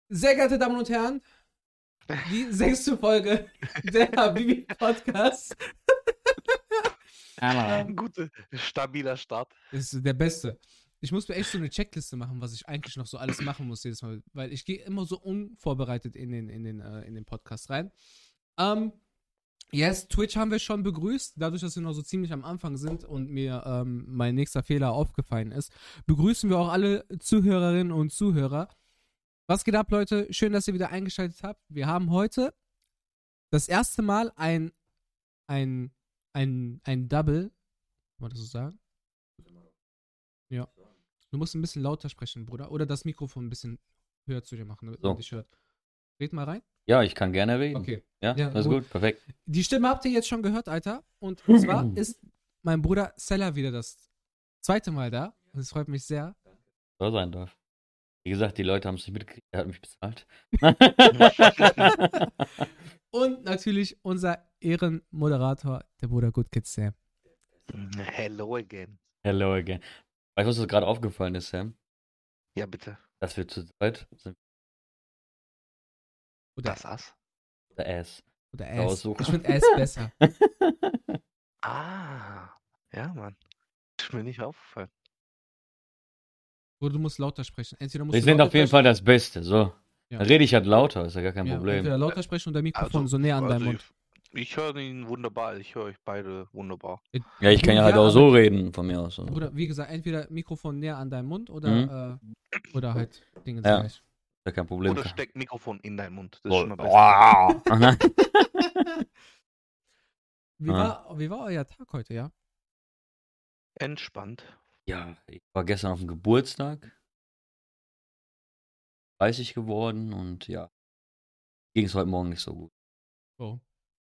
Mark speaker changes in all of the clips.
Speaker 1: Sehr geehrte Damen und Herren, die 6. Folge der Habibi-Podcast
Speaker 2: Guter, stabiler Start.
Speaker 1: ist der beste. Ich muss mir echt so eine Checkliste machen, was ich eigentlich noch so alles machen muss jedes Mal, weil ich gehe immer so unvorbereitet in den Podcast rein. Yes, Twitch haben wir schon begrüßt, dadurch, dass wir noch so ziemlich am Anfang sind und mir mein nächster Fehler aufgefallen ist, begrüßen wir auch alle Zuhörerinnen und Zuhörer. Was geht ab, Leute? Schön, dass ihr wieder eingeschaltet habt. Wir haben heute das erste Mal ein Double. Kann man das so sagen? Ja. Du musst ein bisschen lauter sprechen, Bruder. Oder das Mikrofon ein bisschen höher zu dir machen, damit man dich hört. Red mal rein.
Speaker 3: Ja, ich kann gerne reden.
Speaker 1: Okay.
Speaker 3: Ja, das ist gut, perfekt.
Speaker 1: Die Stimme habt ihr jetzt schon gehört, Alter. Und zwar ist mein Bruder Seller wieder das zweite Mal da. Und es freut mich sehr.
Speaker 3: So sein darf. Wie gesagt, die Leute haben es nicht mitgekriegt, er hat mich bezahlt.
Speaker 1: Und natürlich unser Ehrenmoderator, der Bruder Good Kids Sam.
Speaker 2: Hello again.
Speaker 3: Hello again. Weißt du, was uns gerade aufgefallen ist, Sam?
Speaker 2: Ja, bitte.
Speaker 3: Dass wir zu zweit sind.
Speaker 1: Oder
Speaker 2: Das Ass?
Speaker 3: Oder Ass.
Speaker 1: Oder Ass.
Speaker 3: Aussuchen.
Speaker 1: Ich finde Ass besser.
Speaker 2: Ja, Mann. Ist mir nicht aufgefallen.
Speaker 1: Oder du musst lauter sprechen. Entweder musst
Speaker 3: Wir
Speaker 1: du
Speaker 3: sind
Speaker 1: lauter
Speaker 3: auf jeden
Speaker 1: sprechen.
Speaker 3: Fall das Beste. So.
Speaker 1: Ja.
Speaker 3: Dann rede ich halt lauter, ist ja gar kein
Speaker 1: Ja,
Speaker 3: Problem.
Speaker 1: entweder lauter sprechen und dein Mikrofon so näher an deinem Mund.
Speaker 2: Ich höre ihn wunderbar. Ich höre euch beide wunderbar.
Speaker 3: Ja, ich kann ja halt auch so reden, von mir aus.
Speaker 1: Oder wie gesagt, entweder Mikrofon näher an deinem Mund oder halt Dinge
Speaker 3: Ja.
Speaker 1: gleich.
Speaker 3: Ist ja kein Problem.
Speaker 2: Oder steck Mikrofon in deinen Mund. Das ist
Speaker 3: Oh.
Speaker 2: schon mal besser.
Speaker 1: Wie war euer Tag heute, ja?
Speaker 2: Entspannt.
Speaker 3: Ja, ich war gestern auf dem Geburtstag. 30 geworden und ja. Ging es heute Morgen nicht so gut.
Speaker 1: Oh.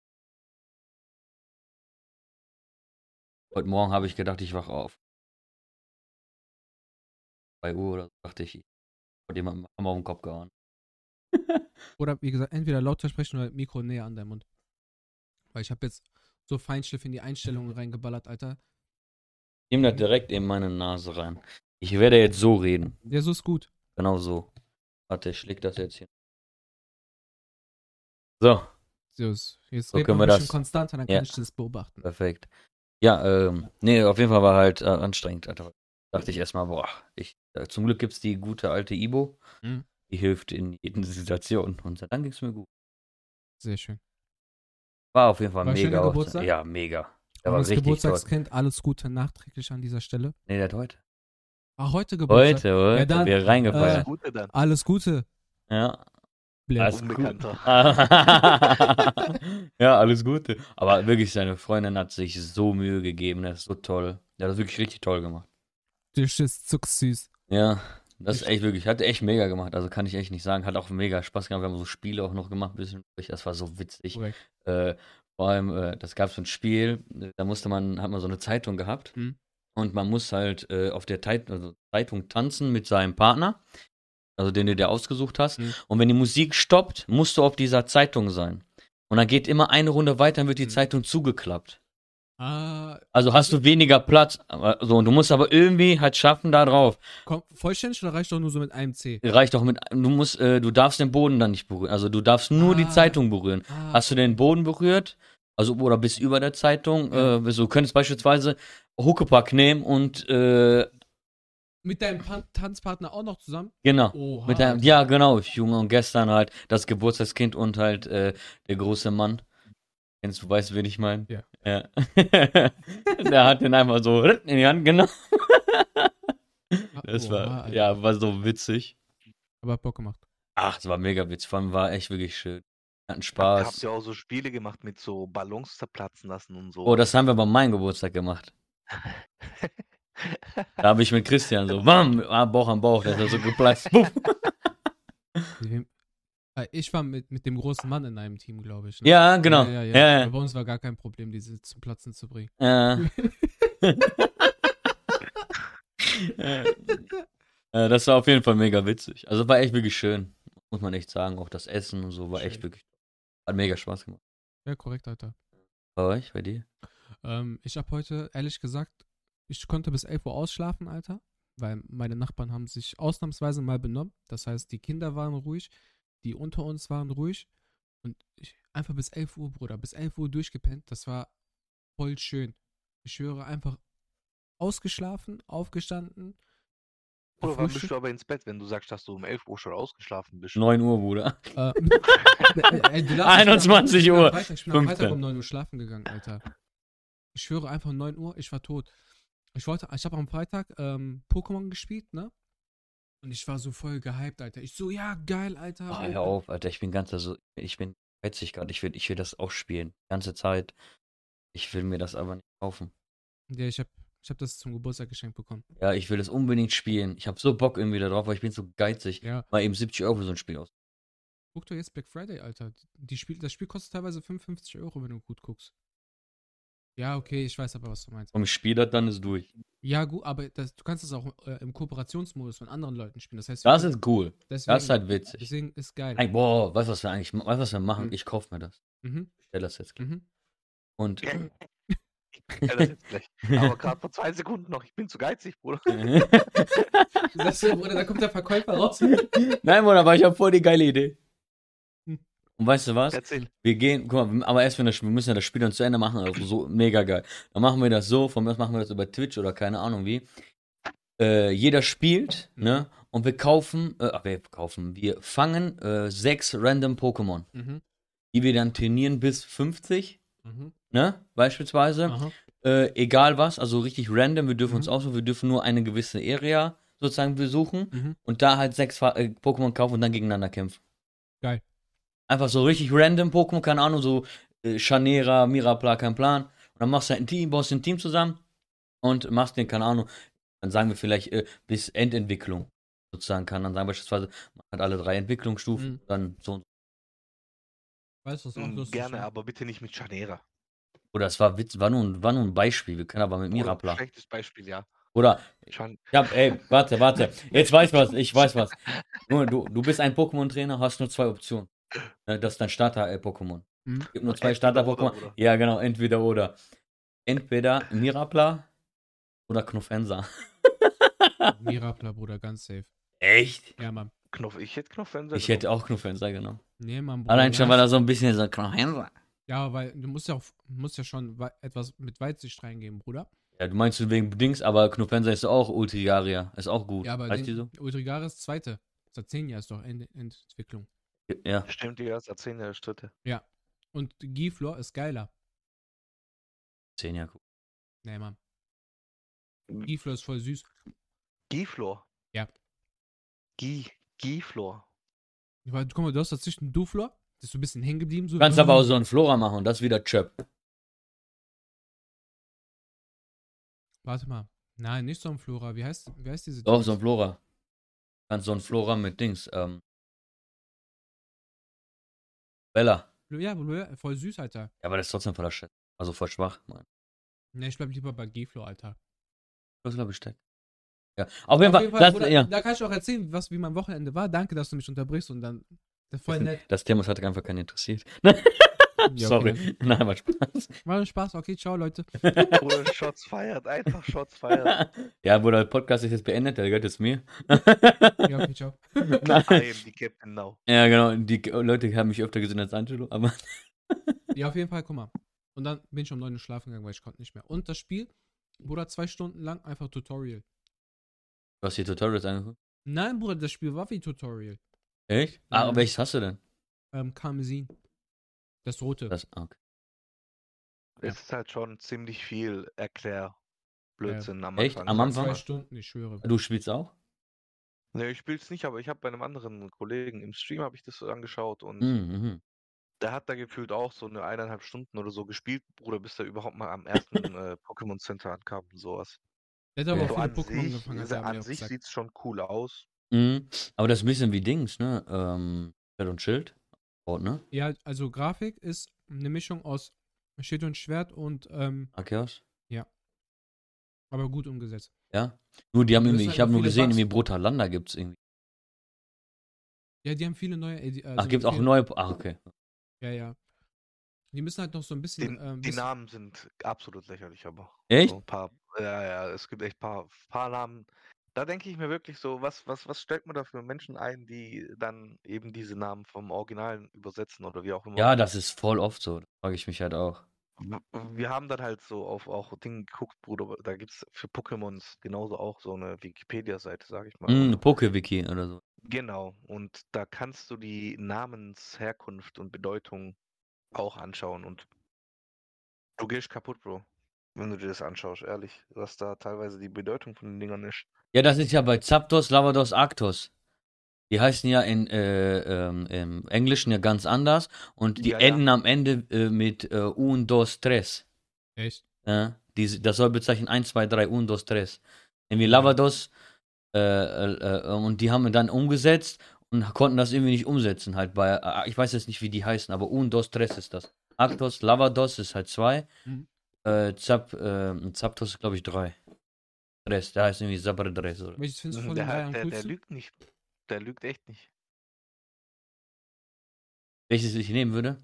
Speaker 3: Heute Morgen habe ich gedacht, ich wache auf. 2 Uhr oder so, dachte ich, hat jemand einen Hammer auf den Kopf gehauen.
Speaker 1: Oder wie gesagt, entweder lauter sprechen oder Mikro näher an deinem Mund. Weil ich habe jetzt so Feinschliff in die Einstellungen reingeballert, Alter.
Speaker 3: Ich nehme das direkt in meine Nase rein. Ich werde jetzt so reden.
Speaker 1: Ja, so ist gut.
Speaker 3: Genau so. Warte, ich schläg das jetzt hier. So,
Speaker 1: Jetzt
Speaker 3: So
Speaker 1: reden
Speaker 3: können
Speaker 1: wir
Speaker 3: wir
Speaker 1: ein bisschen
Speaker 3: das-
Speaker 1: konstanter, dann
Speaker 3: ja.
Speaker 1: kann ich das beobachten.
Speaker 3: perfekt. Ja, nee, auf jeden Fall war halt anstrengend, Alter. Dachte ich erstmal, boah, zum Glück gibt's die gute alte Ibo.
Speaker 1: Mhm.
Speaker 3: Die hilft in jeden Situation. Und dann ging's mir gut.
Speaker 1: Sehr schön.
Speaker 3: War auf jeden Fall
Speaker 1: War
Speaker 3: mega.
Speaker 1: schöner Geburtstag?
Speaker 3: Ja, mega. Der
Speaker 1: Und
Speaker 3: war
Speaker 1: das
Speaker 3: richtig toll.
Speaker 1: Geburtstagskind, alles Gute nachträglich an dieser Stelle.
Speaker 3: Nee, der hat heute.
Speaker 1: Heute Geburtstag.
Speaker 3: Heute,
Speaker 1: Ja, dann,
Speaker 3: wir reingefeiert.
Speaker 2: Gute dann.
Speaker 1: Alles Gute.
Speaker 3: Ja.
Speaker 1: Blitz.
Speaker 3: Alles
Speaker 2: Unbekannter.
Speaker 3: Ja, alles Gute. Aber wirklich, seine Freundin hat sich so Mühe gegeben. Das ist so toll. Der hat das wirklich richtig toll gemacht.
Speaker 1: Das ist zucksüß.
Speaker 3: Ja, das ist echt wirklich, hat echt mega gemacht. Also kann ich echt nicht sagen. Hat auch mega Spaß gemacht. Wir haben so Spiele auch noch gemacht. Das war so witzig.
Speaker 1: Korrekt.
Speaker 3: Vor allem, das gab so ein Spiel, da hat man so eine Zeitung gehabt.
Speaker 1: Mhm.
Speaker 3: Und man muss halt auf der Zeitung tanzen mit seinem Partner. Also den du dir ausgesucht hast.
Speaker 1: Mhm.
Speaker 3: Und wenn die Musik stoppt, musst du auf dieser Zeitung sein. Und dann geht immer eine Runde weiter, dann wird die Zeitung zugeklappt. Also hast du weniger Platz. Und du musst aber irgendwie halt schaffen da drauf.
Speaker 1: Vollständig oder reicht doch nur so mit einem C?
Speaker 3: Reicht auch du darfst den Boden dann nicht berühren. Also du darfst nur die Zeitung berühren. Hast du den Boden berührt, also oder bist über der Zeitung, du könntest beispielsweise Huckepack nehmen und
Speaker 1: Mit deinem Tanzpartner auch noch zusammen?
Speaker 3: genau.
Speaker 1: Oha.
Speaker 3: Ja, genau, Junge. Und gestern halt das Geburtstagskind und halt der große Mann. Kennst du, weißt du, wen ich meine?
Speaker 1: Ja.
Speaker 3: Der hat den einfach so in die Hand genommen. Das
Speaker 1: Oha, Alter.
Speaker 3: war so witzig.
Speaker 1: Aber hat Bock gemacht.
Speaker 3: Ach, es war mega witzig. Vor allem war echt wirklich schön. Wir hatten
Speaker 2: Habt
Speaker 3: Spaß.
Speaker 2: ihr auch so Spiele gemacht mit so Ballons zerplatzen lassen und so?
Speaker 3: Oh, das haben wir bei meinem Geburtstag gemacht. Da habe ich mit Christian so, bam, Bauch an Bauch, der ist ja so geplatzt. Puff.
Speaker 1: Ich war mit dem großen Mann in einem Team, glaube ich. Ne?
Speaker 3: Ja, genau.
Speaker 1: Ja. Bei uns war gar kein Problem, diese zum Platzen zu bringen.
Speaker 3: Ja. Das war auf jeden Fall mega witzig. Also war echt wirklich schön. Muss man echt sagen. Auch das Essen und so war echt
Speaker 1: Schön.
Speaker 3: wirklich. Hat mega Spaß gemacht.
Speaker 1: Ja, korrekt, Alter.
Speaker 3: Bei euch, bei dir?
Speaker 1: Ich habe heute, ehrlich gesagt, ich konnte bis 11 Uhr ausschlafen, Alter. weil meine Nachbarn haben sich ausnahmsweise mal benommen. Das heißt, die Kinder waren ruhig, die unter uns waren ruhig und ich einfach bis 11 Uhr, Bruder, bis 11 Uhr durchgepennt. Das war voll schön. Ich schwöre, einfach ausgeschlafen, aufgestanden.
Speaker 2: Oder wann bist du aber ins Bett, wenn du sagst, dass du um 11 Uhr schon ausgeschlafen bist?
Speaker 3: 9 Uhr, Bruder.
Speaker 1: 21
Speaker 3: Uhr.
Speaker 1: Ich bin am Freitag um 9 Uhr schlafen gegangen, Alter. Ich schwöre, einfach um 9 Uhr, ich war tot. Ich habe am Freitag Pokémon gespielt, ne? Und ich war so voll gehypt, Alter. Ich so, ja, geil, Alter.
Speaker 3: Oh, hör auf, Alter, ich bin geizig gerade. Ich will das auch spielen. Die ganze Zeit. Ich will mir das aber nicht kaufen.
Speaker 1: Ja, ich hab das zum Geburtstag geschenkt bekommen.
Speaker 3: Ja, ich will das unbedingt spielen. Ich habe so Bock irgendwie da drauf, weil ich bin so geizig.
Speaker 1: Ja.
Speaker 3: Mal eben 70 Euro für so ein Spiel aus.
Speaker 1: Guck doch jetzt Black Friday, Alter. Das Spiel kostet teilweise 55 Euro, wenn du gut guckst. Ja, okay, ich weiß aber, was du meinst.
Speaker 3: Und ich spiele das, dann ist durch.
Speaker 1: Ja, gut, aber du kannst es auch im Kooperationsmodus von anderen Leuten spielen. Das heißt,
Speaker 3: Das ist cool.
Speaker 1: deswegen,
Speaker 3: Das ist halt witzig.
Speaker 1: Deswegen ist geil.
Speaker 3: Boah, weißt du, was wir machen?
Speaker 1: Mhm.
Speaker 3: Ich kauf mir das.
Speaker 1: Mhm.
Speaker 3: Ich stell das jetzt gleich.
Speaker 1: Mhm.
Speaker 3: Und.
Speaker 2: Das jetzt gleich. Aber gerade vor 2 Sekunden noch, ich bin zu geizig, Bruder.
Speaker 1: Sagst du, Bruder, da kommt der Verkäufer raus.
Speaker 3: Nein, Bruder, aber ich habe voll die geile Idee.
Speaker 1: Hm.
Speaker 3: Und weißt du was?
Speaker 2: Erzähl.
Speaker 3: Wir gehen, guck mal, aber erst wir müssen ja das Spiel dann zu Ende machen, also so mega geil. Dann machen wir das so, von mir aus machen wir das über Twitch oder keine Ahnung wie. Jeder spielt, ne? Und wir wir fangen 6 random Pokémon, die wir dann trainieren bis 50, ne? Beispielsweise.
Speaker 1: Aha.
Speaker 3: Egal was, also richtig random, wir dürfen uns aussuchen, wir dürfen nur eine gewisse Area sozusagen besuchen und da halt 6 Pokémon kaufen und dann gegeneinander kämpfen.
Speaker 1: Geil.
Speaker 3: Einfach so richtig random Pokémon, keine Ahnung, so Chanera, Mirapla, kein Plan. Und dann machst du halt ein Team, baust ein Team zusammen und machst den, keine Ahnung, dann sagen wir vielleicht bis Endentwicklung sozusagen kann. Dann sagen wir beispielsweise, man hat alle 3 Entwicklungsstufen, dann so und so.
Speaker 1: Weißt du, was auch lustig
Speaker 2: Gerne,
Speaker 1: war?
Speaker 2: aber bitte nicht mit Chanera.
Speaker 3: Oder es war nur ein Beispiel, wir können aber mit
Speaker 2: Oder
Speaker 3: Mirapla.
Speaker 2: ein schlechtes Beispiel, ja.
Speaker 3: Oder, warte, jetzt weiß ich weiß was. Du bist ein Pokémon-Trainer, hast nur 2 Optionen. Das ist dein Starter-Pokémon. Es gibt nur 2 Starter-Pokémon. Ja, genau, entweder oder. Entweder Mirapla oder Knofensa.
Speaker 1: Mirapla, Bruder, ganz safe.
Speaker 3: Echt?
Speaker 1: Ja, Mann.
Speaker 2: Ich hätte Knopfenser.
Speaker 3: Ich hätte auch Knofensa genommen.
Speaker 1: Nee, Mann, Bruder.
Speaker 3: Allein schon, weil er so ein bisschen so Knofensa.
Speaker 1: Ja, weil du musst ja schon etwas mit Weitsicht reingeben, Bruder.
Speaker 3: Ja, du meinst wegen Dings, aber Knofensa ist auch Ultrigaria. Ist auch gut.
Speaker 1: Ja, aber
Speaker 3: Heißt die so?
Speaker 1: Ultrigaris zweite. Seit 10 Jahren ist doch Entwicklung.
Speaker 3: Ja.
Speaker 2: Stimmt, ja, seit 10 Jahren Schritte.
Speaker 1: Ja. Und Giflor ist geiler.
Speaker 3: 10 Jahre.
Speaker 1: Nee, Mann. Giflor ist voll süß.
Speaker 2: Giflor?
Speaker 1: Ja.
Speaker 2: Giflor.
Speaker 1: Weil, guck mal, du hast dazwischen Duflor. Das ist so ein bisschen hängen geblieben. So.
Speaker 3: Du kannst aber auch so einen Flora machen und das ist wieder Chöp.
Speaker 1: Warte mal. Nein, nicht so ein Flora. Wie heißt diese?
Speaker 3: Doch, so ein Flora. Du kannst so ein Flora mit Dings. Bella.
Speaker 1: Ja, voll süß, Alter.
Speaker 3: Ja, aber das ist trotzdem voller Shit. Also voll schwach, Mann.
Speaker 1: Ne, ich bleib lieber bei Giflor, Alter.
Speaker 3: Das glaube ich stark. Ja, auf jeden Fall
Speaker 1: Bruder,
Speaker 3: ja.
Speaker 1: Da kann ich auch erzählen, wie mein Wochenende war. Danke, dass du mich unterbrichst und dann. Das ist voll nett.
Speaker 3: Das Thema hat einfach keinen interessiert.
Speaker 1: Ja,
Speaker 3: Sorry.
Speaker 1: okay.
Speaker 3: Nein, war Spaß.
Speaker 1: War Spaß, okay, ciao, Leute.
Speaker 2: Oder Shots feiert, einfach Shots feiert.
Speaker 3: Ja, Bruder, der Podcast ist jetzt beendet, der gehört jetzt mir.
Speaker 1: Ja, okay, ciao.
Speaker 3: Nein.
Speaker 2: I am the Captain now.
Speaker 3: Ja, genau, die Leute haben mich öfter gesehen als Angelo, aber.
Speaker 1: Ja, auf jeden Fall, guck mal. Und dann bin ich um 9 Uhr schlafen gegangen, weil ich konnte nicht mehr. Und das Spiel, Bruder, 2 Stunden lang einfach Tutorial.
Speaker 3: Du hast die Tutorials angeguckt?
Speaker 1: Nein, Bruder, das Spiel war wie Tutorial.
Speaker 3: Echt? Ah, welches hast du denn?
Speaker 1: Karmesin. Das rote.
Speaker 3: Okay.
Speaker 2: Es ist halt schon ziemlich viel Erklärblödsinn am
Speaker 3: Echt?
Speaker 2: Anfang.
Speaker 3: Am Anfang?
Speaker 1: 2 Stunden, ich schwöre.
Speaker 3: Du spielst auch?
Speaker 2: Ne, ich spiel's nicht, aber ich habe bei einem anderen Kollegen im Stream habe ich das so angeschaut und der hat da gefühlt auch so eine 1,5 Stunden oder so gespielt, Bruder, bis er überhaupt mal am ersten Pokémon Center ankam und sowas.
Speaker 1: Der hat aber
Speaker 2: So
Speaker 1: auch viele
Speaker 2: an
Speaker 1: Pokémon
Speaker 2: sich,
Speaker 1: gefangen. hat er mir
Speaker 2: an
Speaker 1: auch
Speaker 2: sich
Speaker 1: gesagt.
Speaker 2: sieht's schon cool aus.
Speaker 3: Aber das ist ein bisschen wie Dings, ne? Schwert und Schild. Ne?
Speaker 1: Ja, also Grafik ist eine Mischung aus Schild und Schwert und
Speaker 3: Arceus?
Speaker 1: ja. Aber gut umgesetzt.
Speaker 3: Ja. Nur die haben
Speaker 1: Das
Speaker 3: irgendwie,
Speaker 1: ist
Speaker 3: ich
Speaker 1: halt
Speaker 3: habe nur
Speaker 1: viele
Speaker 3: gesehen,
Speaker 1: Bugs.
Speaker 3: irgendwie Brotalanda gibt's irgendwie.
Speaker 1: Ja, die haben viele neue.
Speaker 3: Gibt's auch neue. Okay.
Speaker 1: Ja, ja. Die müssen halt noch so ein bisschen.
Speaker 2: Die Namen sind absolut lächerlich, aber.
Speaker 3: Echt?
Speaker 2: So ein paar, ja, es gibt echt ein paar Namen. Da denke ich mir wirklich so, was stellt man da für Menschen ein, die dann eben diese Namen vom Originalen übersetzen oder wie auch immer.
Speaker 3: Ja, das ist voll oft so. Da frage ich mich halt auch.
Speaker 2: Wir haben dann halt so auf auch Dinge geguckt, Bruder. Da gibt es für Pokémons genauso auch so eine Wikipedia-Seite, sag ich mal.
Speaker 3: Eine Pokewiki oder so.
Speaker 2: Genau. Und da kannst du die Namensherkunft und Bedeutung auch anschauen. Und du gehst kaputt, Bro, wenn du dir das anschaust, ehrlich. Was da teilweise die Bedeutung von den Dingern ist.
Speaker 3: Ja, das ist ja bei Zapdos, Lavados, Arctos. Die heißen ja im Englischen ja ganz anders und die enden am Ende mit un, dos, tres.
Speaker 1: Echt?
Speaker 3: Das soll bezeichnen 1, 2, 3, un, dos, tres. Irgendwie Lavados und die haben wir dann umgesetzt und konnten das irgendwie nicht umsetzen halt bei, ich weiß jetzt nicht, wie die heißen, aber un, dos, tres ist das. Arctos, Lavados ist halt 2. Zapdos ist glaube ich 3. Tres, der heißt irgendwie Sabre Dres.
Speaker 1: Welches findest du von den drei am coolsten?
Speaker 2: Der lügt nicht. Der lügt echt nicht.
Speaker 3: Welches ich nehmen würde?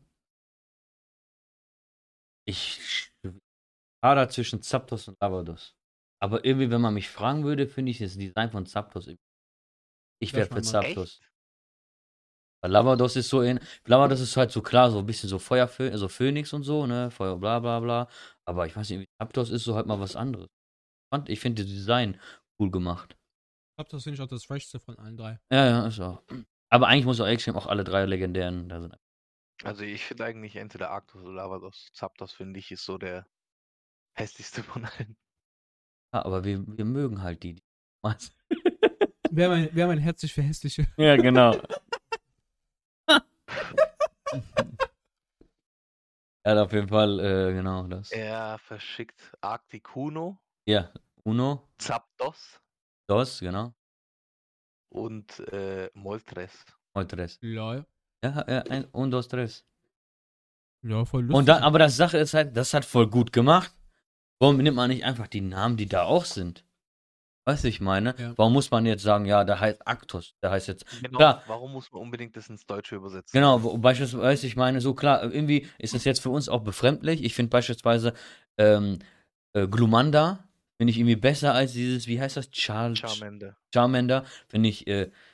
Speaker 3: Ich hadere zwischen Zapdos und Lavados. Aber irgendwie, wenn man mich fragen würde, finde ich das Design von Zapdos. Ich wäre für Zapdos. Weil Lavados ist so Lavados ist halt so klar, so ein bisschen so Feuer, so Phönix und so, ne? Feuer, bla bla bla. Aber ich weiß nicht, Zapdos ist so halt mal was anderes. Ich finde das Design cool gemacht.
Speaker 1: Zapdos finde ich auch das freshste von allen 3.
Speaker 3: Ja, ist auch. Aber eigentlich muss auch alle 3 legendären da sind.
Speaker 2: Also ich finde eigentlich entweder Arctos oder Lavados. Zapdos finde ich ist so der hässlichste von allen.
Speaker 3: Ja, aber wir mögen halt die. Was?
Speaker 1: Wir haben ein Herz für hässliche.
Speaker 3: Ja, genau. Er hat auf jeden Fall, genau das.
Speaker 2: Er verschickt Articuno.
Speaker 3: Ja, Uno.
Speaker 2: Zapdos.
Speaker 3: Dos, genau.
Speaker 2: Und Moltres.
Speaker 3: Moltres.
Speaker 1: Lol.
Speaker 3: Ja, und dos, tres.
Speaker 1: Ja, voll lustig.
Speaker 3: Und dann, aber das Sache ist halt, das hat voll gut gemacht. Warum nimmt man nicht einfach die Namen, die da auch sind? Weißt du, ich meine? Ja. Warum muss man jetzt sagen, ja, der heißt Arctos, der heißt jetzt.
Speaker 2: Genau,
Speaker 3: klar,
Speaker 2: warum muss man unbedingt das ins Deutsche übersetzen?
Speaker 3: Genau, beispielsweise, ich meine, so klar, irgendwie ist das jetzt für uns auch befremdlich. Ich finde beispielsweise Glumanda, finde ich irgendwie besser als dieses, wie heißt das? Charmander. Finde ich,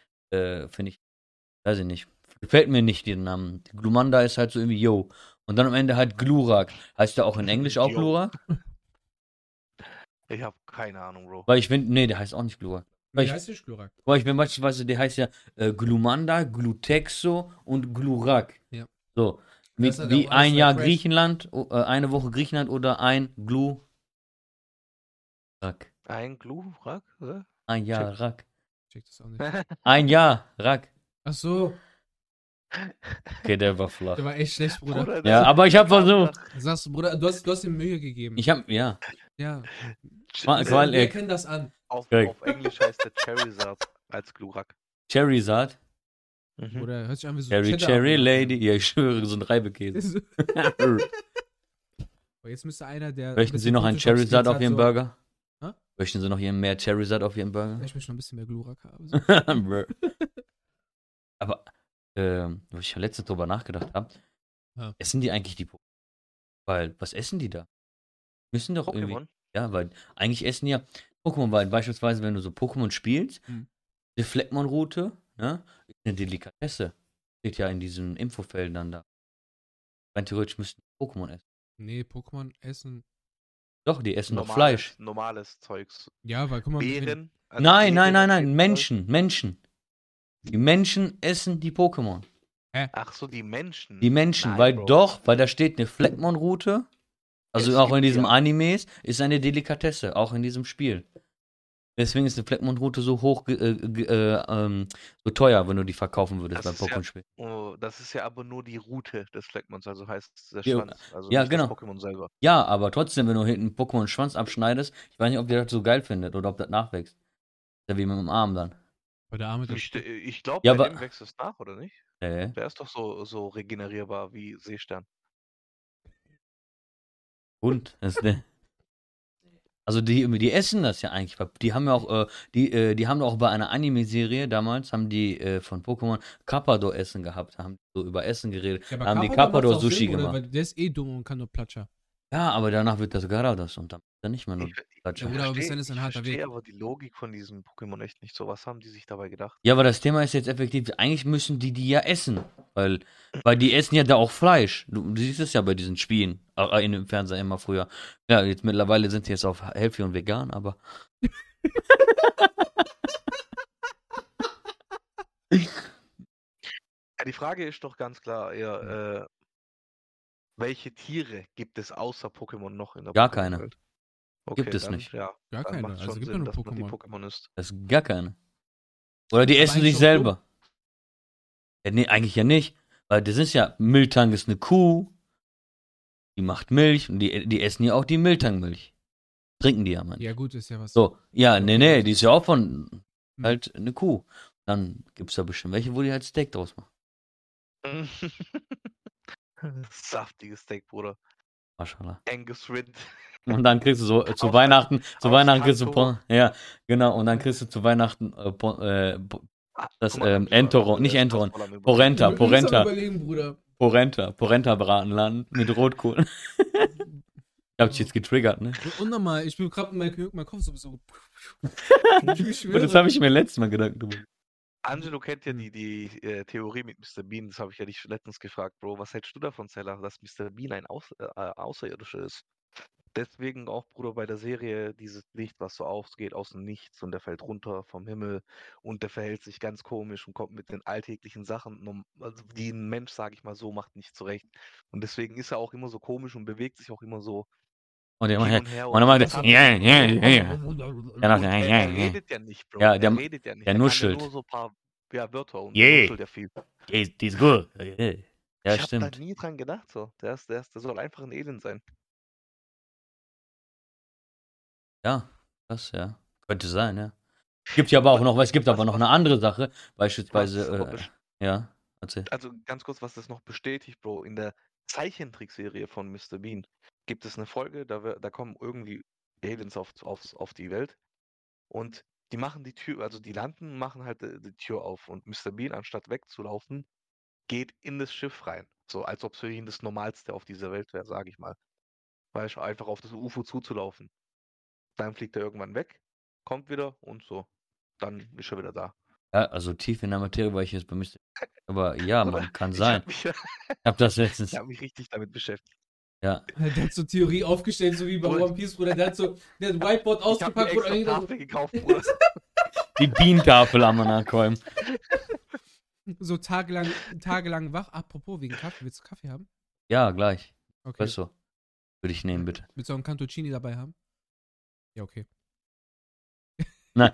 Speaker 3: weiß ich nicht. Gefällt mir nicht, den Namen. Glumanda ist halt so irgendwie, yo. Und dann am Ende halt Glurak. Heißt der auch in Englisch auch Glurak?
Speaker 2: Ich habe keine Ahnung, Bro.
Speaker 3: Weil ich finde, nee, der heißt auch nicht Glurak.
Speaker 1: Wie heißt der Glurak?
Speaker 3: Weil ich bin beispielsweise, der heißt ja Glumanda, Glutexo und Glurak.
Speaker 1: Ja.
Speaker 3: So. Wie ein Jahr Griechenland, eine Woche Griechenland oder ein Glurak.
Speaker 2: Ein Glurak? Oder?
Speaker 3: Ein Jahr Rack.
Speaker 1: Check das auch nicht.
Speaker 3: Ein Jahr Rack.
Speaker 1: Ach so.
Speaker 3: Okay, der war flach.
Speaker 1: Der war echt schlecht, Bruder.
Speaker 3: Ja, aber ich hab versucht.
Speaker 1: Sagst du, Bruder, du hast ihm Mühe gegeben.
Speaker 3: Ja.
Speaker 1: Ja.
Speaker 3: Wir
Speaker 1: kennen das an.
Speaker 2: Auf Englisch heißt der Charizard als Glurak.
Speaker 3: Charizard?
Speaker 1: Oder hört sich an wie so
Speaker 3: Cherry Lady. Ja, ich schwöre, so ein Reibekäse.
Speaker 1: Jetzt müsste einer, der.
Speaker 3: Möchten Sie noch einen Charizard auf Ihrem Burger? Möchten Sie noch mehr Charizard auf Ihrem Burger?
Speaker 1: Ich möchte noch ein bisschen mehr Glurak haben.
Speaker 3: Aber, wo ich letztens drüber nachgedacht habe, essen die eigentlich die Pokémon? Weil, was essen die da? Müssen doch
Speaker 2: Pokémon?
Speaker 3: irgendwie. Ja, weil eigentlich essen ja Pokémon, weil beispielsweise, wenn du so Pokémon spielst, die Fleckmon-Route, ne, ist eine Delikatesse. Steht ja in diesen Infofeldern da. Rein theoretisch müssten die Pokémon essen.
Speaker 1: Nee, Pokémon essen.
Speaker 3: Doch, die essen doch Fleisch.
Speaker 2: Normales Zeugs.
Speaker 1: Ja, weil guck mal.
Speaker 2: Beeren.
Speaker 3: Also nein. Menschen. Die Menschen essen die Pokémon.
Speaker 2: Hä? Ach so, die Menschen.
Speaker 3: Die Menschen, weil da steht eine Fleckmon-Route. Also auch in diesem Animes ist eine Delikatesse, auch in diesem Spiel. Deswegen ist eine Fleckmon-Route so hoch, so teuer, wenn du die verkaufen würdest beim Pokémon-Spiel.
Speaker 2: Ja, das ist ja aber nur die Route des Fleckmons, also heißt der Schwanz, also
Speaker 3: ja,
Speaker 2: nicht
Speaker 3: genau.
Speaker 2: das Pokémon selber.
Speaker 3: Ja, aber trotzdem, wenn du hinten Pokémon-Schwanz abschneidest, ich weiß nicht, ob ihr das so geil findet oder ob das nachwächst. Ist ja wie mit dem Arm dann.
Speaker 1: Bei der Arme
Speaker 2: ich glaube, bei dem wächst es nach, oder nicht? Der ist doch so regenerierbar wie Seestern.
Speaker 3: Und? Also die essen das ja eigentlich. Die haben ja auch, die haben auch bei einer Anime-Serie damals, haben die von Pokémon Carpador-Essen gehabt. Da haben die so über Essen geredet.
Speaker 1: Ja,
Speaker 3: da haben die Carpador-Sushi gemacht.
Speaker 1: Weil der ist dumm und kann nur Platscher.
Speaker 3: Ja, aber danach wird das Gyarados und dann nicht mehr nur.
Speaker 1: aber bis dann ist ein harter Weg.
Speaker 2: Ich verstehe aber die Logik von diesem Pokémon echt nicht so. Was haben die sich dabei gedacht?
Speaker 3: Ja, aber das Thema ist jetzt effektiv, eigentlich müssen die ja essen, weil die essen ja da auch Fleisch. Du siehst es ja bei diesen Spielen, in dem Fernseher immer früher. Ja, jetzt mittlerweile sind sie jetzt auf healthy und vegan, aber
Speaker 2: Ja, die Frage ist doch ganz klar eher, welche Tiere gibt es außer Pokémon noch in der
Speaker 3: Gar keine.
Speaker 2: Pokémon-Welt?
Speaker 3: Gibt es
Speaker 2: dann,
Speaker 3: nicht.
Speaker 2: Ja,
Speaker 1: Gar
Speaker 2: dann
Speaker 1: keine.
Speaker 2: macht
Speaker 1: Also
Speaker 2: schon
Speaker 1: gibt
Speaker 2: Sinn,
Speaker 1: ja nur
Speaker 2: dass man die
Speaker 1: Pokémon.
Speaker 2: Pokémon isst.
Speaker 3: Das ist gar keine. Oder die
Speaker 1: Aber
Speaker 3: essen
Speaker 1: eigentlich
Speaker 3: sich
Speaker 1: doch
Speaker 3: selber. Ja, nee, eigentlich ja nicht. Weil das ist ja, Miltank ist eine Kuh, die macht Milch und die essen ja auch die Miltankmilch. Trinken die ja, Mann.
Speaker 1: Ja, gut, ist ja was.
Speaker 3: So, ja,
Speaker 1: Okay,
Speaker 3: nee,
Speaker 1: das
Speaker 3: die ist ja auch von halt eine Kuh. Dann gibt's da bestimmt welche, wo die halt Steak draus machen.
Speaker 2: Saftiges Steak, Bruder.
Speaker 3: Maschallah.
Speaker 2: Angus Rind.
Speaker 3: Und dann kriegst du so zu Weihnachten kriegst du, ja, genau, und dann kriegst du zu Weihnachten das Entoron, nicht Entoron, Porenta Bratenladen mit Rotkohl. Ich hab dich jetzt getriggert, ne?
Speaker 1: Und nochmal, ich bin gerade mein Kopf sowieso.
Speaker 3: Das habe ich mir letztes Mal gedacht.
Speaker 2: Angelo kennt ja die Theorie mit Mr. Bean, das habe ich ja dich letztens gefragt, Bro. Was hältst du davon, Zeller, dass Mr. Bean ein Außerirdischer ist? Deswegen auch, Bruder, bei der Serie dieses Licht, was so aufgeht aus dem Nichts und der fällt runter vom Himmel und der verhält sich ganz komisch und kommt mit den alltäglichen Sachen, also die ein Mensch, sage ich mal so, macht, nicht zurecht. Und deswegen ist er auch immer so komisch und bewegt sich auch immer so
Speaker 3: und er
Speaker 2: hin und her.
Speaker 3: Und dann macht er,
Speaker 2: er redet ja nicht, Bro.
Speaker 3: Ja,
Speaker 2: er redet ja nicht.
Speaker 3: Der
Speaker 2: Er
Speaker 3: nuschelt.
Speaker 2: kann ja nur so ein paar Wörter und
Speaker 3: Yeah.
Speaker 2: nuschelt ja viel.
Speaker 3: Die ist gut. Ja,
Speaker 2: Ich hab
Speaker 3: stimmt.
Speaker 2: da nie dran gedacht, so. Der soll einfach ein Alien sein.
Speaker 3: Ja, das, ja. Könnte sein, ja. Es gibt aber noch eine andere Sache, beispielsweise, ja, erzähl.
Speaker 2: Also ganz kurz, was das noch bestätigt, Bro. In der Zeichentrickserie von Mr. Bean gibt es eine Folge, da kommen irgendwie Aliens auf die Welt und die machen die Tür, also die landen, machen halt die Tür auf und Mr. Bean, anstatt wegzulaufen, geht in das Schiff rein. So, als ob es für ihn das Normalste auf dieser Welt wäre, sage ich mal. Weißt du, einfach auf das UFO zuzulaufen. Dann fliegt er irgendwann weg, kommt wieder und so. Dann ist er wieder da.
Speaker 3: Ja, also tief in der Materie war ich jetzt bei Mr. Aber ja,
Speaker 2: Oder?
Speaker 3: man kann sein.
Speaker 2: Ich
Speaker 3: hab das letztens.
Speaker 2: Ich habe mich richtig damit beschäftigt.
Speaker 3: Ja.
Speaker 1: Der hat so Theorie aufgestellt, so wie bei One Piece, Bruder. Der hat Whiteboard ausgepackt.
Speaker 2: Ich hab mir Tafel gekauft, Bruder.
Speaker 3: Die Bean-Tafel am Anakräumen.
Speaker 1: So tagelang wach. Apropos, wegen Kaffee. Willst du Kaffee haben?
Speaker 3: Ja, gleich.
Speaker 1: Okay.
Speaker 3: Espresso. Würde ich nehmen, bitte.
Speaker 1: Willst du auch einen Cantuccini dabei haben? Ja, okay.
Speaker 3: Nein.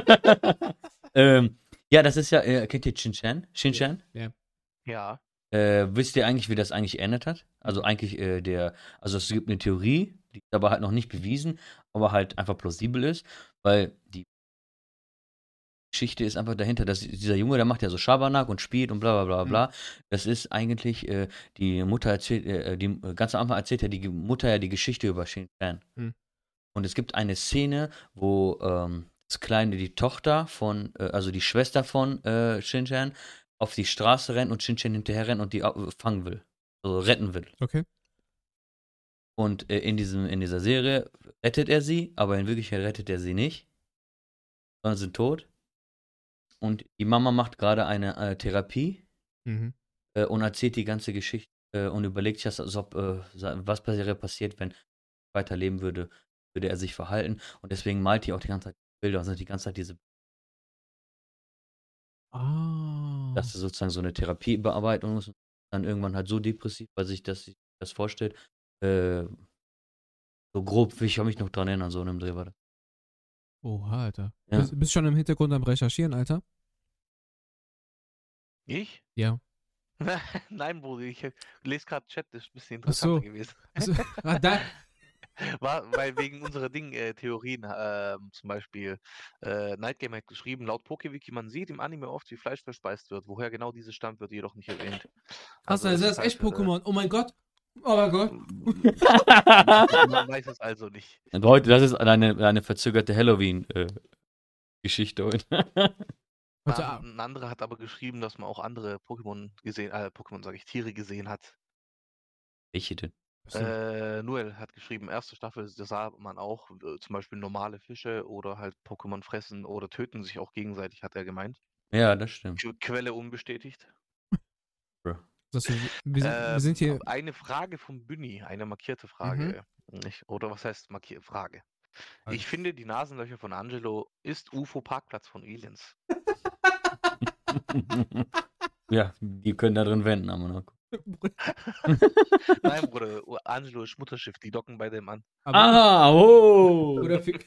Speaker 3: Ja, das ist ja, kennt ihr Shin-Chan? Shin-Chan?
Speaker 1: Ja.
Speaker 2: Ja.
Speaker 3: Wisst ihr eigentlich, wie das eigentlich endet hat? Also eigentlich also es gibt eine Theorie, die ist aber halt noch nicht bewiesen, aber halt einfach plausibel ist, weil die Geschichte ist einfach dahinter, dass dieser Junge, der macht ja so Schabernack und spielt und bla bla bla bla. Das ist eigentlich, die Mutter erzählt, ganz am Anfang erzählt ja die Mutter ja die Geschichte über Shin-Chan. Und es gibt eine Szene, wo die Tochter von, also die Schwester von Shin-Chan auf die Straße rennt und Shin-Chan hinterher rennt und die fangen will. Also retten will.
Speaker 1: Okay.
Speaker 3: Und in dieser Serie rettet er sie, aber in Wirklichkeit rettet er sie nicht. Sondern sind tot. Und die Mama macht gerade eine Therapie und erzählt die ganze Geschichte und überlegt sich, als ob was passiert, wenn er weiterleben würde er sich verhalten. Und deswegen malt die auch die ganze Zeit Bilder und sind die ganze Zeit diese dass er sozusagen so eine Therapie bearbeiten muss und dann irgendwann halt so depressiv, weil sich das vorstellt. So grob, ich kann mich noch dran erinnern, so in einem Dreh war das.
Speaker 1: Oha, Alter.
Speaker 3: Ja.
Speaker 1: Bist schon im Hintergrund am Recherchieren, Alter?
Speaker 2: Ich?
Speaker 1: Ja.
Speaker 2: Nein, Bruder, ich lese gerade Chat, das ist ein bisschen interessanter gewesen. Weil wegen unserer Theorien, zum Beispiel, Nightgame hat geschrieben, laut Pokewiki, man sieht im Anime oft, wie Fleisch verspeist wird. Woher genau dieses stammt, wird jedoch nicht erwähnt.
Speaker 1: Also das ist echt Pokémon. Oh mein Gott. Oh mein Gott.
Speaker 2: Man weiß es also nicht.
Speaker 3: Heute, das ist eine verzögerte Halloween-Geschichte heute.
Speaker 2: Ein anderer hat aber geschrieben, dass man auch andere Tiere gesehen hat.
Speaker 3: Welche denn?
Speaker 2: Noel hat geschrieben, erste Staffel, da sah man auch zum Beispiel normale Fische oder halt Pokémon fressen oder töten sich auch gegenseitig, hat er gemeint.
Speaker 3: Ja, das stimmt.
Speaker 2: Quelle unbestätigt.
Speaker 1: Wir sind hier.
Speaker 2: Eine Frage von Bünni, eine markierte Frage. Oder was heißt markierte Frage? Ich finde, die Nasenlöcher von Angelo ist UFO-Parkplatz von Aliens.
Speaker 3: Ja, die können da drin wenden, aber noch.
Speaker 2: Nein, Bruder, Angelo ist Mutterschiff, die docken bei dem an.
Speaker 3: Oh!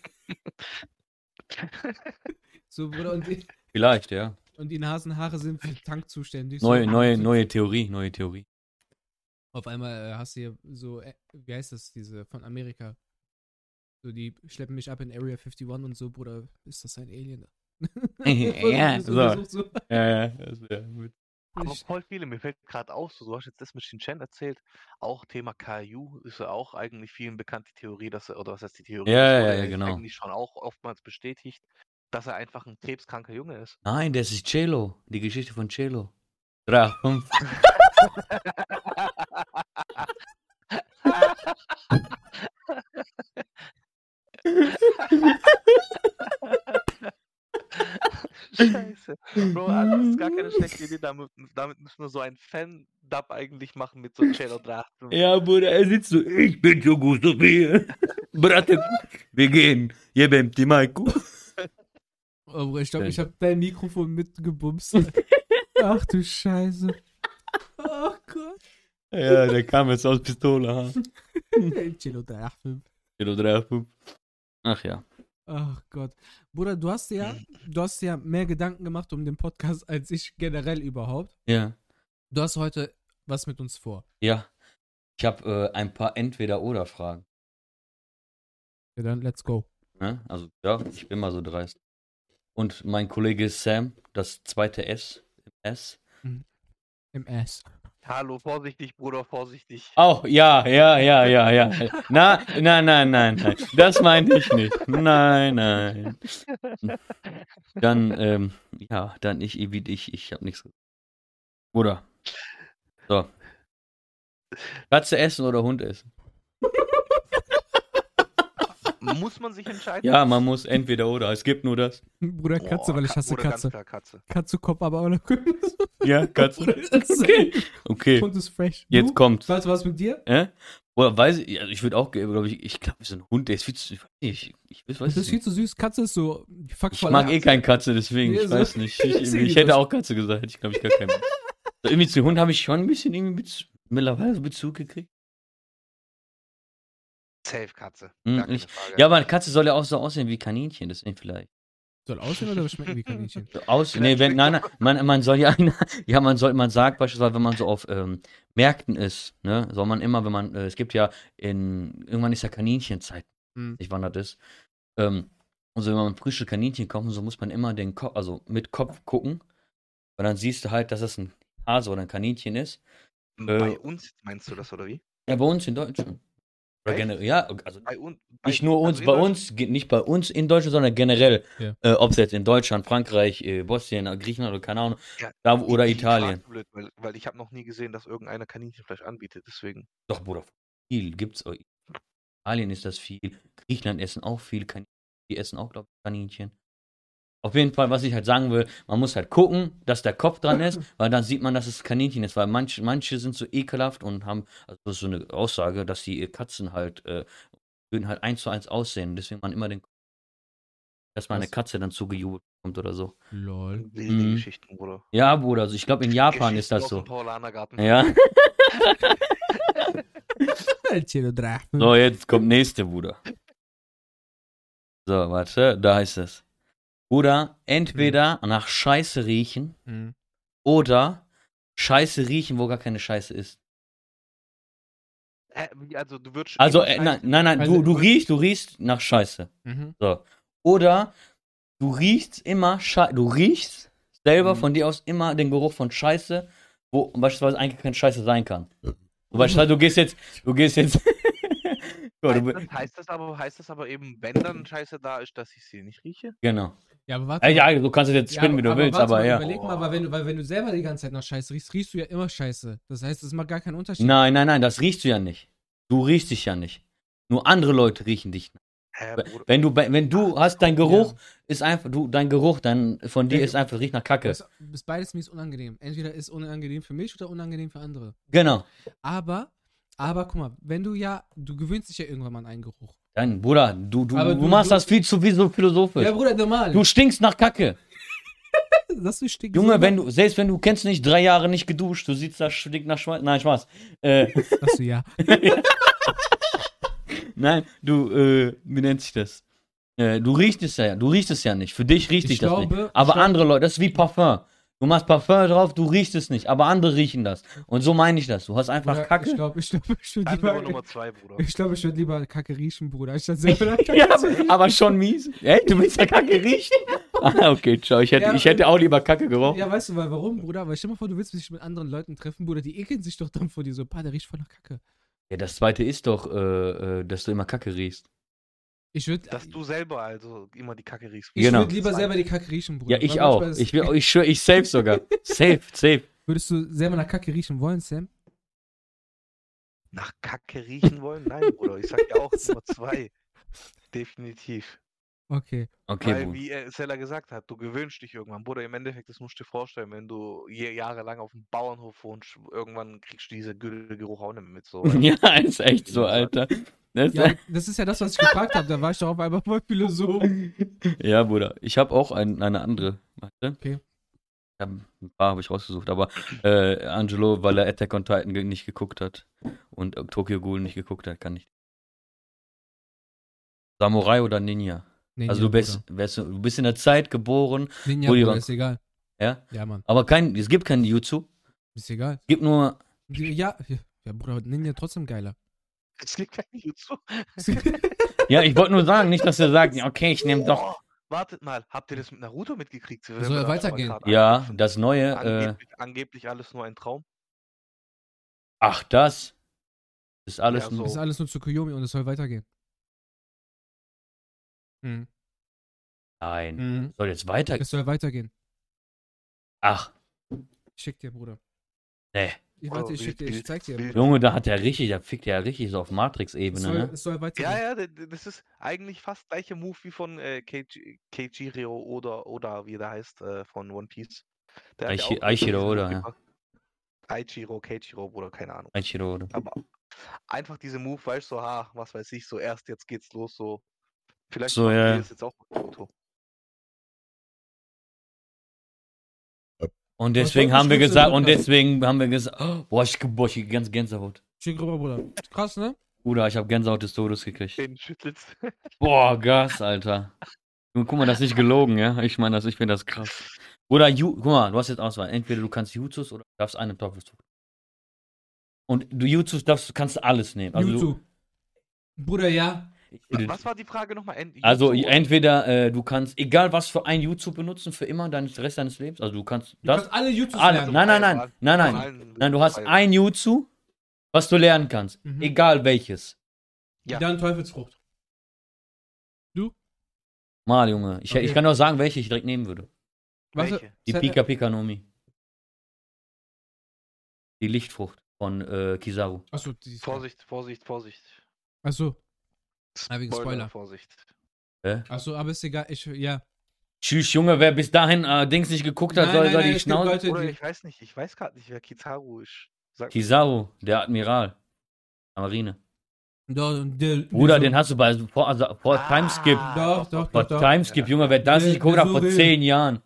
Speaker 1: So, Bruder,
Speaker 3: Vielleicht, ja.
Speaker 1: Und die Nasenhaare sind für Tank zuständig.
Speaker 3: Neue Theorie.
Speaker 1: Auf einmal hast du hier so, wie heißt das, diese von Amerika. So, die schleppen mich ab in Area 51 und so, Bruder, ist das ein Alien?
Speaker 3: Ja, so. Ja, das wäre gut.
Speaker 2: Aber voll viele, mir fällt gerade auf, so, du hast jetzt das mit Shin-Chan erzählt, auch Thema KU ist ja auch eigentlich vielen bekannt, die Theorie, dass er, oder was heißt die Theorie?
Speaker 3: Ja, genau.
Speaker 2: Eigentlich schon auch oftmals bestätigt, dass er einfach ein krebskranker Junge ist.
Speaker 3: Nein, das ist Cello, die Geschichte von Cello. 3, 5.
Speaker 2: Scheiße. Bro, das ist gar keine schlechte Idee. Damit müssen wir so einen Fan-Dub eigentlich machen mit so Cello Drachen.
Speaker 3: Ja, Bruder, er sitzt so, ich bin so gut so wie Bratte, wir gehen, jebem die Maiko.
Speaker 1: Oh, Bruder, ich glaube, ich habe dein Mikrofon mitgebumst. Ach du Scheiße. Oh Gott.
Speaker 3: Ja, der kam jetzt aus Pistole, ha?
Speaker 1: Cello 385.
Speaker 3: Cello 385. Ach ja.
Speaker 1: Ach Gott. Bruder, du hast ja mehr Gedanken gemacht um den Podcast als ich generell überhaupt.
Speaker 3: Ja.
Speaker 1: Du hast heute was mit uns vor.
Speaker 3: Ja. Ich habe ein paar Entweder-Oder-Fragen.
Speaker 1: Ja, dann let's go.
Speaker 3: Ja, also, ja, ich bin mal so dreist. Und mein Kollege Sam, das zweite S im S.
Speaker 1: Im S.
Speaker 2: Hallo, vorsichtig, Bruder, vorsichtig.
Speaker 3: Oh, ja. Nein. Das meinte ich nicht. Nein. Dann, dann ich hab nichts. Bruder. So. Katze essen oder Hund essen?
Speaker 2: Muss man sich entscheiden?
Speaker 3: Ja, man muss entweder oder. Es gibt nur das.
Speaker 1: Bruder, Katze, weil ich hasse
Speaker 2: Bruder,
Speaker 1: Katze.
Speaker 2: Ganz klar Katze.
Speaker 1: Katze, Kopf, aber auch noch.
Speaker 3: Ja, Katze. Okay.
Speaker 1: Hund ist fresh.
Speaker 3: Jetzt kommt.
Speaker 1: Was mit dir?
Speaker 3: Oder weiß ich, also ich würde auch, glaube ich glaube, so ein Hund, der ist viel zu, ich weiß
Speaker 1: Das ist viel zu süß. Katze ist so, fuck
Speaker 3: Ich mag keinen Katze, deswegen, ich weiß nicht. Ich hätte auch Katze gesagt, ich glaube, ich gar keinen. So, irgendwie zu Hund habe ich schon ein bisschen mittlerweile Bezug gekriegt.
Speaker 2: Safe Katze.
Speaker 3: Ja, aber eine Katze soll ja auch so aussehen wie Kaninchen, deswegen vielleicht.
Speaker 1: Soll aussehen oder schmecken wie Kaninchen?
Speaker 3: Man soll ja, man sagt beispielsweise, wenn man so auf Märkten ist, ne, soll man immer, wenn man, es gibt ja irgendwann ist ja Kaninchenzeit, nicht wann das ist, also wenn man frische Kaninchen kauft, so muss man immer den Kopf, also mit Kopf gucken, und dann siehst du halt, dass das ein Hase oder ein Kaninchen ist.
Speaker 2: Bei uns meinst du das, oder wie?
Speaker 3: Ja, bei uns in Deutschland. Oder generell, ja, also nicht bei uns in Deutschland, sondern generell, ob es jetzt in Deutschland, Frankreich, Bosnien, Griechenland oder keine Ahnung, oder Italien.
Speaker 2: Blöd, weil ich habe noch nie gesehen, dass irgendeiner Kaninchenfleisch anbietet, deswegen.
Speaker 3: Doch, Bruder, viel gibt's. Italien ist das viel, Griechenland essen auch viel, die essen auch, glaube ich, Kaninchen. Auf jeden Fall, was ich halt sagen will, man muss halt gucken, dass der Kopf dran ist, weil dann sieht man, dass es Kaninchen ist, weil manche sind so ekelhaft und haben, also das ist so eine Aussage, dass die Katzen halt, würden halt 1:1 aussehen, deswegen man immer dass mal eine Katze dann zugejubelt kommt oder so.
Speaker 1: Lol.
Speaker 2: Wilde Geschichten, Bruder.
Speaker 3: Ja, Bruder, also ich glaube in Japan ist das so.
Speaker 2: Ja.
Speaker 3: So, jetzt kommt nächste, Bruder. So, warte, da heißt es. Bruder, entweder nach Scheiße riechen oder Scheiße riechen, wo gar keine Scheiße ist.
Speaker 2: Also du würdest.
Speaker 3: Nein, du riechst nach Scheiße. So. Oder du riechst immer du riechst selber von dir aus immer den Geruch von Scheiße, wo beispielsweise eigentlich keine Scheiße sein kann. Beispielsweise du gehst jetzt.
Speaker 2: Heißt das aber eben, wenn dann Scheiße da ist, dass ich sie nicht rieche?
Speaker 3: Genau.
Speaker 1: Ja, aber warte.
Speaker 3: Ja, du kannst es jetzt spinnen, wie du willst, aber ja.
Speaker 1: Überleg mal, weil wenn du selber die ganze Zeit nach Scheiße riechst du ja immer Scheiße. Das heißt, es macht gar keinen Unterschied.
Speaker 3: Nein, das riechst du ja nicht. Du riechst dich ja nicht. Nur andere Leute riechen dich. Wenn du hast, dein Geruch ist einfach, dein Geruch von dir ist einfach, riecht nach Kacke.
Speaker 1: Das ist beides mies unangenehm. Entweder ist unangenehm für mich oder unangenehm für andere.
Speaker 3: Genau.
Speaker 1: Aber guck mal, du gewöhnst dich ja irgendwann mal an einen Geruch.
Speaker 3: Dann, Bruder, du machst das viel zu philosophisch.
Speaker 1: Ja, Bruder, normal.
Speaker 3: Du stinkst nach Kacke.
Speaker 1: Dass du stinkst.
Speaker 3: Junge, selbst wenn du kennst nicht 3 Jahre nicht geduscht, du siehst, das stinkt nach Schweiß. Nein, Spaß.
Speaker 1: Achso, ja.
Speaker 3: Nein, wie nennt sich das? Du riechst es ja nicht. Für dich riecht das nicht. Aber andere Leute, das ist wie Parfum. Du machst Parfum drauf, du riechst es nicht, aber andere riechen das. Und so meine ich das. Du hast einfach Kacke.
Speaker 1: Ich glaube, ich würde lieber
Speaker 2: Nummer 2, Bruder.
Speaker 1: Ich glaube, ich würde lieber Kacke riechen, Bruder. Ich selber nach Kacke
Speaker 3: ja, aber schon mies. Ey, du willst ja Kacke riechen? Okay, ciao. Ich hätte auch lieber Kacke gerochen.
Speaker 1: Ja, weißt du, warum, Bruder? Weil stell dir mal vor, du willst dich mit anderen Leuten treffen, Bruder, die ekeln sich doch dann vor dir so. Der riecht voll nach Kacke.
Speaker 3: Ja, das zweite ist doch, dass du immer Kacke riechst.
Speaker 2: Dass du selber also immer die Kacke riechst.
Speaker 1: Ich würde lieber selber die Kacke riechen, Bruder.
Speaker 3: Ja, ich auch. Ich schwöre, ich safe sogar. Safe.
Speaker 1: Würdest du selber nach Kacke riechen wollen, Sam?
Speaker 2: Nach Kacke riechen wollen? Nein, Bruder. Ich sag ja auch Nummer 2. Definitiv.
Speaker 1: Okay.
Speaker 2: Weil, wie Seller gesagt hat, du gewöhnst dich irgendwann. Bruder, im Endeffekt, das musst du dir vorstellen, wenn du jahrelang auf dem Bauernhof wohnst, irgendwann kriegst du diese Güllgeruch auch nicht mehr mit. So,
Speaker 3: ja, ist echt so, Alter.
Speaker 1: Das ist ja das, was ich gefragt habe. Da war ich doch auf einmal voll Philosoph.
Speaker 3: Ja, Bruder. Ich habe auch eine andere. Warte.
Speaker 1: Okay.
Speaker 3: Ein paar habe ich rausgesucht, aber Angelo, weil er Attack on Titan nicht geguckt hat und Tokyo Ghoul nicht geguckt hat, kann nicht. Samurai oder Ninja? Also du bist in der Zeit geboren.
Speaker 1: Ninja, Bruder, ist egal.
Speaker 3: Ja?
Speaker 1: Ja, Mann.
Speaker 3: Aber es gibt keinen Jutsu.
Speaker 1: Ist egal.
Speaker 3: Es gibt nur...
Speaker 1: Ja, Bruder, Ninja trotzdem geiler.
Speaker 2: Es gibt keinen Jutsu.
Speaker 3: Ja, ich wollte nur sagen, nicht, dass ihr sagt, okay, ich nehme doch...
Speaker 2: Wartet mal, habt ihr das mit Naruto mitgekriegt?
Speaker 1: Soll er weitergehen?
Speaker 3: Ja, das neue...
Speaker 2: Angeblich alles nur ein Traum.
Speaker 3: Ach, das? Ist alles
Speaker 1: nur... Das ist alles nur Tsukuyomi und es soll weitergehen.
Speaker 3: Nein. Soll jetzt weitergehen?
Speaker 1: Es soll weitergehen.
Speaker 3: Ach.
Speaker 1: Ich schick dir, Bruder.
Speaker 3: Nee.
Speaker 1: Warte, ich zeig dir.
Speaker 3: Junge, da fickt er richtig so auf Matrix-Ebene, ne?
Speaker 1: Es soll weitergehen.
Speaker 2: Ja, das ist eigentlich fast gleiche Move wie von Keiichiro oder wie der heißt, von One Piece.
Speaker 3: Aichiro, oder? Ja.
Speaker 2: Keiichiro, Bruder, keine Ahnung.
Speaker 3: Aichiro, oder?
Speaker 2: Aber einfach diese Move, weißt du, so, was weiß ich, so erst jetzt geht's los, so. Vielleicht
Speaker 3: so, ja.
Speaker 2: Das jetzt auch mit Naruto.
Speaker 3: Und deswegen haben wir gesagt, oh, boah, ich krieg ganz Gänsehaut.
Speaker 1: Schick rüber, Bruder. Krass, ne?
Speaker 3: Bruder, ich hab Gänsehaut des Todes gekriegt.
Speaker 2: Den schüttelst.
Speaker 3: Boah, Gas, Alter. Guck mal, das ist nicht gelogen, ja? Ich meine, ich finde das krass. Oder, guck mal, du hast jetzt Auswahl. Entweder du kannst Jutsus oder du darfst einen Teufelsfrucht. Und du Jutsus kannst du alles nehmen. Also
Speaker 1: Jutsu. Bruder, ja.
Speaker 2: Was war die Frage nochmal?
Speaker 3: Also entweder du kannst, egal was für ein Jutsu benutzen, für immer den Rest deines Lebens. Also du kannst
Speaker 1: das. Du kannst alle Jutsus lernen.
Speaker 3: Nein, du hast ein Jutsu, was du lernen kannst. Egal welches.
Speaker 1: Ja. Dann Teufelsfrucht. Du?
Speaker 3: Mal, Junge. Ich kann auch sagen, welche ich direkt nehmen würde.
Speaker 2: Welche?
Speaker 3: Die Pika Pika no Mi. Die Lichtfrucht von Kizaru.
Speaker 1: Achso,
Speaker 2: Vorsicht.
Speaker 1: Achso. Wegen Spoiler.
Speaker 2: Vorsicht.
Speaker 1: Achso, aber ist egal. Ja.
Speaker 3: Tschüss, Junge, wer bis dahin Dings nicht geguckt hat, soll die Schnauze.
Speaker 2: Oder ich weiß gerade nicht, wer Kizaru ist.
Speaker 3: Kizaru, der Admiral. Der Marine.
Speaker 1: Bruder,
Speaker 3: den hast du vor Timeskip.
Speaker 1: Doch.
Speaker 3: Vor Timeskip, Junge, wer das nicht geguckt hat, vor 10 Jahren.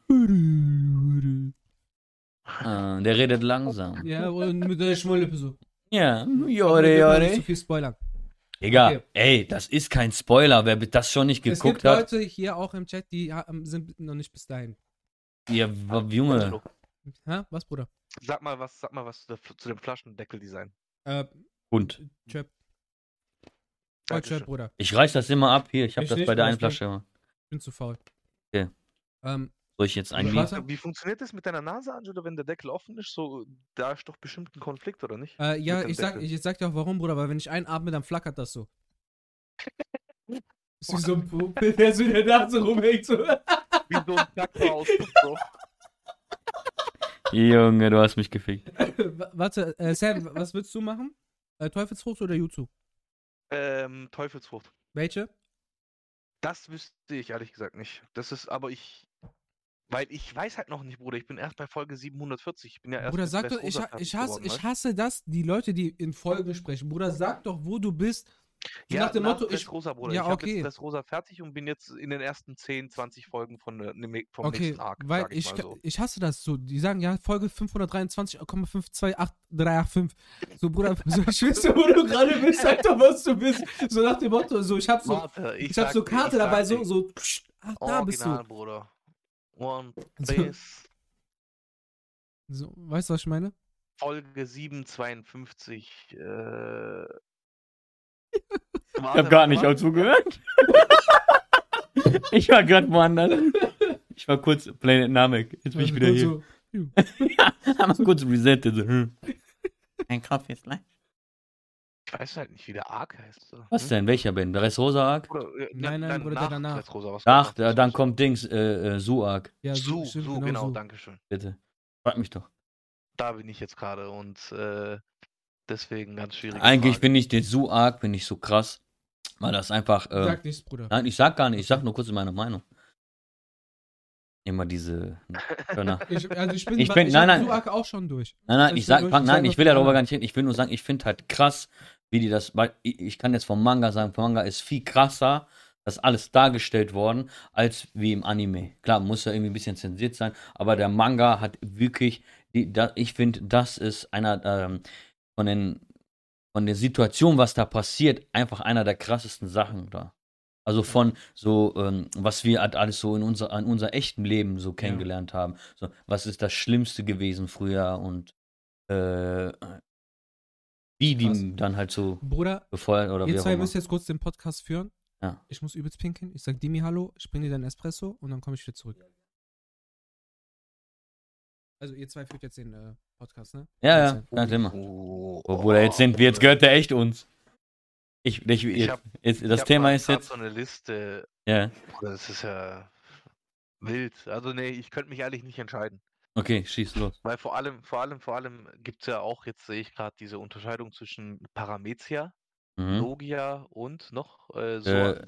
Speaker 3: Der redet langsam.
Speaker 1: Ja, und mit der Schmolllippe so.
Speaker 3: Ja, Jore.
Speaker 1: Nicht zu viel spoilern.
Speaker 3: Egal, okay. Ey, das ist kein Spoiler, wer das schon nicht geguckt hat.
Speaker 1: Es gibt Leute hier auch im Chat, die sind noch nicht bis dahin.
Speaker 3: Ja, Junge.
Speaker 1: Was, Bruder?
Speaker 2: Sag mal was zu dem Flaschendeckel-Design.
Speaker 3: Und?
Speaker 1: Chöp. Chöp, Bruder.
Speaker 3: Ich reiß das immer ab hier, ich hab das bei der einen Flasche immer.
Speaker 1: Ich bin zu faul.
Speaker 3: Okay. Soll ich jetzt
Speaker 2: Wie funktioniert das mit deiner Nase, Angelo, wenn der Deckel offen ist? So, da ist doch bestimmt ein Konflikt, oder nicht?
Speaker 1: Ja, ich sag dir auch warum, Bruder, weil wenn ich einatme, dann flackert das so. Ist wie so ein Popel, der so in der Nase rumhängt. So.
Speaker 2: Wie so ein Placker-Ausdruck, so.
Speaker 3: Junge, du hast mich gefickt.
Speaker 1: Warte, Sam, was willst du machen? Teufelsfrucht oder Jutsu?
Speaker 2: Teufelsfrucht.
Speaker 1: Welche?
Speaker 2: Das wüsste ich ehrlich gesagt nicht. Das ist aber weil ich weiß halt noch nicht, Bruder. Ich bin erst bei Folge 740. Ich bin ja erst
Speaker 1: Bruder,
Speaker 2: mit
Speaker 1: sag doch,
Speaker 2: Dressrosa fertig
Speaker 1: ich
Speaker 2: geworden,
Speaker 1: hasse das, die Leute, die in Folgen sprechen. Bruder, sag doch, wo du bist. So nach dem Motto,
Speaker 2: Dressrosa, Bruder.
Speaker 1: Ja,
Speaker 2: ich habe
Speaker 1: okay.
Speaker 2: jetzt Dressrosa fertig und bin jetzt in den ersten 10, 20 Folgen vom
Speaker 1: Okay,
Speaker 2: nächsten Arc,
Speaker 1: weil
Speaker 2: sag ich mal so.
Speaker 1: ich hasse das so. Die sagen, ja, Folge 523,528,385. So, Bruder, so, ich wüsste, wo du gerade bist, Alter, was du bist. So nach dem Motto, so, ich hab so,
Speaker 2: Warte,
Speaker 1: ich hab so Karte dabei, so, ach, da
Speaker 2: Original,
Speaker 1: bist du.
Speaker 2: Bruder. One,
Speaker 1: So.
Speaker 2: please.
Speaker 1: So, weißt du, was ich meine?
Speaker 2: Folge 752.
Speaker 3: Ich hab gar nicht auch zugehört. Ich war gerade woanders. Ich war kurz Planet Namek. Jetzt bin ich wieder hier. Haben wir kurz resettet. Ein Kaffee ist gleich.
Speaker 2: Ich weiß halt nicht, wie der Arc heißt. So.
Speaker 3: Was denn? Welcher Ben? Der Dressrosa Arc?
Speaker 1: Nein, Bruder, der danach.
Speaker 3: Ach, dann kommt Dings, Su Arc.
Speaker 1: Ja,
Speaker 2: Su, genau,
Speaker 1: so.
Speaker 2: dankeschön.
Speaker 3: Bitte. Frag mich doch.
Speaker 2: Da bin ich jetzt gerade und deswegen ganz schwierig.
Speaker 3: Eigentlich finde ich den Su Arc so krass, weil das einfach.
Speaker 1: Sag nichts, Bruder.
Speaker 3: Nein, ich sag gar nicht. Ich sag nur kurz meine Meinung. Immer diese.
Speaker 1: ich
Speaker 3: bin nein.
Speaker 1: Su Arc auch schon durch.
Speaker 3: Nein, ich will darüber gar nicht hin. Ich will nur sagen, ich finde halt krass, wie die das. Weil ich kann jetzt vom Manga sagen, vom Manga ist viel krasser, das alles dargestellt worden, als wie im Anime. Klar, muss ja irgendwie ein bisschen zensiert sein, aber der Manga hat wirklich. Ich finde, das ist einer von der Situation, was da passiert, einfach einer der krassesten Sachen da. Also von so, was wir halt alles so in unser echten Leben so kennengelernt haben. So, was ist das Schlimmste gewesen früher und wie die dann halt so
Speaker 1: Bruder,
Speaker 3: befeuert oder wie
Speaker 1: ihr
Speaker 3: auch
Speaker 1: zwei
Speaker 3: immer.
Speaker 1: müsst jetzt kurz den Podcast führen.
Speaker 3: Ja.
Speaker 1: Ich muss übelst pinkeln. Ich sag Dimi Hallo, ich bring dir deinen Espresso und dann komme ich wieder zurück. Also ihr zwei führt jetzt den Podcast, ne?
Speaker 3: Ja, kein Thema. Bruder, jetzt gehört der echt uns. Das Thema ist jetzt.
Speaker 2: So eine Liste.
Speaker 3: Ja.
Speaker 2: Das ist ja wild. Also nee, ich könnte mich ehrlich nicht entscheiden.
Speaker 3: Okay, schieß los.
Speaker 2: Weil vor allem gibt es ja auch, jetzt sehe ich gerade diese Unterscheidung zwischen Paramezia, Logia und noch Soan.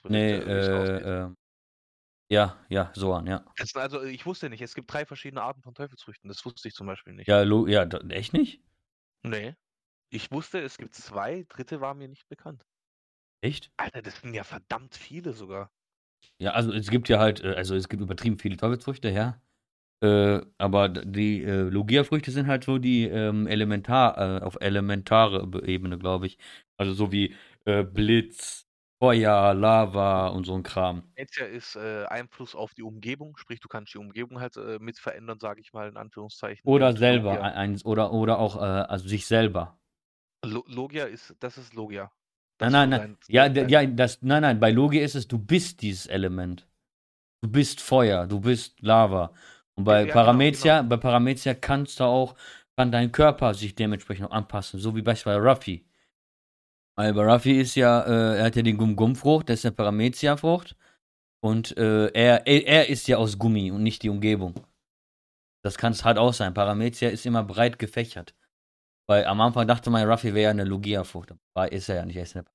Speaker 3: Ja, Soan, ja.
Speaker 2: Also ich wusste nicht, es gibt 3 verschiedene Arten von Teufelsfrüchten. Das wusste ich zum Beispiel nicht.
Speaker 3: Ja, echt nicht?
Speaker 2: Nee. Ich wusste, es gibt 2, 3. war mir nicht bekannt.
Speaker 3: Echt?
Speaker 2: Alter, das sind ja verdammt viele sogar.
Speaker 3: Ja, also es gibt ja halt, es gibt übertrieben viele Teufelsfrüchte, ja. Aber die Logia-Früchte sind halt so die auf elementare Ebene, glaube ich. Also so wie Blitz, Feuer, Lava und so ein Kram.
Speaker 2: Paramezia ist Einfluss auf die Umgebung, sprich du kannst die Umgebung halt mit verändern, sage ich mal in Anführungszeichen.
Speaker 3: Oder selber, oder auch also sich selber.
Speaker 2: Logia ist Logia.
Speaker 3: Nein. Nein, bei Logia ist es, du bist dieses Element. Du bist Feuer, du bist Lava. Und bei Paramezia, genau. Kann dein Körper sich dementsprechend auch anpassen, so wie beispielsweise Ruffy. Weil bei Ruffy ist ja, er hat ja die Gum-Gum-Frucht, das ist eine Paramezia-Frucht. Und er ist ja aus Gummi und nicht die Umgebung. Das kann es halt auch sein. Paramezia ist immer breit gefächert. Weil am Anfang dachte man, Ruffy wäre ja eine Logia-Frucht. Aber ist er ja nicht, er ist eine.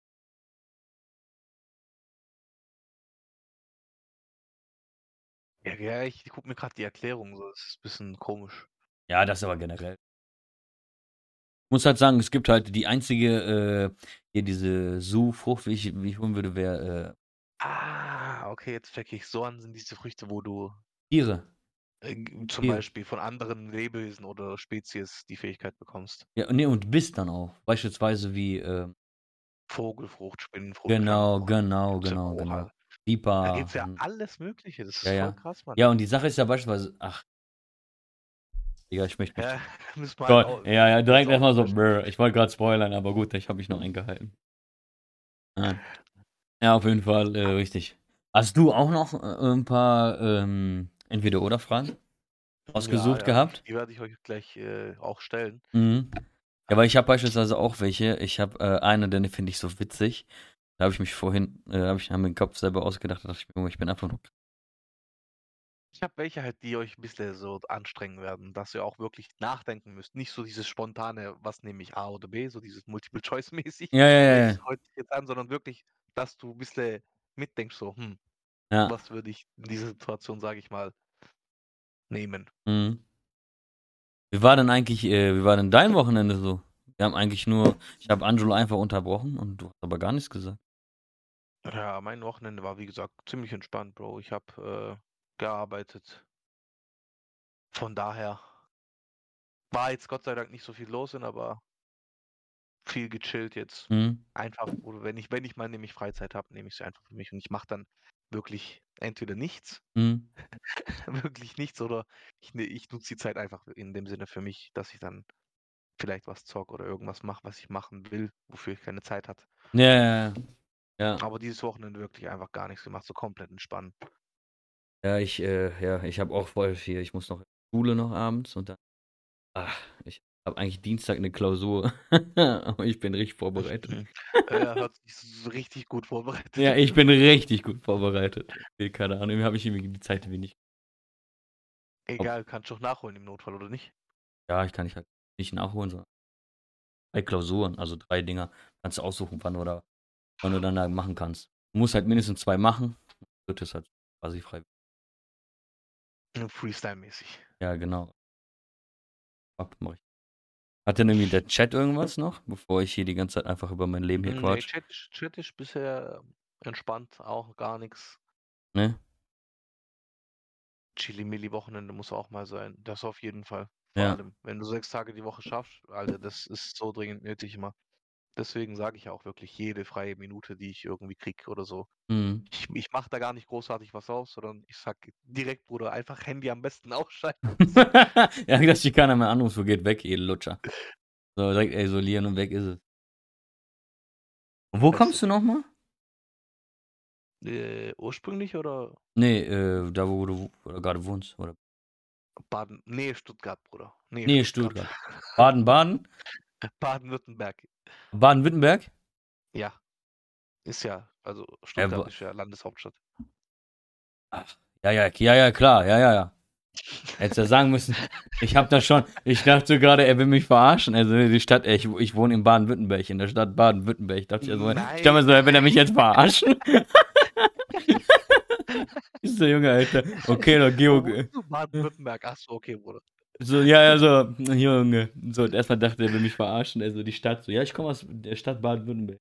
Speaker 2: Ja, ich gucke mir gerade die Erklärung, so, das ist ein bisschen komisch.
Speaker 3: Ja, das ist aber generell. Ich muss halt sagen, es gibt halt die einzige, hier diese Su-Frucht, wie ich holen würde, wäre.
Speaker 2: Okay, jetzt check ich. Soan sind diese Früchte, wo du
Speaker 3: Tiere.
Speaker 2: Zum Beispiel von anderen Lebewesen oder Spezies die Fähigkeit bekommst.
Speaker 3: Ja, nee, und bist dann auch. Beispielsweise wie
Speaker 2: Vogelfrucht, Spinnenfrucht.
Speaker 3: Genau. Viper.
Speaker 2: Da gibt's ja alles Mögliche. Das ist voll krass, Mann.
Speaker 3: Ja, und die Sache ist ja beispielsweise, Digga, ich möchte mich.
Speaker 2: Ja, müssen wir halt
Speaker 3: ja, direkt erstmal so, ich wollte gerade spoilern, aber gut, ich habe mich noch eingehalten. Ja, auf jeden Fall, richtig. Hast du auch noch ein paar Entweder-Oder-Fragen ausgesucht gehabt?
Speaker 2: Die werde ich euch gleich auch stellen.
Speaker 3: Mhm. Ja, weil ich habe beispielsweise auch welche. Ich habe eine, den finde ich so witzig. Da habe ich mich vorhin, habe mir den Kopf selber ausgedacht, da dachte ich mir, ich bin einfach nur
Speaker 2: Ich habe welche halt, die euch ein bisschen so anstrengen werden, dass ihr auch wirklich nachdenken müsst. Nicht so dieses spontane, was nehme ich A oder B, so dieses Multiple-Choice-mäßig,
Speaker 3: Ja, ja, ja.
Speaker 2: welches
Speaker 3: Ja.
Speaker 2: heute jetzt an, sondern wirklich, dass du ein bisschen mitdenkst, so,
Speaker 3: Ja.
Speaker 2: was würde ich in dieser Situation, sage ich mal, nehmen.
Speaker 3: Mhm. Wie war denn dein Wochenende so? Ich habe Angelo einfach unterbrochen und du hast aber gar nichts gesagt.
Speaker 2: Ja, mein Wochenende war, wie gesagt, ziemlich entspannt, Bro. Ich habe gearbeitet. Von daher war jetzt Gott sei Dank nicht so viel los, aber viel gechillt jetzt.
Speaker 3: Mhm.
Speaker 2: Einfach, oder wenn ich mal nämlich Freizeit habe, nehme ich sie einfach für mich und ich mache dann wirklich entweder nichts,
Speaker 3: Mhm.
Speaker 2: wirklich nichts, oder ich nutze die Zeit einfach in dem Sinne für mich, dass ich dann vielleicht was zocke oder irgendwas mache, was ich machen will, wofür ich keine Zeit hatte.
Speaker 3: Ja, ja, ja.
Speaker 2: Aber dieses Wochenende wirklich einfach gar nichts gemacht, so komplett entspannen.
Speaker 3: Ja, ich habe auch voll viel. Ich muss noch in die Schule noch abends und dann. Ich habe eigentlich Dienstag eine Klausur. Aber ich bin richtig vorbereitet.
Speaker 2: Ja, hört sich so richtig gut vorbereitet
Speaker 3: Ja,
Speaker 2: an.
Speaker 3: ich bin richtig gut vorbereitet. Keine Ahnung, habe ich irgendwie die Zeit wenig.
Speaker 2: Egal, kannst du auch nachholen im Notfall, oder nicht?
Speaker 3: Ja, ich kann nicht halt nicht nachholen, sondern 3 Klausuren, also 3 Dinger. Kannst du aussuchen, wann du dann da machen kannst. Du musst halt mindestens 2 machen. Wird es halt quasi frei.
Speaker 2: Freestyle-mäßig.
Speaker 3: Ja, genau. Mach ich. Hat denn irgendwie der Chat irgendwas noch, bevor ich hier die ganze Zeit einfach über mein Leben hier
Speaker 2: Nee,
Speaker 3: quatsch?
Speaker 2: Chat ist bisher entspannt, auch gar nichts.
Speaker 3: Ne?
Speaker 2: Chili-Milli-Wochenende muss auch mal sein. Das auf jeden Fall. Vor
Speaker 3: Ja.
Speaker 2: allem, wenn du 6 Tage die Woche schaffst, Alter, das ist so dringend nötig immer. Deswegen sage ich auch wirklich jede freie Minute, die ich irgendwie krieg oder so.
Speaker 3: Mhm.
Speaker 2: Ich mache da gar nicht großartig was aus, sondern ich sag direkt, Bruder, einfach Handy am besten ausschalten.
Speaker 3: Ja, dass dich keiner mehr anruft, wo geht weg, ihr Lutscher. So, direkt isolieren und weg ist es. Und wo kommst du nochmal?
Speaker 2: Ursprünglich oder
Speaker 3: Nee, da wo du gerade wohnst, oder?
Speaker 2: Baden? Nee, Stuttgart, Bruder. Nee,
Speaker 3: Nee,
Speaker 2: Stuttgart.
Speaker 3: Stuttgart. Baden-Baden?
Speaker 2: Baden-Württemberg.
Speaker 3: Baden-Württemberg?
Speaker 2: Ja, ist ja, also
Speaker 3: Äh,
Speaker 2: Stuttgart ist ja Landeshauptstadt.
Speaker 3: ach, ja, klar, ja. Hättest ja sagen müssen, ich dachte gerade, er will mich verarschen. Also die Stadt, ich wohne in Baden-Württemberg, in der Stadt Baden-Württemberg. Ich dachte mir so, will er mich jetzt verarschen? Ist der Junge, Alter. Okay, dann
Speaker 2: Wo wohnst du? Baden-Württemberg. Achso, okay, Bruder.
Speaker 3: So, ja, so, Junge. So, und erstmal dachte er, will mich verarschen. Also die Stadt, so, ja, ich komme aus der Stadt Baden-Württemberg.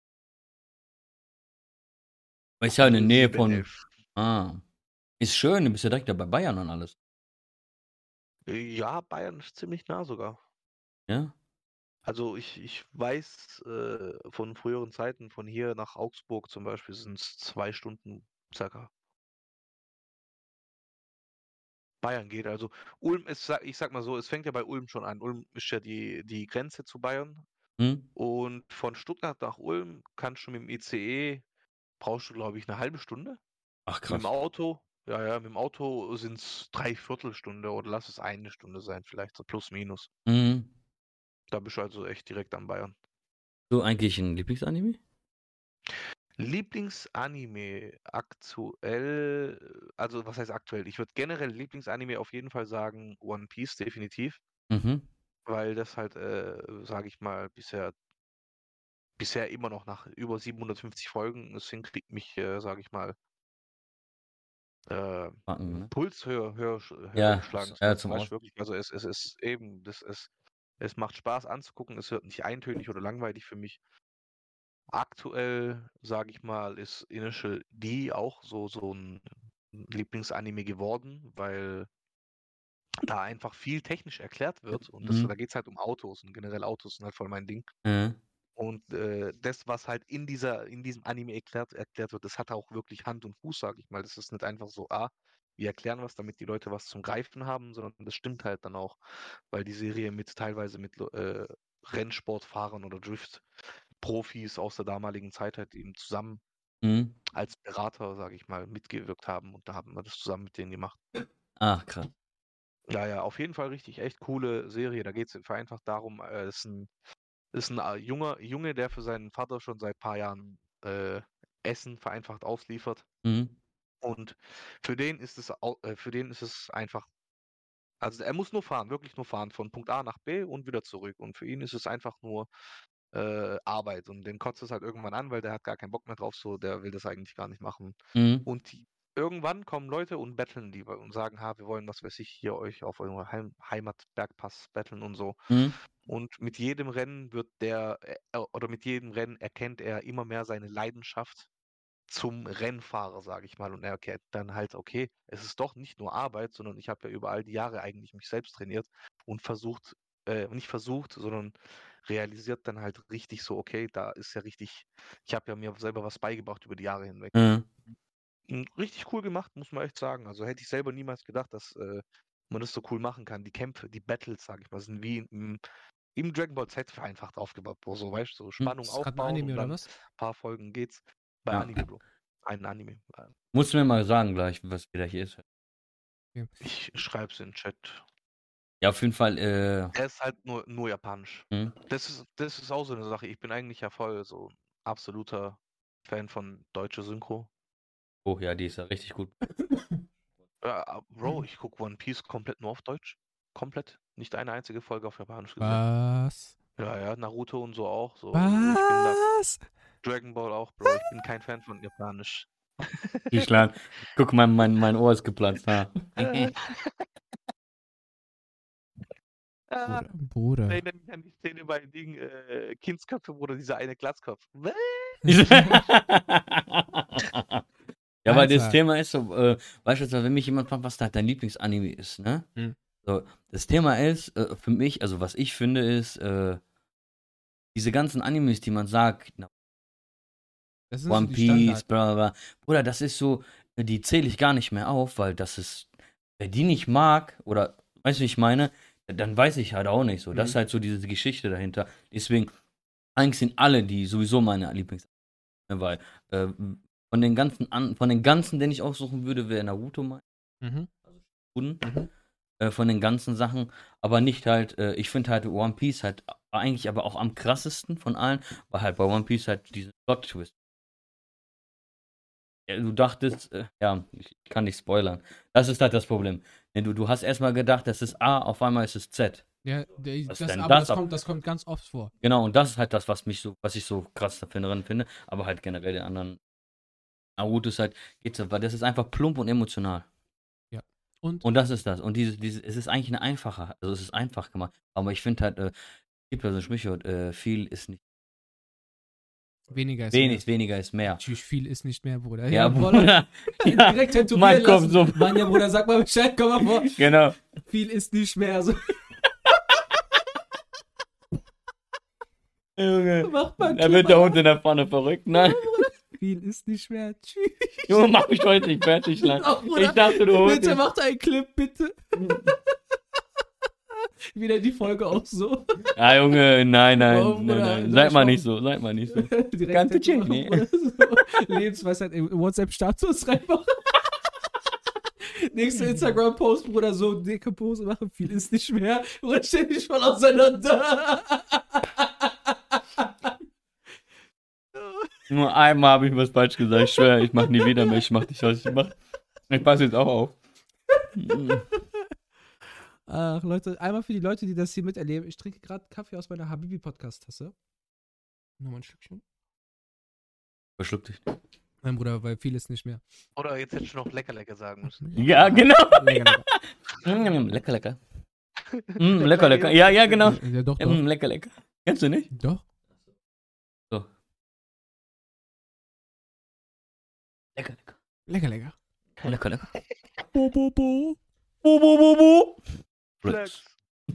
Speaker 3: Aber ist ja in der Nähe von.
Speaker 2: 0711.
Speaker 3: Ah. Ist schön, du bist ja direkt da bei Bayern und alles.
Speaker 2: Ja, Bayern ist ziemlich nah sogar.
Speaker 3: Ja?
Speaker 2: Also ich weiß von früheren Zeiten, von hier nach Augsburg zum Beispiel sind es 2 Stunden circa. Bayern geht. Also Ulm ist, ich sag mal so, es fängt ja bei Ulm schon an. Ulm ist ja die Grenze zu Bayern.
Speaker 3: Hm?
Speaker 2: Und von Stuttgart nach Ulm kannst du mit dem ICE, brauchst du, glaube ich, eine halbe Stunde.
Speaker 3: Ach,
Speaker 2: Mit dem
Speaker 3: krass.
Speaker 2: Auto, ja, mit dem Auto sind es 3/4 Stunde oder lass es 1 Stunde sein, vielleicht so plus minus.
Speaker 3: Mhm.
Speaker 2: Da bist du also echt direkt an Bayern.
Speaker 3: So, eigentlich ein Lieblingsanime?
Speaker 2: Lieblingsanime aktuell, also was heißt aktuell? Ich würde generell Lieblingsanime auf jeden Fall sagen One Piece, definitiv,
Speaker 3: Mhm.
Speaker 2: weil das halt, sage ich mal, bisher immer noch nach über 750 Folgen es hinkriegt, mich, sage ich mal,
Speaker 3: Backen, ne?
Speaker 2: Puls höher
Speaker 3: Ja,
Speaker 2: schlagen zu
Speaker 3: ja,
Speaker 2: lassen.
Speaker 3: zum
Speaker 2: Weißt
Speaker 3: Aus.
Speaker 2: du, wirklich, also es ist eben, es macht Spaß anzugucken, es wird nicht eintönig oder langweilig für mich. Aktuell, sage ich mal, ist Initial D auch so ein Lieblingsanime geworden, weil da einfach viel technisch erklärt wird und
Speaker 3: Mhm.
Speaker 2: da geht es halt um Autos und generell Autos sind halt voll mein Ding.
Speaker 3: Ja.
Speaker 2: Und das, was halt in diesem Anime erklärt wird, das hat auch wirklich Hand und Fuß, sage ich mal. Das ist nicht einfach so, wir erklären was, damit die Leute was zum Greifen haben, sondern das stimmt halt dann auch, weil die Serie teilweise mit Rennsportfahrern oder Drift-Profis aus der damaligen Zeit halt eben zusammen
Speaker 3: Mhm.
Speaker 2: als Berater, sage ich mal, mitgewirkt haben und da haben wir das zusammen mit denen gemacht.
Speaker 3: Ach, krass.
Speaker 2: Ja, ja, auf jeden Fall richtig, echt coole Serie. Da geht es vereinfacht darum, ist ein Junge, der für seinen Vater schon seit ein paar Jahren Essen vereinfacht ausliefert.
Speaker 3: Mhm.
Speaker 2: Und für den ist es einfach, also er muss nur fahren, wirklich nur fahren, von Punkt A nach B und wieder zurück. Und für ihn ist es einfach nur Arbeit. Und den kotzt es halt irgendwann an, weil der hat gar keinen Bock mehr drauf, so, der will das eigentlich gar nicht machen. Und irgendwann kommen Leute und betteln die und sagen, wir wollen, was weiß ich, hier euch auf eurer Heimatbergpass betteln und so. Und mit jedem Rennen mit jedem Rennen erkennt er immer mehr seine Leidenschaft zum Rennfahrer, sage ich mal. Und er erkennt dann halt, okay, es ist doch nicht nur Arbeit, sondern ich habe ja über all die Jahre eigentlich mich selbst trainiert und nicht versucht, sondern realisiert dann halt richtig so, okay, da ist ja richtig, ich habe ja mir selber was beigebracht über die Jahre hinweg. Richtig cool gemacht, muss man echt sagen. Also hätte ich selber niemals gedacht, dass man das so cool machen kann. Die Kämpfe, die Battles, sage ich mal, sind wie im Dragon Ball Z vereinfacht aufgebaut, Bro. So, weißt du, so Spannung aufbauen
Speaker 1: Anime,
Speaker 2: und dann
Speaker 1: oder was?
Speaker 2: ein paar Folgen geht's. Bei Anime, Bro. Ein Anime.
Speaker 3: Musst du mir mal sagen gleich, was wieder hier ist.
Speaker 1: Okay.
Speaker 2: Ich schreib's in den Chat.
Speaker 3: Ja, auf jeden Fall.
Speaker 2: Er ist halt nur japanisch. Das ist auch so eine Sache. Ich bin eigentlich ja voll so ein absoluter Fan von deutscher Synchro.
Speaker 3: Oh ja, die ist ja richtig gut.
Speaker 2: Bro, ich gucke One Piece komplett nur auf Deutsch. Komplett. Nicht eine einzige Folge auf Japanisch gesehen.
Speaker 1: Was?
Speaker 2: Ja, Naruto und so auch. So.
Speaker 1: Was?
Speaker 2: Dragon Ball auch, Bro. Ich bin kein Fan von Japanisch.
Speaker 3: Ich lade. Guck mal, mein Ohr ist geplatzt.
Speaker 1: Bruder.
Speaker 2: Ich erinnere mich an die Szene bei Kindsköpfe, Bruder, dieser eine Glatzkopf.
Speaker 3: Ja, aber das Thema ist so, beispielsweise, wenn mich jemand fragt, was da dein Lieblingsanime ist, ne? So, das Thema ist, für mich, also was ich finde, ist, diese ganzen Animes, die man sagt, One Piece, bla bla, Bruder, das ist so, die zähle ich gar nicht mehr auf, weil das ist, wer die nicht mag, oder, weißt du, wie ich meine, dann weiß ich halt auch nicht so. Das ist halt so diese Geschichte dahinter. Deswegen, eigentlich sind alle die sowieso meine Lieblingsanime, weil, von den ganzen, den ich aussuchen würde, wäre Naruto mein. Von den ganzen Sachen, aber nicht halt, ich finde halt One Piece halt eigentlich aber auch am krassesten von allen, weil halt bei One Piece halt diese Plot-Twist. Ja, du dachtest, ich kann nicht spoilern. Das ist halt das Problem. Du hast erstmal gedacht, das ist A, auf einmal ist es Z.
Speaker 1: Ja, das kommt ganz oft vor.
Speaker 3: Genau, und das ist halt das, was ich so krass darin finde, aber halt generell den anderen Naruto ist halt, weil das ist einfach plump und emotional.
Speaker 1: Ja.
Speaker 3: Und das ist das. Und es ist eigentlich es ist einfach gemacht. Aber ich finde halt, gibt ja so ein Sprichwort, viel ist nicht.
Speaker 1: Weniger ist mehr.
Speaker 3: Natürlich,
Speaker 1: viel ist nicht mehr, Bruder.
Speaker 3: Ja, Bruder.
Speaker 1: Direkt tätowieren lassen.
Speaker 3: So.
Speaker 1: Manja, Bruder, sag mal Bescheid, komm mal vor.
Speaker 3: Genau.
Speaker 1: Viel ist nicht mehr. So.
Speaker 3: Junge, da wird der Hund in der Pfanne verrückt, nein.
Speaker 1: Viel ist nicht mehr. Tschüss.
Speaker 3: Junge, mach mich heute nicht fertig, lang. Ich dachte, du holst.
Speaker 1: Bitte macht einen Clip, bitte. Wieder die Folge auch so.
Speaker 3: Ah, Junge, nein. Seid mal nicht so. Ganz chillen, nee.
Speaker 1: Lebensweisheit im WhatsApp-Status reinmachen. Nächste Instagram-Post, Bruder, so dicke Pose machen. Viel ist nicht mehr. Bruder, stell dich voll auseinander.
Speaker 3: Nur einmal habe ich was falsch gesagt. Ich schwöre, ich mache nie wieder mehr. Ich mach dich, was ich mache. Ich passe jetzt auch auf.
Speaker 1: Ach, Leute, einmal für die Leute, die das hier miterleben. Ich trinke gerade Kaffee aus meiner Habibi-Podcast-Tasse. Nochmal ein Stückchen.
Speaker 3: Verschluck dich.
Speaker 1: Nein, Bruder, weil viel ist nicht mehr.
Speaker 2: Oder jetzt hättest du noch lecker sagen müssen.
Speaker 3: Ja, genau.
Speaker 1: Lecker.
Speaker 3: Lecker. Lecker. Ja, genau.
Speaker 1: Ja, doch.
Speaker 3: Lecker. Kennst du nicht?
Speaker 1: Doch.
Speaker 3: So.
Speaker 1: Lecker.
Speaker 3: Lecker.
Speaker 1: Bo.
Speaker 2: Flex.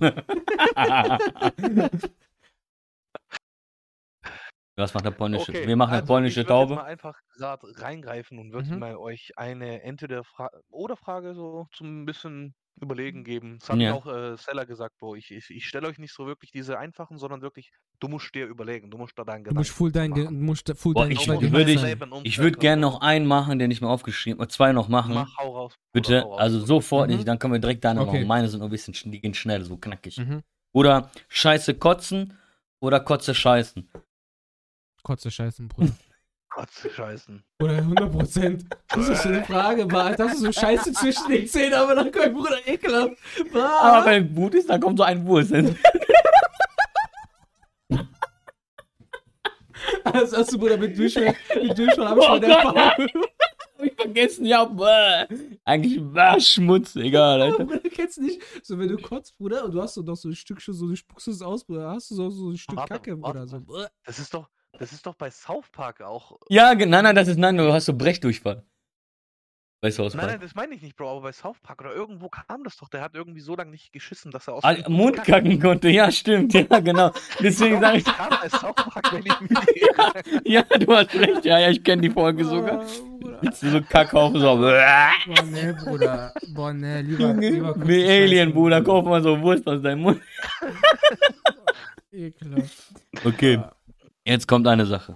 Speaker 3: Was macht der polnische? Okay, wir machen eine polnische Taube.
Speaker 2: Ich würde mal einfach gerade reingreifen und würde mal euch eine entweder Frage so zum bisschen überlegen geben. Das hat auch Seller gesagt, Bro. Ich stelle euch nicht so wirklich diese einfachen, sondern wirklich, du musst dir überlegen, du musst da deinen Gedanken
Speaker 3: Ich würde gerne noch einen machen, den ich mir aufgeschrieben habe, 2 noch machen.
Speaker 2: Hau raus.
Speaker 3: Bitte, also sofort nicht, dann können wir direkt deine machen. Meine sind noch ein bisschen, die gehen schnell, so knackig. Oder Scheiße kotzen oder Kotze scheißen.
Speaker 1: Kotze scheißen, Bruder.
Speaker 2: Gott zu scheißen.
Speaker 1: Oder 100%. Das ist so eine Frage, Mann. Das ist so Scheiße zwischen den Zähnen, aber dann kommt Bruder ekelhaft.
Speaker 3: Aber wenn gut ist, dann kommt so ein Wurst.
Speaker 1: Das hast du, Bruder, mit Durchfall habe ich schon Erfahrung.
Speaker 3: Hab ich vergessen, ja, eigentlich war Schmutz, egal, Alter.
Speaker 1: Bruder, du kennst nicht, so wenn du kotzt, Bruder, und du hast so noch so ein Stückchen, so du spuckst es aus, Bruder, hast du so ein Stück Kacke, Bruder. So.
Speaker 2: Das ist doch bei South Park auch.
Speaker 3: Ja, nein, du hast so Brechdurchfall. Bei South Park.
Speaker 2: Nein, das meine ich nicht, Bro, aber bei South Park oder irgendwo kam das doch. Der hat irgendwie so lange nicht geschissen, dass er aus
Speaker 3: dem Mund kacken konnte, ja, stimmt, ja, genau. Deswegen sage ich.
Speaker 2: Bei South Park, wenn ich mich
Speaker 3: ja, du hast recht, ja, ich kenne die Folge sogar. Jetzt so Kackhaufen so.
Speaker 1: Boah, ne, Bruder. Boah, ne, lieber
Speaker 3: wie Alien, Bruder, kauf mal so Wurst aus deinem Mund.
Speaker 1: Ekelhaft.
Speaker 3: Okay, jetzt kommt eine Sache.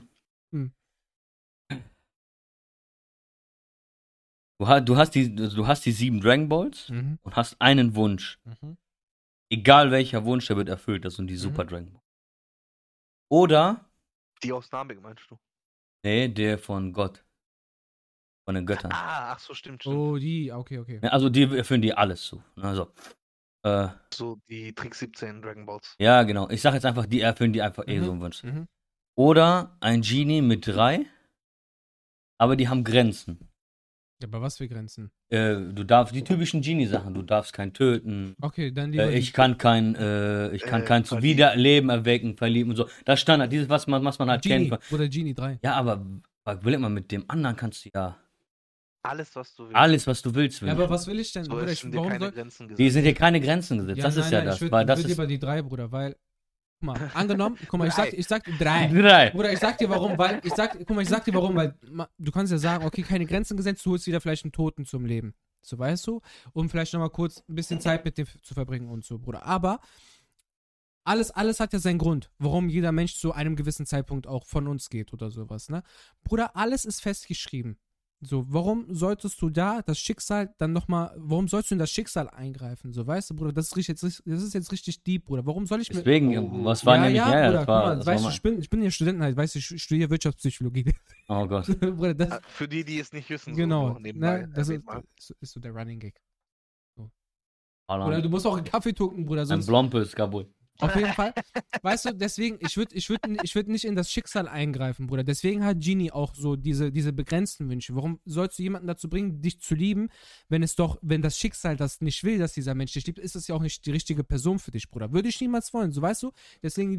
Speaker 3: Du hast die 7 Dragon Balls und hast einen Wunsch. Egal welcher Wunsch, der wird erfüllt. Das sind die Super Dragon Balls. Oder...
Speaker 2: Die aus Namek, meinst du?
Speaker 3: Nee, der von Gott. Von den Göttern.
Speaker 2: Ach so, stimmt.
Speaker 1: Oh, die, okay.
Speaker 3: Ja, also die erfüllen die alles zu. Also,
Speaker 2: so die Trick 17 Dragon Balls.
Speaker 3: Ja, genau. Ich sag jetzt einfach, die erfüllen die einfach so einen Wunsch. Oder ein Genie mit 3, aber die haben Grenzen.
Speaker 1: Ja, aber was für Grenzen?
Speaker 3: Du darfst die typischen Genie-Sachen, du darfst keinen töten.
Speaker 1: Okay, dann lieber
Speaker 3: ich kann kein zu Wiederleben erwecken, verlieben und so. Das Standard, dieses, was man halt
Speaker 1: Genie,
Speaker 3: kennt.
Speaker 1: Oder Genie 3.
Speaker 3: Ja, aber überleg mal, mit dem anderen kannst du ja
Speaker 2: alles, was du willst.
Speaker 3: Alles, was du willst.
Speaker 1: Ja, aber was will ich denn?
Speaker 2: So,
Speaker 1: Bruder,
Speaker 3: die sind dir keine Grenzen gesetzt. Ja, das ist ja das.
Speaker 1: Ich will lieber die 3, Bruder, weil guck mal, angenommen, ich sag 3.
Speaker 3: 3.
Speaker 1: Bruder, ich sag dir warum, weil du kannst ja sagen, okay, keine Grenzen gesetzt, du holst wieder vielleicht einen Toten zum Leben. So, weißt du? Um vielleicht nochmal kurz ein bisschen Zeit mit dem zu verbringen und so, Bruder. Aber alles hat ja seinen Grund, warum jeder Mensch zu einem gewissen Zeitpunkt auch von uns geht oder sowas, ne? Bruder, alles ist festgeschrieben. So, warum solltest du da das Schicksal dann nochmal, warum sollst du in das Schicksal eingreifen? So, weißt du, Bruder, das ist jetzt richtig deep, Bruder. Warum soll ich mir...
Speaker 3: Deswegen, was war nämlich...
Speaker 1: Ja, Bruder, guck mal, weißt du, ich bin ja Student halt, weißt du, ich studiere Wirtschaftspsychologie.
Speaker 3: Oh Gott.
Speaker 1: Bruder,
Speaker 2: für die es nicht wissen.
Speaker 1: Genau,
Speaker 2: so nebenbei,
Speaker 1: das ist so der Running Gag. So.
Speaker 3: Alarm.
Speaker 1: Bruder, du musst auch einen Kaffee trinken, Bruder.
Speaker 3: Ein Blompe ist kaputt.
Speaker 1: Auf jeden Fall. Weißt du, deswegen, ich würd nicht in das Schicksal eingreifen, Bruder. Deswegen hat Genie auch so diese begrenzten Wünsche. Warum sollst du jemanden dazu bringen, dich zu lieben, wenn das Schicksal das nicht will, dass dieser Mensch dich liebt, ist das ja auch nicht die richtige Person für dich, Bruder. Würde ich niemals wollen, so, weißt du? Deswegen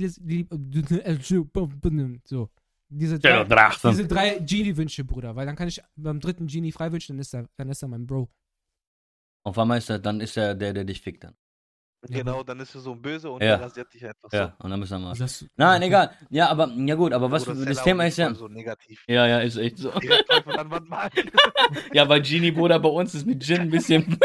Speaker 1: so. Diese 3 Genie-Wünsche, Bruder. Weil dann kann ich beim 3. Genie frei wünschen, dann ist er mein Bro.
Speaker 3: Auf einmal ist er der dich fickt dann.
Speaker 2: Genau, dann ist er so böse und der rasiert dich einfach so.
Speaker 3: Ja, und dann müssen wir mal. Nein, egal. Ja, aber, ja gut, aber was das Thema ist ja.
Speaker 2: So negativ.
Speaker 3: Ja, ist echt so.
Speaker 2: Direkt von der Wand malen.
Speaker 3: Ja, weil Genie, Bruder, bei uns ist mit Gin ein bisschen.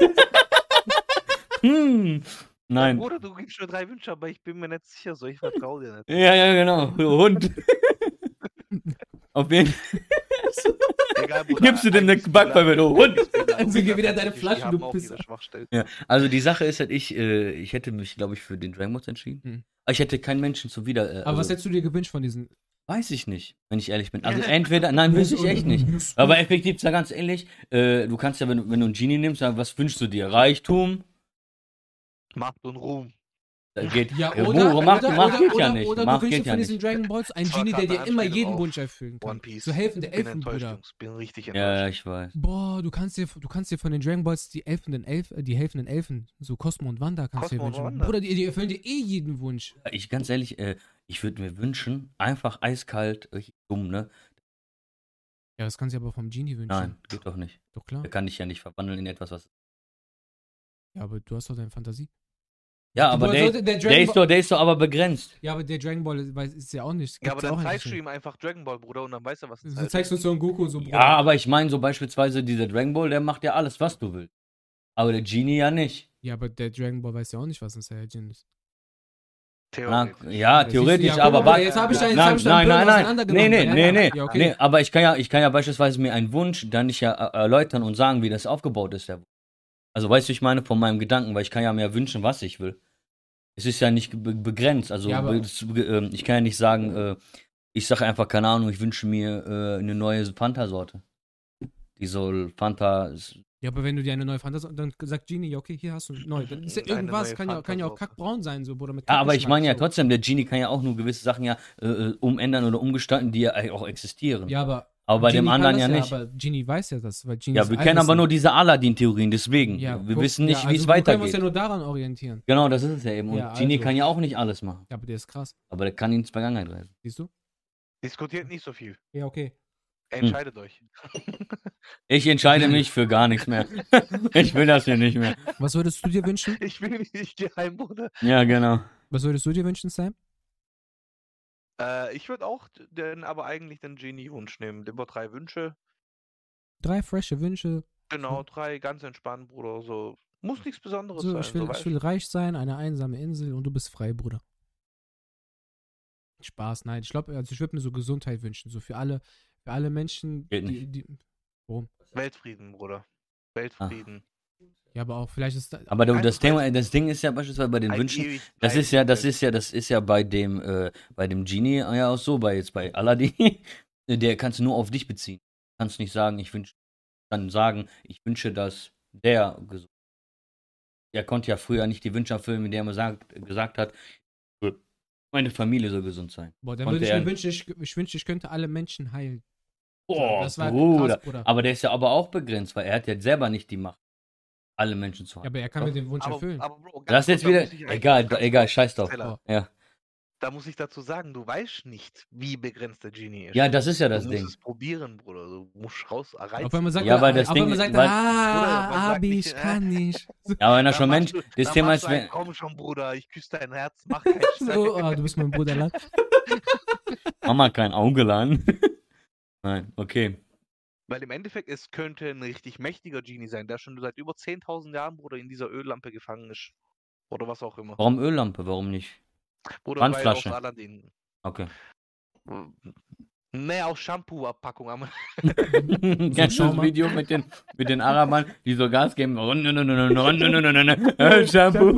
Speaker 3: Nein.
Speaker 2: Ja, Bruder, du gibst mir 3 Wünsche, aber ich bin mir nicht sicher, so ich vertraue dir nicht.
Speaker 3: Ja, genau. Hund. Auf jeden Fall.
Speaker 2: Egal, Bruder,
Speaker 3: gibst du dem eine Backpfeife, du Hund.
Speaker 1: Also geh wieder deine Flaschen, du Pisser.
Speaker 3: Ja, also die Sache ist halt, ich hätte mich, glaube ich, für den Dragon Balls entschieden. Aber ich hätte keinen Menschen so wieder.
Speaker 1: Aber was hättest du dir gewünscht von diesen?
Speaker 3: Weiß ich nicht, wenn ich ehrlich bin. Also entweder, nein, wüsste ich echt nicht. Aber effektiv, sag ganz ehrlich, du kannst ja, wenn du einen Genie nimmst, sagen, was wünschst du dir? Reichtum?
Speaker 2: Macht und Ruhm.
Speaker 3: Geht.
Speaker 1: Ja, Macht
Speaker 3: geht ja nicht.
Speaker 1: Oder
Speaker 3: Macht
Speaker 1: du wünschst
Speaker 3: geht
Speaker 1: dir
Speaker 3: ja
Speaker 1: von diesen
Speaker 3: nicht.
Speaker 1: Dragon Balls einen Genie, der dir immer jeden Wunsch erfüllen kann.
Speaker 2: One Piece.
Speaker 1: So helfen der Elfen, Bruder.
Speaker 2: Bin richtig enttäuscht.
Speaker 3: Ja, ich weiß.
Speaker 1: Boah, du kannst dir von den Dragon Balls die helfenden Elfen, so Cosmo und Wanda kannst du dir wünschen. Bruder, die erfüllen dir jeden Wunsch.
Speaker 3: Ganz ehrlich, ich würde mir wünschen, einfach eiskalt, richtig dumm, ne?
Speaker 1: Ja, das kannst du aber vom Genie wünschen.
Speaker 3: Nein, geht doch nicht.
Speaker 1: Doch klar.
Speaker 3: Der kann dich ja nicht verwandeln in etwas, was...
Speaker 1: Ja, aber du hast doch deine Fantasie.
Speaker 3: Ja, aber der ist doch aber begrenzt.
Speaker 1: Ja, aber der Dragon Ball ist ja auch nicht.
Speaker 2: Ja, aber dann zeigst du ihm einfach Dragon Ball, Bruder, und dann weiß er, was es ist.
Speaker 1: Du zeigst uns so einen Goku, so Bruder.
Speaker 3: Ja, aber ich meine so beispielsweise dieser Dragon Ball, der macht ja alles, was du willst. Aber der Genie ja nicht.
Speaker 1: Ja, aber der Dragon Ball weiß ja auch nicht, was ein Saiyajin ist.
Speaker 2: Theoretisch.
Speaker 3: Ja, theoretisch, aber...
Speaker 1: Jetzt habe ich da
Speaker 3: Nein. Nee. Ja, okay. Nee, aber ich kann ja beispielsweise mir einen Wunsch dann nicht ja erläutern und sagen, wie das aufgebaut ist. Also weißt du, ich meine, von meinem Gedanken, weil ich kann ja mir wünschen, was ich will. Es ist ja nicht begrenzt, also ja, ich kann ja nicht sagen, Ich sage einfach, keine Ahnung, ich wünsche mir eine neue Fanta-Sorte. Die soll Fanta.
Speaker 1: Ja, aber wenn du dir eine neue Fanta, dann sagt Genie, ja, okay, hier hast du eine neue. Dann ist ja irgendwas, kann ja auch kackbraun sein, so, Bruder.
Speaker 3: Ja, aber ich meine ja trotzdem, der Genie kann ja auch nur gewisse Sachen ja umändern oder umgestalten, die ja auch existieren.
Speaker 1: Ja, aber
Speaker 3: bei dem anderen ja nicht.
Speaker 1: Aber Genie weiß ja das, weil Genie.
Speaker 3: Ja, wir kennen aber nur diese Aladdin-Theorien, deswegen.
Speaker 1: Ja,
Speaker 3: wir wissen nicht, wie es
Speaker 1: wir
Speaker 3: weitergeht.
Speaker 1: können uns ja nur daran orientieren.
Speaker 3: Genau, das ist es ja eben. Und Genie kann ja auch nicht alles machen.
Speaker 1: Ja, aber der ist krass.
Speaker 3: Aber der kann ihn ins Vergangenheit reisen.
Speaker 1: Siehst du?
Speaker 2: Diskutiert nicht so viel.
Speaker 1: Ja, okay.
Speaker 2: Entscheidet euch.
Speaker 3: Ich entscheide mich für gar nichts mehr. Ich will das hier nicht mehr.
Speaker 1: Was würdest du dir wünschen?
Speaker 2: Ich will nicht geheim, Bruder.
Speaker 3: Ja, genau.
Speaker 1: Was würdest du dir wünschen, Sam?
Speaker 2: Ich würde auch aber eigentlich den Genie-Wunsch nehmen. Über 3 Wünsche.
Speaker 1: 3 frische Wünsche.
Speaker 2: Genau, 3 ganz entspannt, Bruder. So. Muss nichts Besonderes
Speaker 1: so,
Speaker 2: sein.
Speaker 1: Ich will reich sein, eine einsame Insel und du bist frei, Bruder. Spaß, nein. Ich glaube, also ich würde mir so Gesundheit wünschen. So für alle Menschen, warum?
Speaker 2: Weltfrieden, Bruder. Weltfrieden.
Speaker 1: Ja, aber auch vielleicht ist
Speaker 3: aber das Ding ist ja beispielsweise bei den Wünschen, das ist ja bei dem Genie ja auch so, bei Aladdin, der kannst du nur auf dich beziehen. Du kannst nicht sagen, ich wünsche, dass der gesund ist. Er konnte ja früher nicht die Wünsche erfüllen, mit der er gesagt hat, meine Familie soll gesund sein.
Speaker 1: Boah, dann würde ich mir wünschen, ich wünschte, ich könnte alle Menschen heilen.
Speaker 3: Boah, das war Bruder. Krass, Bruder. Aber der ist ja aber auch begrenzt, weil er hat ja selber nicht die Macht, alle Menschen zu heilen.
Speaker 1: Ja, aber er kann mir den Wunsch erfüllen.
Speaker 2: Aber Bro,
Speaker 3: das ist jetzt wieder, egal, scheiß drauf. Ja.
Speaker 2: Da muss ich dazu sagen, du weißt nicht, wie begrenzt der Genie ist.
Speaker 3: Ja, das ist ja das Ding.
Speaker 2: Du musst es probieren, Bruder. Du musst raus erreichen.
Speaker 1: Auf einmal sagt Abi, ich kann nicht.
Speaker 3: Ja, aber wenn er schon Mensch, das Thema ist,
Speaker 2: komm schon, Bruder, ich küsse dein Herz, mach keinen
Speaker 1: du bist mein Bruderland.
Speaker 3: Mach mal kein Auge an. Nein, okay.
Speaker 2: Weil im Endeffekt, es könnte ein richtig mächtiger Genie sein, der schon seit über 10.000 Jahren, Bruder, in dieser Öllampe gefangen ist. Oder was auch immer.
Speaker 3: Warum Öllampe? Warum nicht?
Speaker 2: Bruder, weil aus Aladdin.
Speaker 3: Okay.
Speaker 2: Nee, aus Shampoo-Abpackung.
Speaker 3: Kennst du das Video mit den Arabern, die so Gas geben? Shampoo.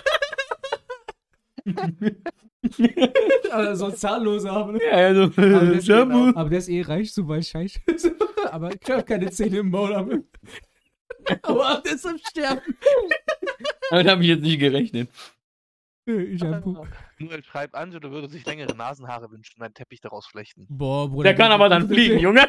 Speaker 1: Also so zahnlose haben.
Speaker 3: Ja, so Shampoo.
Speaker 1: Aber der ist reich, so weil Scheiß. Aber ich habe keine Zähne im Maul. Aber der ist am Sterben.
Speaker 3: Damit habe ich jetzt nicht gerechnet.
Speaker 1: Shampoo.
Speaker 2: Nur schreibt Angelo würde sich längere Nasenhaare wünschen und einen Teppich daraus flechten.
Speaker 1: Boah, Bruder.
Speaker 3: Der kann aber dann fliegen, Junge.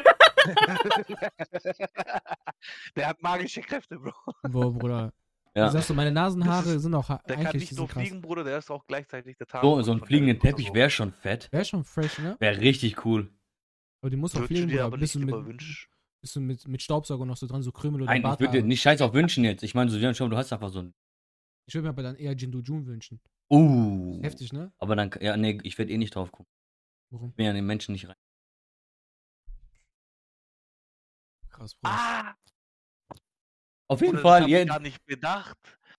Speaker 2: Der hat magische Kräfte, Bro.
Speaker 1: Boah, Bruder.
Speaker 3: Ja.
Speaker 1: Sagst du, meine Nasenhaare sind auch
Speaker 2: Der kann nicht nur fliegen, Bruder, der ist auch gleichzeitig der Tag.
Speaker 3: So ein fliegenden Teppich wäre schon fett.
Speaker 1: Wäre schon fresh, ne?
Speaker 3: Wäre richtig cool.
Speaker 1: Aber die muss auch fliegen, Bruder. Bist du mit Staubsauger noch so dran, so Krümel oder
Speaker 3: Nein, ich würde dir nicht scheiß auf wünschen jetzt. Ich meine, du hast einfach so ein...
Speaker 1: Ich würde mir aber dann eher Jindu-Jun wünschen. Heftig, ne?
Speaker 3: Aber dann, ja, nee, ich werde nicht drauf gucken.
Speaker 1: Warum?
Speaker 3: Ich bin ja in den Menschen nicht rein.
Speaker 1: Krass, Bruder.
Speaker 3: Auf jeden Fall.
Speaker 2: Das hab ich gar nicht bedacht.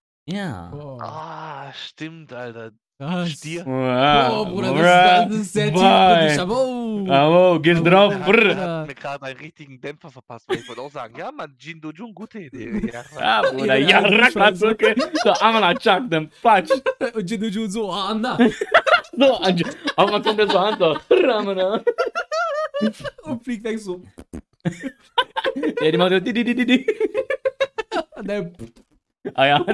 Speaker 3: Ja.
Speaker 2: Stimmt, Alter.
Speaker 1: Stier.
Speaker 3: Wow,
Speaker 1: Bruder, das ist sehr tiefgründig,
Speaker 3: aber geh drauf.
Speaker 2: Er hat mir gerade einen richtigen Dämpfer verpasst, weil ich wollte auch sagen, ja, man, Jindu-Jun, gute Idee.
Speaker 3: Ja, Bruder, ja, Rakatsuke. So, Amana Chuck, dann Patsch.
Speaker 1: Und Jindu-Jun so, na.
Speaker 3: So, aber man kommt jetzt so Hand so, Ramana.
Speaker 1: Und fliegt weg so.
Speaker 3: Ja, die macht so, di.
Speaker 1: Und dann,
Speaker 3: ja.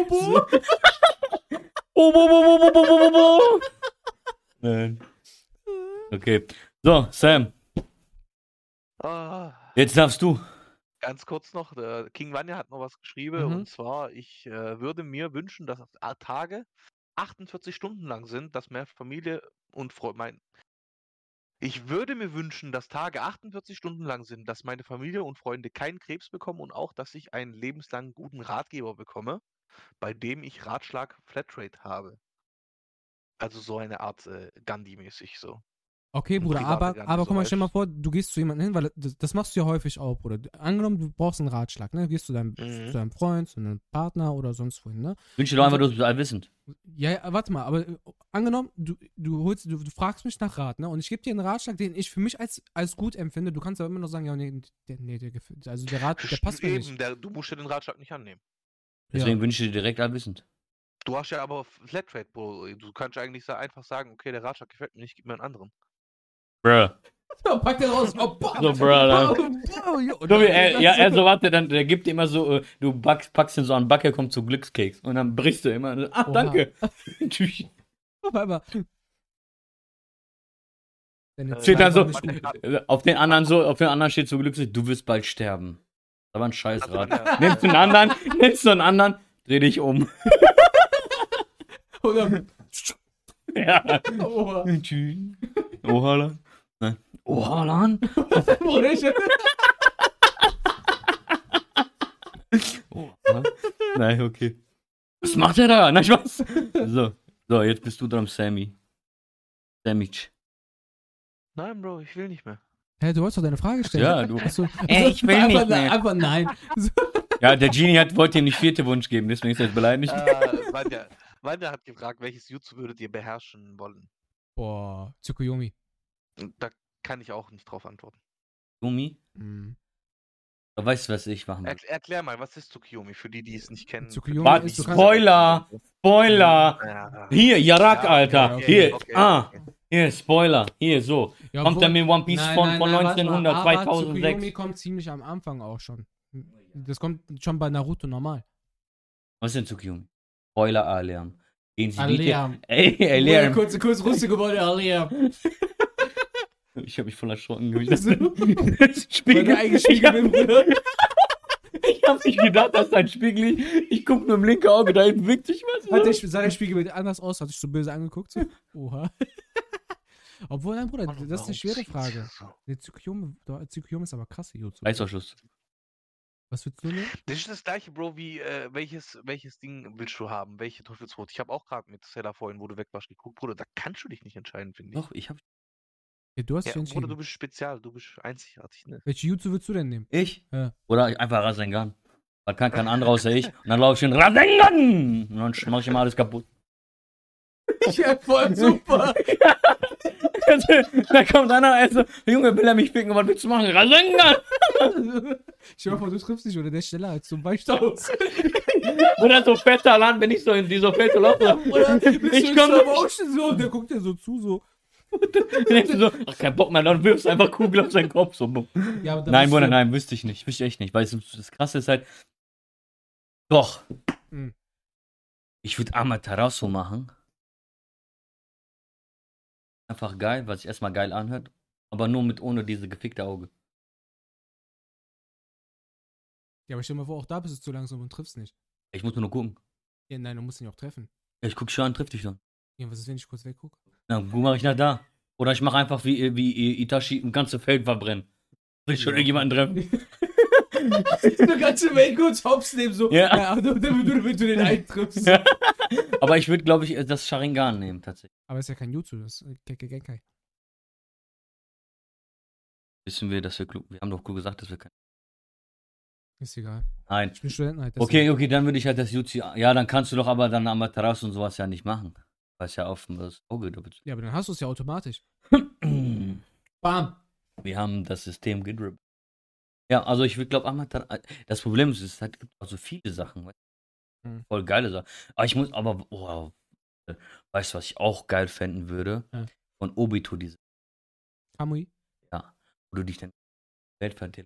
Speaker 3: Okay. So, Sam. Jetzt darfst du.
Speaker 2: Ganz kurz noch, der King Vanya hat noch was geschrieben, und zwar, ich würde mir wünschen, dass Tage 48 Stunden lang sind, dass mehr Familie und Freunde, ich würde mir wünschen, dass Tage 48 Stunden lang sind, dass meine Familie und Freunde keinen Krebs bekommen und auch, dass ich einen lebenslang guten Ratgeber bekomme, bei dem ich Ratschlag Flatrate habe. Also so eine Art Gandhi-mäßig so.
Speaker 1: Okay, Bruder, aber guck mal, stell mal vor, du gehst zu jemandem hin, weil das machst du ja häufig auch, Bruder. Angenommen, du brauchst einen Ratschlag, ne? Du gehst zu deinem Freund, zu einem Partner oder sonst wohin, ne?
Speaker 3: Wünsche doch einfach, du bist allwissend.
Speaker 1: Ja, warte mal, aber angenommen, du fragst mich nach Rat, ne? Und ich gebe dir einen Ratschlag, den ich für mich als gut empfinde. Du kannst aber immer noch sagen, ja, der Rat, der passt mir nicht.
Speaker 2: Du musst ja den Ratschlag nicht annehmen.
Speaker 3: Deswegen wünsche ich dir direkt allwissend.
Speaker 2: Du hast ja aber Flatrate, Bro. Du kannst eigentlich einfach sagen, okay, der Ratschlag gefällt mir nicht, gib mir einen anderen.
Speaker 3: Bruh.
Speaker 1: So, pack den raus. Oh,
Speaker 3: so, Bruh. So, warte, dann, der gibt dir immer so, du packst den so an den Backe, kommt so Glückskeks. Und dann brichst du immer. Ach, danke. Tschüss.
Speaker 1: Auf einmal.
Speaker 3: Steht dann so, auf den anderen steht so Glückskeks, du wirst bald sterben. Das war ein Scheißrad. Nimmst du einen anderen, dreh dich um.
Speaker 1: Oder
Speaker 3: ja. Oha. Tschüss. Oha, nein. Oha, Nein, okay. Was macht er da? Nein, Spaß. So, jetzt bist du dran, Sammy. Sandwich.
Speaker 2: Nein, Bro, ich will nicht mehr.
Speaker 1: Hä, du wolltest doch deine Frage stellen.
Speaker 3: Ja, du. Ich will nicht mehr.
Speaker 1: Einfach nein.
Speaker 3: Ja, der Genie wollte ihm nicht 4. Wunsch geben, deswegen ist er jetzt beleidigt.
Speaker 2: Wanda hat gefragt, welches YouTube würdet ihr beherrschen wollen?
Speaker 1: Boah, Tsukuyomi.
Speaker 2: Da kann ich auch nicht drauf antworten.
Speaker 3: Tsukuyomi? Du weißt, was ich machen will.
Speaker 2: Erklär mal, was ist Tsukuyomi, für die es nicht kennen?
Speaker 3: Warte, Spoiler! Ja. Hier, Yarak, Alter! Okay, hier, Spoiler! Hier, so. Ja, kommt er mit One Piece von 1900, 2006.
Speaker 1: Tsukuyomi kommt ziemlich am Anfang auch schon. Das kommt schon bei Naruto normal.
Speaker 3: Was ist denn Tsukuyomi? Spoiler-Alarm.
Speaker 1: Alarm.
Speaker 3: Ey, Alarm.
Speaker 1: Kurz rustig geworden, Alarm.
Speaker 3: Ich hab mich voll erschrocken.
Speaker 1: Spiegel eingespiegelt.
Speaker 3: Ich hab nicht gedacht, dass dein Spiegel ich guck nur im linken Auge, da hinten bewegt sich was.
Speaker 1: Sah der Spiegel anders aus, hat dich so böse angeguckt. So. Oha. Obwohl, nein, Bruder, das ist eine schwere Frage. Der Tsukuyomi ist aber krass, YouTube.
Speaker 3: Reißverschluss.
Speaker 1: Was willst du nehmen?
Speaker 2: Das ist das gleiche, Bro, wie welches Ding willst du haben? Welche Teufelsrot? Ich habe auch gerade mit Seller vorhin, wo du weg warst, geguckt. Bruder, da kannst du dich nicht entscheiden, finde ich.
Speaker 3: Doch, ich hab...
Speaker 1: Ja, du hast dich
Speaker 2: entschieden. Bruder, du bist spezial, du bist einzigartig, ne?
Speaker 1: Welche YouTube willst du denn nehmen?
Speaker 3: Ich? Ja. Oder einfach Rasengan. Weil kein anderer außer ich. Und dann laufe ich in Rasengan! Und dann mach ich immer alles kaputt.
Speaker 1: Ja, voll super!
Speaker 3: Da kommt einer, also, Junge, will er mich picken, was willst du machen? Rasengan!
Speaker 1: Ich hoffe, du triffst dich oder der ist schneller als zum Beistaus.
Speaker 3: Oder so fetter Land, wenn ich so in dieser fette Loche.
Speaker 1: Oder ich komme so und der guckt dir so zu, so.
Speaker 3: So, ach, kein Bock mehr, dann wirfst du einfach Kugel auf seinen Kopf. So. Ja, nein, Bruder, nein, wüsste ich nicht. Wüsste ich echt nicht. Weil das Krasse ist halt. Doch. Ich würde Amaterasu machen. Einfach geil, was sich erstmal geil anhört. Aber nur ohne diese gefickte Auge.
Speaker 1: Ja, aber stell dir mal vor, auch da bist du zu langsam und triffst nicht.
Speaker 3: Ich muss nur gucken.
Speaker 1: Ja, nein, du musst ihn auch treffen.
Speaker 3: Ja, ich guck schon an, triff dich dann.
Speaker 1: Ja, was ist, wenn ich kurz weggucke?
Speaker 3: Na, wo mache ich nach da? Oder ich mache einfach wie Itachi ein ganzes Feld verbrennen. Will ich schon irgendjemanden treffen?
Speaker 1: Du ganze Welt kurz hops nehmen, so.
Speaker 3: Ja.
Speaker 1: Damit du den eintriffst.
Speaker 3: Ja. Aber ich würde, glaube ich, das Sharingan nehmen, tatsächlich.
Speaker 1: Aber ist ja kein Jutsu, das ist Genkai.
Speaker 3: Wissen wir, dass wir haben doch gesagt, dass wir kein...
Speaker 1: Ist egal.
Speaker 3: Nein.
Speaker 1: Ich bin Studenten halt.
Speaker 3: Okay, dann würde ich halt das Jutsu... Ja, dann kannst du doch aber dann Amaterasu und sowas ja nicht machen. Weil es ja auf das Auge doppelt.
Speaker 1: Ja, aber dann hast du es ja automatisch. Bam.
Speaker 3: Wir haben das System gedrippt. Ja, also ich glaube, Amaterasu... Das Problem ist, es gibt auch so viele Sachen. Voll geile Sachen. Weißt du, was ich auch geil fänden würde?
Speaker 1: Ja.
Speaker 3: Von Obito, diese...
Speaker 1: Kamui?
Speaker 3: Ja. Wo du dich dann Welt verdienst.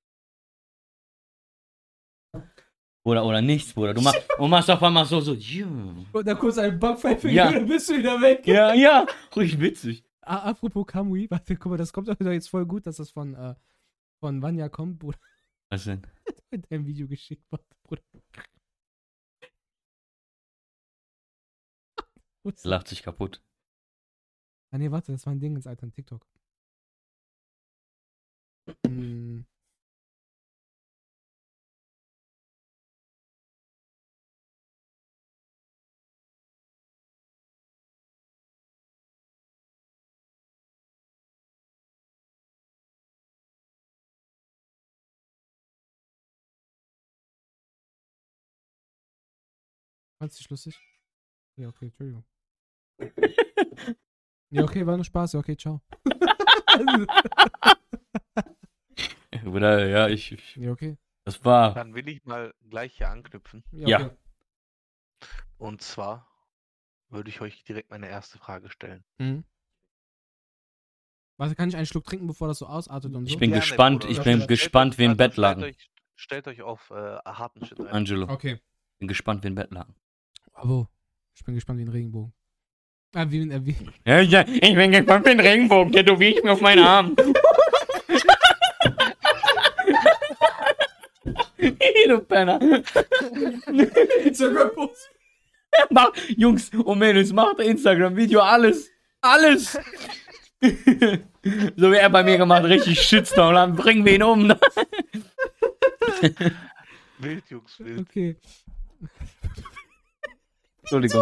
Speaker 3: Oder nichts, Bruder. Du machst auf einmal so.
Speaker 1: Und dann kurz einen Backpfeife,
Speaker 3: ja.
Speaker 1: Dann bist du wieder weg.
Speaker 3: Ja. Ruhig witzig.
Speaker 1: Apropos Kamui, warte, guck mal, das kommt doch jetzt voll gut, dass das von Vanya kommt, Bruder.
Speaker 3: Was denn?
Speaker 1: Mit deinem Video geschickt wird, Bruder.
Speaker 3: Lacht sich kaputt.
Speaker 1: Ah ne, warte, das war ein Ding ins Alter, TikTok. Fandst du dich lustig? Ja, okay, Entschuldigung. Ja, okay, war nur Spaß. Ja, okay, ciao.
Speaker 3: Oder, ja,
Speaker 1: Ja, okay.
Speaker 3: Das war...
Speaker 2: Dann will ich mal gleich hier anknüpfen.
Speaker 3: Ja. Okay.
Speaker 2: Und zwar würde ich euch direkt meine erste Frage stellen.
Speaker 1: Warte, kann ich einen Schluck trinken, bevor das so ausartet und so?
Speaker 3: Ich bin gespannt, wie ein Bettlaken.
Speaker 2: Stellt euch auf harten Shit ein.
Speaker 3: Angelo.
Speaker 1: Okay.
Speaker 3: Ich bin gespannt wie ein Bettlaken.
Speaker 1: Aber ich bin gespannt wie ein Regenbogen.
Speaker 3: Ja, ich bin gespannt wie ein Regenbogen. Tätowier ich mir auf meinen Arm. Du Penner.
Speaker 1: Instagram-Post.
Speaker 3: Jungs und Mädels, macht Instagram-Video, alles. Alles. So wie er bei mir gemacht, richtig Shitstorm, dann bringen wir ihn um.
Speaker 2: Wild, Jungs, wild.
Speaker 1: Okay.
Speaker 3: Entschuldigung.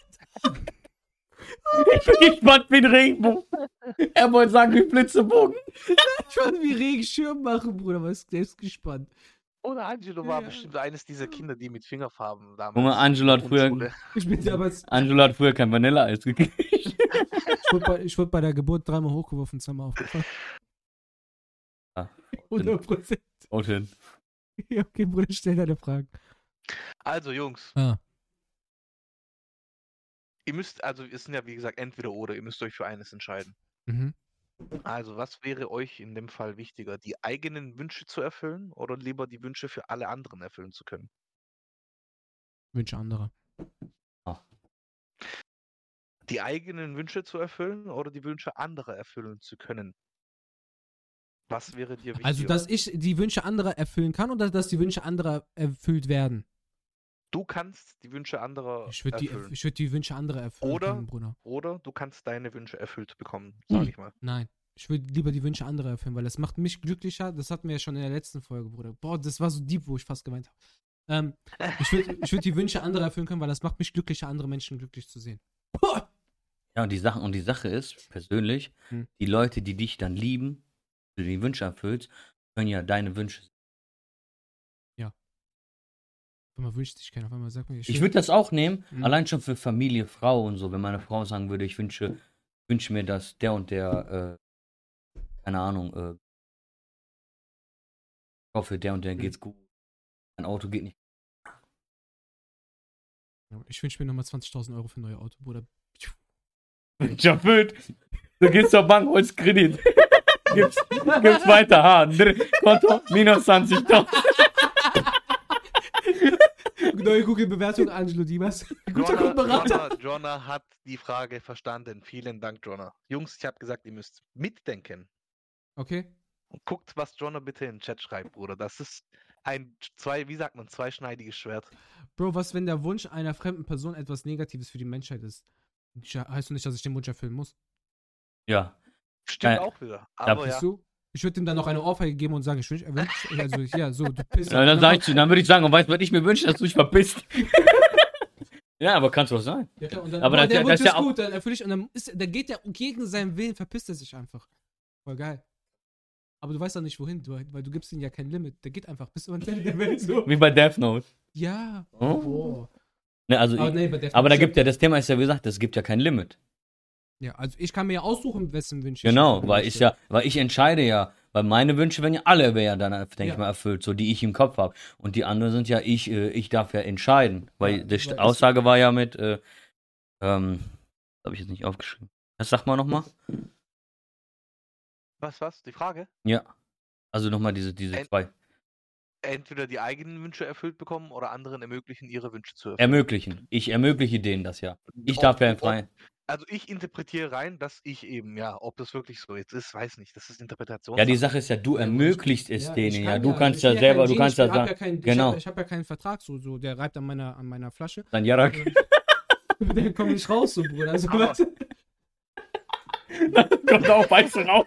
Speaker 3: Ich bin gespannt wie ein Regenbogen. Er wollte sagen, wie Blitzebogen.
Speaker 1: Ich wollte wie Regenschirm machen, Bruder, aber ich bin selbst gespannt.
Speaker 2: Oder Angelo war bestimmt eines dieser Kinder, die mit Fingerfarben damals.
Speaker 3: Junge, Angelo hat früher kein Vanilleeis gekriegt.
Speaker 1: Ich wurde bei der Geburt 3-mal hochgeworfen, 2-mal aufgefallen.
Speaker 3: Ah,
Speaker 1: 100%.
Speaker 3: Okay.
Speaker 1: Ja, okay, Bruder, stell deine Fragen.
Speaker 2: Also, Jungs.
Speaker 1: Ah.
Speaker 2: Ihr müsst, also es sind ja wie gesagt entweder oder, ihr müsst euch für eines entscheiden.
Speaker 1: Mhm.
Speaker 2: Also, was wäre euch in dem Fall wichtiger, die eigenen Wünsche zu erfüllen oder lieber die Wünsche für alle anderen erfüllen zu können?
Speaker 1: Wünsche anderer.
Speaker 2: Die eigenen Wünsche zu erfüllen oder die Wünsche anderer erfüllen zu können? Was wäre dir wichtiger?
Speaker 1: Also, dass ich die Wünsche anderer erfüllen kann oder dass die Wünsche anderer erfüllt werden?
Speaker 2: Du kannst die Wünsche anderer
Speaker 1: erfüllen. Ich würde die Wünsche anderer erfüllen können, Bruder.
Speaker 2: Oder du kannst deine Wünsche erfüllt bekommen, sag ich mal.
Speaker 1: Nein. Ich würde lieber die Wünsche anderer erfüllen, weil das macht mich glücklicher. Das hatten wir ja schon in der letzten Folge, Bruder. Boah, das war so deep, wo ich fast geweint habe. Ich würd die Wünsche anderer erfüllen können, weil das macht mich glücklicher, andere Menschen glücklich zu sehen. Boah.
Speaker 3: Ja, und die Sache ist, persönlich, die Leute, die dich dann lieben, die die Wünsche erfüllst, können ja deine Wünsche.
Speaker 1: Ja. Auf einmal wünscht sich keiner, auf einmal sagt man,
Speaker 3: ich würde das auch nehmen, allein schon für Familie, Frau und so, wenn meine Frau sagen würde, ich wünsche mir, dass der und der, keine Ahnung, ich hoffe, der und der geht's gut. Mein Auto geht nicht.
Speaker 1: Ich wünsche mir nochmal 20.000 Euro für ein neues Auto, Bruder.
Speaker 3: Ja, blöd. Du gehst zur Bank, holst Kredit. Gibst weiter, Konto, minus 20.000.
Speaker 1: Neue Google-Bewertung, Angelo Dimas. Guter Kundenberater.
Speaker 2: Jonah hat die Frage verstanden. Vielen Dank, Jonah. Jungs, ich habe gesagt, ihr müsst mitdenken.
Speaker 1: Okay.
Speaker 2: Und guckt, was Jonah bitte in den Chat schreibt, Bruder. Das ist ein, zweischneidiges Schwert.
Speaker 1: Bro, was, wenn der Wunsch einer fremden Person etwas Negatives für die Menschheit ist? Heißt du nicht, dass ich den Wunsch erfüllen muss?
Speaker 3: Ja.
Speaker 2: Stimmt auch wieder. Aber ja.
Speaker 1: Ich würde ihm dann noch eine Ohrfeige geben und sagen, ich wünsche, also ja, so, du pisst.
Speaker 3: Ja, dann würde ich sagen, und weißt du, was ich mir wünsche, dass du dich verpisst. Ja, aber kannst du auch sein.
Speaker 1: Ja, klar, und dann,
Speaker 3: aber
Speaker 1: der Wunsch
Speaker 3: ist ja
Speaker 1: ist
Speaker 3: auch
Speaker 1: gut, dann erfülle ich, und dann geht der gegen seinen Willen, verpisst er sich einfach. Voll geil. Aber du weißt doch nicht, wohin, weil du gibst ihm ja kein Limit. Der geht einfach bis ans Ende der Welt so.
Speaker 3: Wie bei Death Note.
Speaker 1: Ja.
Speaker 3: Oh. Ne, also
Speaker 1: aber
Speaker 3: da gibt ja, das Thema ist ja, wie gesagt, es gibt ja kein Limit.
Speaker 1: Ja, also ich kann mir ja aussuchen, wessen Wünsche
Speaker 3: genau, weil ich entscheide ja, weil meine Wünsche werden ja alle, dann, denke ich mal, erfüllt, so die ich im Kopf habe. Und die anderen sind ja, ich darf ja entscheiden. Weil die Aussage war ja mit, habe ich jetzt nicht aufgeschrieben. Das sag mal nochmal.
Speaker 2: Was? Die Frage?
Speaker 3: Ja. Also nochmal diese zwei.
Speaker 2: Entweder die eigenen Wünsche erfüllt bekommen oder anderen ermöglichen, ihre Wünsche zu erfüllen.
Speaker 3: Ermöglichen. Ich ermögliche denen das ja. Ich darf ja frei.
Speaker 2: Also ich interpretiere rein, dass ich eben, ja, ob das wirklich so jetzt ist, weiß nicht. Das ist Interpretation.
Speaker 3: Ja, die Sache ist ja, du ermöglicht es denen, ja. Du kannst ja selber, du kannst ja sagen. Genau.
Speaker 1: Ich habe ja keinen Vertrag, so, der reibt an meiner Flasche.
Speaker 3: Dann Jarak.
Speaker 1: Der kommt nicht raus, so, Bruder. Also, dann
Speaker 3: kommt auch weiße Rauch.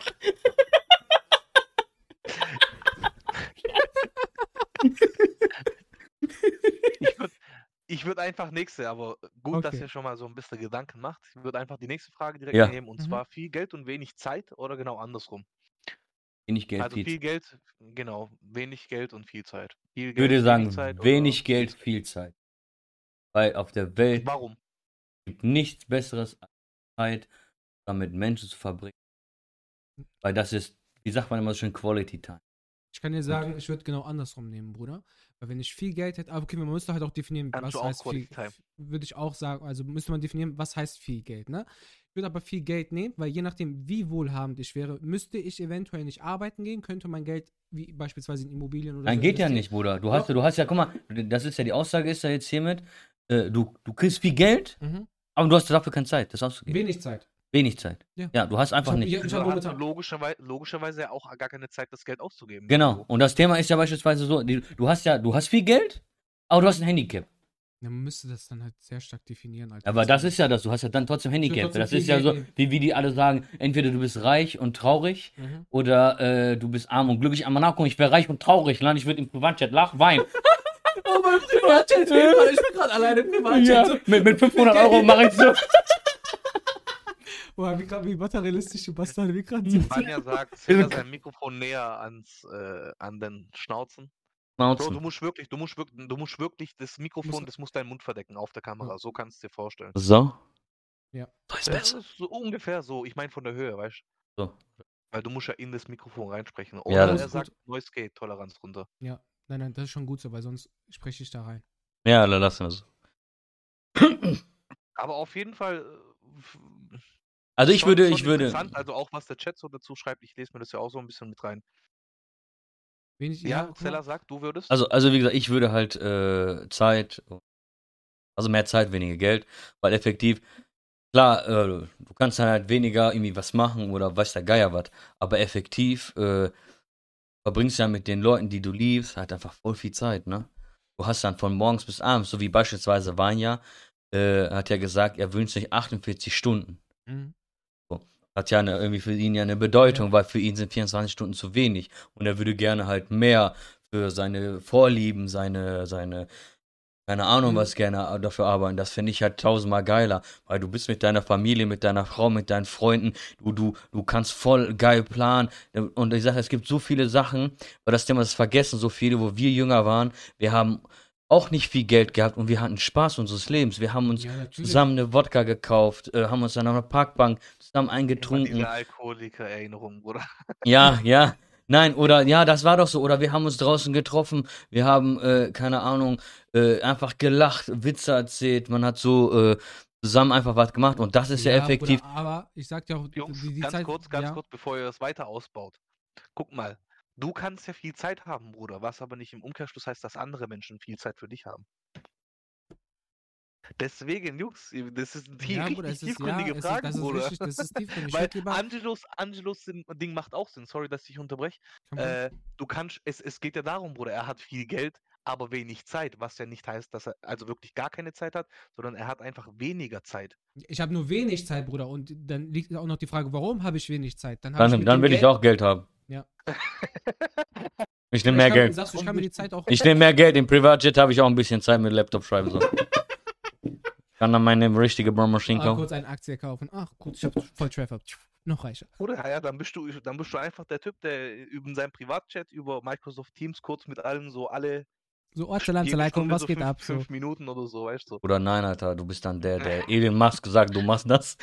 Speaker 2: Ich würde einfach aber gut,
Speaker 1: okay,
Speaker 2: dass ihr schon mal so ein bisschen Gedanken macht. Ich würde einfach die nächste Frage direkt nehmen, und zwar viel Geld und wenig Zeit oder genau andersrum?
Speaker 3: Wenig Geld,
Speaker 2: also viel Geld, genau, wenig Geld und viel Zeit.
Speaker 3: Ich würde sagen, wenig Geld, viel Zeit. Weil auf der Welt gibt nichts Besseres als Zeit, damit Menschen zu verbringen. Weil das ist, wie sagt man immer so schön, Quality Time.
Speaker 1: Ich kann dir sagen, ich würde genau andersrum nehmen, Bruder. Weil wenn ich viel Geld hätte, aber okay, man müsste halt auch definieren, was heißt viel. Würde ich auch sagen, also müsste man definieren, was heißt viel Geld, ne? würde aber viel Geld nehmen, weil je nachdem, wie wohlhabend ich wäre, müsste ich eventuell nicht arbeiten gehen, könnte mein Geld, wie beispielsweise in Immobilien oder
Speaker 3: Nein,
Speaker 1: so
Speaker 3: geht ja
Speaker 1: investieren.
Speaker 3: nicht, Bruder. Du hast ja, guck mal, das ist ja die Aussage ist ja jetzt hiermit, du kriegst viel Geld, aber du hast dafür keine Zeit, das auszugeben.
Speaker 1: Wenig Zeit.
Speaker 3: Wenig Zeit. Ja, du hast einfach nicht.
Speaker 2: Du hast logischerweise ja auch gar keine Zeit, das Geld auszugeben.
Speaker 3: Genau. Und das Thema ist ja beispielsweise so, du hast viel Geld, aber du hast ein Handicap.
Speaker 1: Ja, man müsste das dann halt sehr stark definieren. Alter.
Speaker 3: Aber das ist ja das, du hast ja dann trotzdem Handicap. Das ist ja so, wie die alle sagen, entweder du bist reich und traurig oder du bist arm und glücklich. Aber nachgucken, ich wäre reich und traurig, ich würde im Privatchat weinen.
Speaker 1: Oh, mein Privatchat, ich bin gerade alleine im Privatchat.
Speaker 3: Ja, mit 500 € mache ich so.
Speaker 1: Boah, wie materialistisch du Bastarde, wie gerade
Speaker 2: sind. Vanya sagt, zähl sein Mikrofon näher an den Schnauzen. Bro, du musst wirklich das Mikrofon, das muss deinen Mund verdecken auf der Kamera. So kannst du dir vorstellen.
Speaker 3: So?
Speaker 1: Ja.
Speaker 2: Das ist so ungefähr so. Ich meine von der Höhe, weißt
Speaker 3: du? So.
Speaker 2: Weil du musst ja in das Mikrofon reinsprechen. Oder
Speaker 3: ja,
Speaker 2: er sagt Noise Gate Toleranz runter.
Speaker 1: Ja, nein, das ist schon gut so, weil sonst spreche ich da rein.
Speaker 3: Ja, dann lassen wir es.
Speaker 2: Aber auf jeden Fall.
Speaker 3: Also ich würde.
Speaker 2: Also auch was der Chat so dazu schreibt, ich lese mir das ja auch so ein bisschen mit rein. Zeller sagt, du würdest?
Speaker 3: Also wie gesagt, ich würde halt Zeit, also mehr Zeit, weniger Geld, weil effektiv, klar, du kannst dann halt weniger irgendwie was machen oder weiß der Geier was, aber effektiv verbringst du ja mit den Leuten, die du liebst, halt einfach voll viel Zeit, ne? Du hast dann von morgens bis abends, so wie beispielsweise Vanya, hat ja gesagt, er wünscht sich 48 Stunden. Hat ja irgendwie für ihn ja eine Bedeutung, weil für ihn sind 24 Stunden zu wenig. Und er würde gerne halt mehr für seine Vorlieben, seine keine Ahnung was gerne dafür arbeiten. Das finde ich halt tausendmal geiler, weil du bist mit deiner Familie, mit deiner Frau, mit deinen Freunden, du kannst voll geil planen. Und ich sage, es gibt so viele Sachen, weil das Thema ist vergessen, so viele, wo wir jünger waren, wir haben auch nicht viel Geld gehabt und wir hatten Spaß unseres Lebens. Wir haben uns zusammen eine Wodka gekauft, haben uns dann auf einer Parkbank zusammen eingetrunken.
Speaker 2: Diese Alkoholiker-Erinnerung, oder?
Speaker 3: Ja. Nein, oder ja, das war doch so. Oder wir haben uns draußen getroffen, wir haben, keine Ahnung, einfach gelacht, Witze erzählt, man hat so zusammen einfach was gemacht und das ist ja effektiv.
Speaker 1: Bruder, aber ich sag dir auch,
Speaker 2: Jungs, ganz kurz, bevor ihr das weiter ausbaut. Guck mal. Du kannst ja viel Zeit haben, Bruder, was aber nicht im Umkehrschluss heißt, dass andere Menschen viel Zeit für dich haben. Deswegen, Jungs, das ist die richtig tiefgründige Frage, Bruder.
Speaker 1: Das ist tiefgründig.
Speaker 2: Weil Angelos Ding macht auch Sinn, sorry, dass ich unterbreche. Es geht ja darum, Bruder, er hat viel Geld, aber wenig Zeit, was ja nicht heißt, dass er also wirklich gar keine Zeit hat, sondern er hat einfach weniger Zeit.
Speaker 1: Ich habe nur wenig Zeit, Bruder, und dann liegt auch noch die Frage, warum habe ich wenig Zeit?
Speaker 3: Dann will ich auch Geld haben.
Speaker 1: Ja.
Speaker 3: Ich nehme mehr Geld.
Speaker 1: Ich kann mir die Zeit auch.
Speaker 3: Ich nehme mehr Geld. Im Privatjet habe ich auch ein bisschen Zeit mit Laptop schreiben. So. Kann dann meine richtige Bohrmaschine kaufen.
Speaker 1: Kurz eine Aktie kaufen. Ach, gut, ich habe voll Treffer. Noch reicher.
Speaker 2: Oder ja, dann bist du einfach der Typ, der über seinen Privatchat, über Microsoft Teams kurz mit allen so alle.
Speaker 1: So Ortsalanzeigung, was geht ab?
Speaker 2: 5 Minuten oder so, weißt du.
Speaker 3: Oder nein, Alter, du bist dann der Elon Musk sagt, du machst das.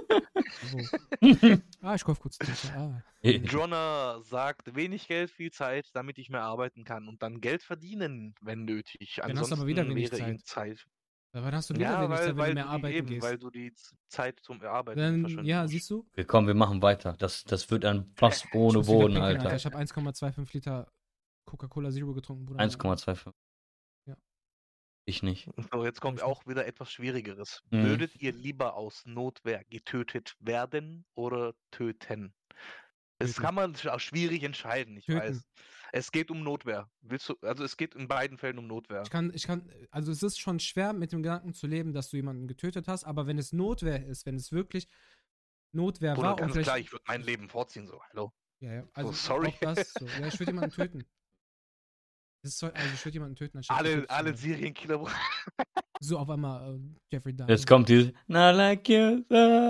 Speaker 1: Ich kauf kurz.
Speaker 2: Jonna sagt, wenig Geld, viel Zeit, damit ich mehr arbeiten kann und dann Geld verdienen, wenn nötig.
Speaker 1: Dann hast du aber wieder wenig Zeit. Aber dann hast du wieder wenig Zeit, wenn du mehr arbeiten gehst.
Speaker 2: Weil du die Zeit zum Arbeiten
Speaker 1: verschwendest. Ja, siehst du?
Speaker 3: Komm, wir machen weiter. Das wird ein Fass ohne Boden, Alter.
Speaker 1: Ich habe 1,25 Liter Coca-Cola Zero getrunken, Bruder.
Speaker 3: 1,25.
Speaker 1: Ja.
Speaker 3: Ich nicht.
Speaker 2: So, jetzt kommt auch wieder etwas Schwierigeres. Würdet ihr lieber aus Notwehr getötet werden oder töten? Das kann man auch schwierig entscheiden, ich weiß. Es geht um Notwehr. Es geht in beiden Fällen um Notwehr.
Speaker 1: Also es ist schon schwer, mit dem Gedanken zu leben, dass du jemanden getötet hast, aber wenn es Notwehr ist, wenn es wirklich Notwehr war.
Speaker 2: Ganz klar, ich würde mein Leben vorziehen, so, hallo.
Speaker 1: Ja, also
Speaker 2: sorry.
Speaker 1: Auch das, so. Ja, ich würde jemanden töten. Ich würde jemanden töten.
Speaker 2: Alle Serienkiller.
Speaker 1: So auf einmal Jeffrey Dahmer.
Speaker 3: Jetzt kommt dieses Not like you.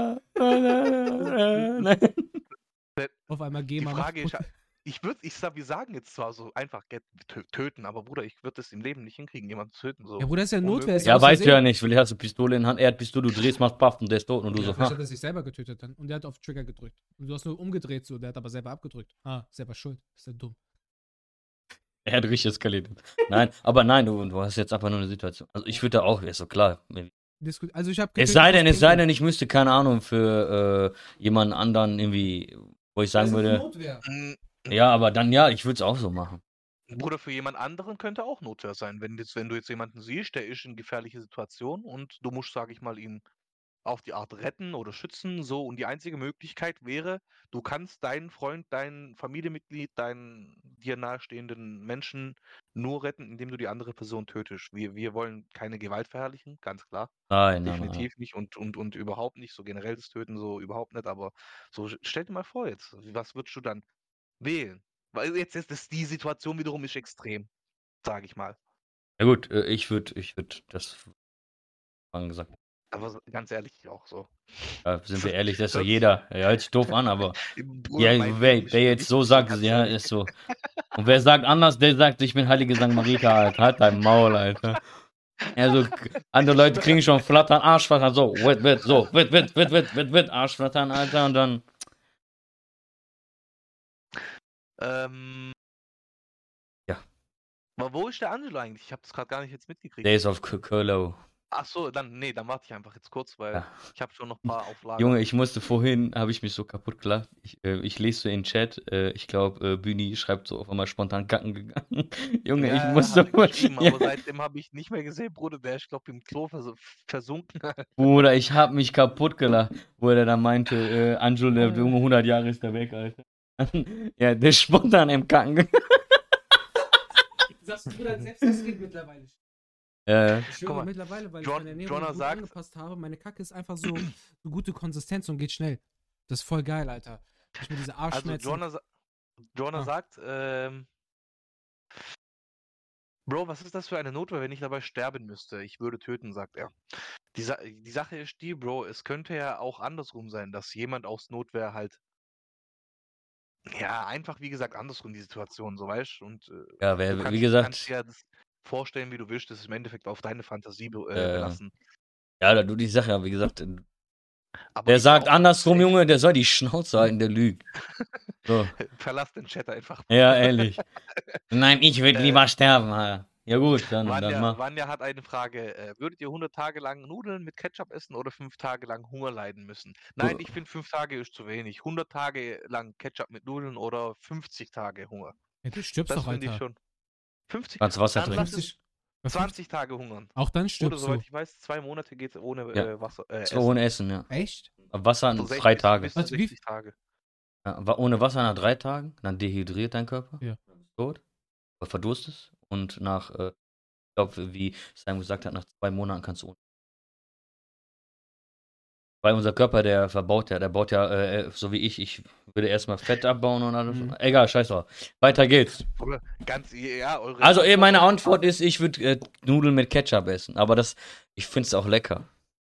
Speaker 1: Auf einmal
Speaker 2: Die Frage ist, wir sagen jetzt zwar so einfach töten, aber Bruder, ich würde es im Leben nicht hinkriegen, jemanden zu töten. So.
Speaker 1: Ja, Bruder, ist ja Notwehr.
Speaker 3: Ja, weißt du ja nicht. Vielleicht hast du Pistole in Hand, er hat Pistole, du drehst, machst Paff und der ist tot und du so.
Speaker 1: Vielleicht hat er sich selber getötet dann und der hat auf Trigger gedrückt. Und du hast nur umgedreht so, der hat aber selber abgedrückt. Selber schuld. Ist ja dumm.
Speaker 3: Er hat richtig eskaliert. Nein, du hast jetzt einfach nur eine Situation. Also ich würde da auch, ist so klar,
Speaker 1: Also ich habe
Speaker 3: es sei denn, ich müsste, keine Ahnung, für jemanden anderen irgendwie, wo ich sagen würde. Notwehr. Ja, aber dann ich würde es auch so machen.
Speaker 2: Bruder, für jemand anderen könnte auch Notwehr sein. Wenn du jetzt jemanden siehst, der ist in gefährlicher Situation und du musst, sage ich mal, ihn auf die Art retten oder schützen, so. Und die einzige Möglichkeit wäre, du kannst deinen Freund, dein Familienmitglied, deinen dir nahestehenden Menschen nur retten, indem du die andere Person tötest. Wir wollen keine Gewalt verherrlichen, ganz klar.
Speaker 3: Nein.
Speaker 2: Definitiv nicht und überhaupt nicht, so generell das Töten so überhaupt nicht, aber so stell dir mal vor jetzt, was würdest du dann wählen? Weil jetzt ist die Situation wiederum ist extrem, sage ich mal.
Speaker 3: Ja gut, ich würde das gesagt.
Speaker 2: Aber ganz ehrlich, auch so.
Speaker 3: Sind wir ehrlich, das ist doch jeder. Ja, hört sich doof an, aber wer jetzt so sagt, ja, ist so. Und wer sagt anders, der sagt, ich bin heilige St. Marita, Alter. Halt dein Maul, Alter. Also, andere Leute kriegen schon Flattern, Arschflattern, so, wird, Arschflattern, Alter, und dann. Ja.
Speaker 2: Aber wo ist der Angelo eigentlich? Ich habe das gerade gar nicht jetzt mitgekriegt.
Speaker 3: Der ist auf Curlo.
Speaker 2: Ach so, dann warte ich einfach jetzt kurz, weil ich habe schon noch ein paar Auflagen.
Speaker 3: Junge, ich musste vorhin, habe ich mich so kaputt gelacht. Ich lese so in den Chat, ich glaube, Bühni schreibt so auf einmal spontan kacken gegangen. Junge, ich musste.
Speaker 2: Aber seitdem habe ich nicht mehr gesehen, Bruder, der ist, glaube ich, im Klo versunken.
Speaker 3: Bruder, ich habe mich kaputt gelacht, wo er dann meinte, Angelo, der Junge, 100 Jahre ist der weg, Alter. Ja, der ist spontan im Kacken gegangen.
Speaker 1: Sagst du, Bruder, selbst das geht mittlerweile. Ich schwöre mittlerweile, weil ich meine Ernährung gut angepasst habe, meine Kacke ist einfach so eine gute Konsistenz und geht schnell. Das ist voll geil, Alter. Ich mir diese Arschschmerzen.
Speaker 2: Also Jonah sagt, Bro, was ist das für eine Notwehr, wenn ich dabei sterben müsste? Ich würde töten, sagt er. Die Sache ist die, Bro, es könnte ja auch andersrum sein, dass jemand aus Notwehr halt einfach, wie gesagt, andersrum die Situation, so weißt du? Und
Speaker 3: ja, wie gesagt,
Speaker 2: kannst dir das vorstellen, wie du willst, das ist im Endeffekt auf deine Fantasie belassen.
Speaker 3: Ja, du die Sache, wie gesagt, der sagt andersrum, Junge, der soll die Schnauze halten, der lügt. So.
Speaker 2: Verlass den Chat einfach.
Speaker 3: Ja, ehrlich. Nein, ich würde lieber sterben, Alter. Ja gut, dann mach.
Speaker 2: Vanya hat eine Frage. Würdet ihr 100 Tage lang Nudeln mit Ketchup essen oder 5 Tage lang Hunger leiden müssen? Nein, ich finde 5 Tage ist zu wenig. 100 Tage lang Ketchup mit Nudeln oder 50 Tage Hunger.
Speaker 1: Ja, du stirbst doch, Alter.
Speaker 2: Ich schon. 50
Speaker 3: Kannst Wasser trinken.
Speaker 2: 20 Tage hungern.
Speaker 1: Auch dann stirbst
Speaker 2: du. Oder soweit ich weiß, 2 Monate geht es ohne Wasser.
Speaker 3: Essen. Ohne Essen, ja.
Speaker 1: Echt?
Speaker 3: Wasser an 3 Tage.
Speaker 2: Bis 60 Tage.
Speaker 3: Ja, ohne Wasser nach 3 Tagen, dann dehydriert dein Körper.
Speaker 1: Ja.
Speaker 3: Tot. Verdurstest. Und nach, ich glaube, wie Sam gesagt hat, nach 2 Monaten kannst du ohne. Weil unser Körper, der baut ja, so wie ich würde erstmal Fett abbauen und alles. Egal, scheiß drauf. Weiter geht's. Also meine Antwort ist, ich würde Nudeln mit Ketchup essen. Aber ich finde es auch lecker.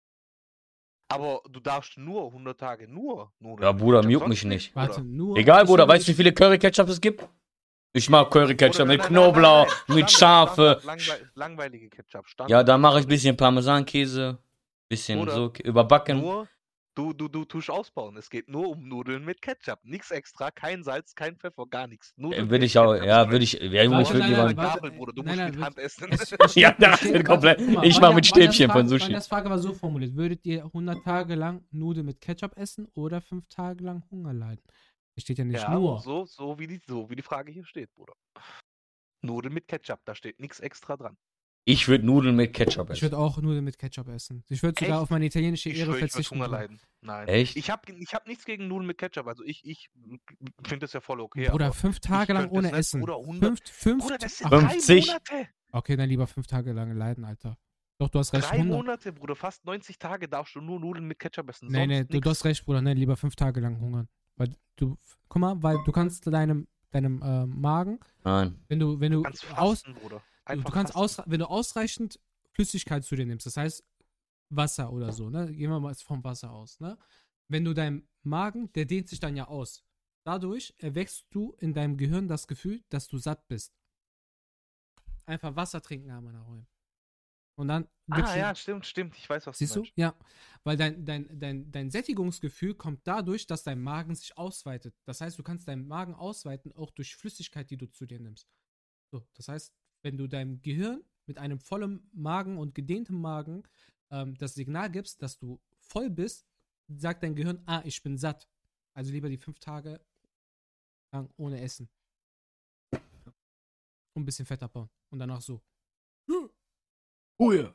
Speaker 2: Aber du darfst nur 100 Tage nur Nudeln.
Speaker 3: Ja, Bruder, juckt mich nicht.
Speaker 1: Warte, nur.
Speaker 3: Egal, Bruder, weißt du, wie viele Curry-Ketchup es gibt? Ich mag Curry-Ketchup mit Knoblauch, mit Schafe.
Speaker 2: Langweilige Ketchup.
Speaker 3: Ja, da mache ich ein bisschen Parmesankäse. Bisschen Bruder, so überbacken.
Speaker 2: Nur, du tust ausbauen. Es geht nur um Nudeln mit Ketchup. Nichts extra, kein Salz, kein Pfeffer, gar nichts.
Speaker 3: Würde ich auch, ja, würde ich. Ja, Junge, ich würde lieber.
Speaker 2: Gabel, Bruder, du musst mit Hand essen.
Speaker 3: Ja, das ist komplett. Ich mache mit Stäbchen von Sushi.
Speaker 1: Das Frage war so formuliert: Würdet ihr 100 Tage lang Nudeln mit Ketchup essen oder 5 Tage lang Hunger leiden? Das steht ja nicht nur.
Speaker 2: So wie die Frage hier steht, Bruder. Nudeln mit Ketchup, da steht nichts extra dran.
Speaker 3: Ich würde Nudeln mit Ketchup essen.
Speaker 1: Ich würde auch Nudeln mit Ketchup essen. Ich würde sogar auf meine italienische Ehre verzichten.
Speaker 2: Ich würde Hunger leiden. Nein.
Speaker 3: Echt?
Speaker 2: Ich hab nichts gegen Nudeln mit Ketchup. Also ich finde das ja voll okay.
Speaker 1: Oder 5 Tage lang ohne Essen.
Speaker 2: Bruder, 50.
Speaker 1: Bruder,
Speaker 2: das sind 50. 3 Monate.
Speaker 1: Okay, dann lieber 5 Tage lang leiden, Alter. Doch, du hast recht.
Speaker 2: 3 Monate, Bruder. Fast 90 Tage darfst du nur Nudeln mit Ketchup essen.
Speaker 1: Nee, du hast recht, Bruder. Nee, lieber 5 Tage lang hungern. Weil guck mal, weil du kannst deinem Magen.
Speaker 3: Nein.
Speaker 1: Wenn du
Speaker 2: kannst fasten, Bruder.
Speaker 1: Du kannst wenn du ausreichend Flüssigkeit zu dir nimmst, das heißt Wasser oder so, ne? Gehen wir mal vom Wasser aus, ne? Wenn du deinem Magen, der dehnt sich dann ja aus. Dadurch erwächst du in deinem Gehirn das Gefühl, dass du satt bist. Einfach Wasser trinken einmal nach Räumen. Und dann.
Speaker 2: Ja, stimmt. Ich weiß, was
Speaker 1: siehst
Speaker 2: du meinst.
Speaker 1: Ja. Weil dein Sättigungsgefühl kommt dadurch, dass dein Magen sich ausweitet. Das heißt, du kannst deinen Magen ausweiten, auch durch Flüssigkeit, die du zu dir nimmst. So, das heißt, wenn du deinem Gehirn mit einem vollen Magen und gedehntem Magen das Signal gibst, dass du voll bist, sagt dein Gehirn, ich bin satt. Also lieber die 5 Tage lang ohne Essen. Und ein bisschen Fett abbauen. Und danach so.
Speaker 3: Oh ja.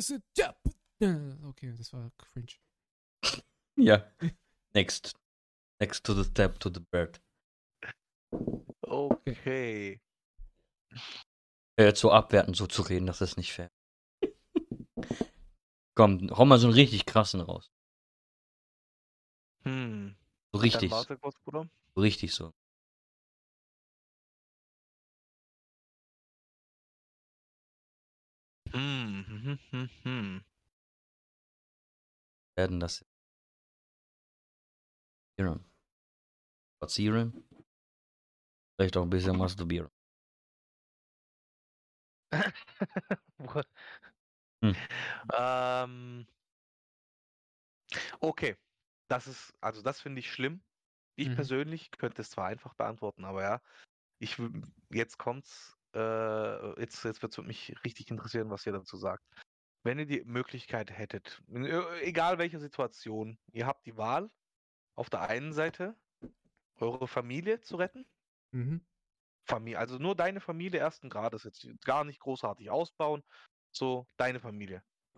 Speaker 1: Okay, das war cringe.
Speaker 3: Ja. Next to the step to the bird.
Speaker 2: Okay.
Speaker 3: Jetzt so abwertend so zu reden, das ist nicht fair. Komm, hau mal so einen richtig krassen raus. So richtig.
Speaker 2: Dann warte kurz, Bruder.
Speaker 3: So richtig so. Werden das Iran. Spazieren. Vielleicht auch ein bisschen masturbieren.
Speaker 2: Okay. Das finde ich schlimm. Ich persönlich könnte es zwar einfach beantworten, aber ja, jetzt kommt's, jetzt wird's mich richtig interessieren, was ihr dazu sagt. Wenn ihr die Möglichkeit hättet, egal welche Situation, ihr habt die Wahl, auf der einen Seite eure Familie zu retten. Also nur deine Familie ersten Grades, jetzt gar nicht großartig ausbauen, so deine Familie.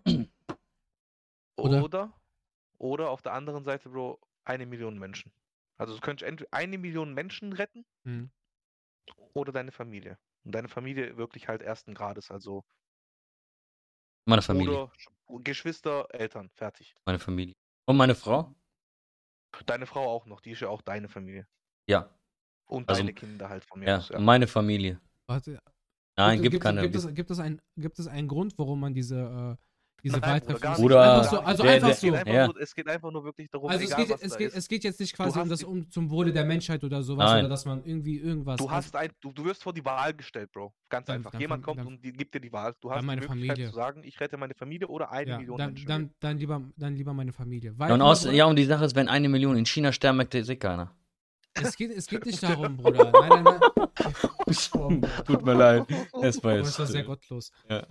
Speaker 2: Oder auf der anderen Seite, Bro, 1 Million Menschen. Also du könntest entweder 1 Million Menschen retten oder deine Familie. Und deine Familie wirklich halt ersten Grades, also
Speaker 3: meine Familie.
Speaker 2: Oder Geschwister, Eltern, fertig.
Speaker 3: Meine Familie. Und meine Frau?
Speaker 2: Deine Frau auch noch, die ist ja auch deine Familie.
Speaker 3: Ja.
Speaker 2: Und deine Kinder halt von mir aus.
Speaker 3: Ja, meine Familie.
Speaker 1: Warte.
Speaker 3: Nein, gibt
Speaker 1: es einen Grund, warum man diese
Speaker 2: weitere Es geht einfach nur wirklich darum,
Speaker 1: also es geht jetzt nicht quasi zum Wohle der Menschheit oder sowas, oder dass man irgendwie irgendwas.
Speaker 2: Du wirst vor die Wahl gestellt, Bro. Ganz einfach. Jemand kommt und gibt dir die Wahl. Du hast die Möglichkeit zu sagen, ich rette meine Familie oder 1 Million Menschen.
Speaker 1: Dann lieber meine Familie.
Speaker 3: Und die Sache ist, wenn 1 Million in China sterben, merkt sich keiner.
Speaker 1: Es geht nicht darum, Bruder. Nein.
Speaker 3: Tut mir leid. Das war
Speaker 1: sehr gottlos.
Speaker 3: Ja.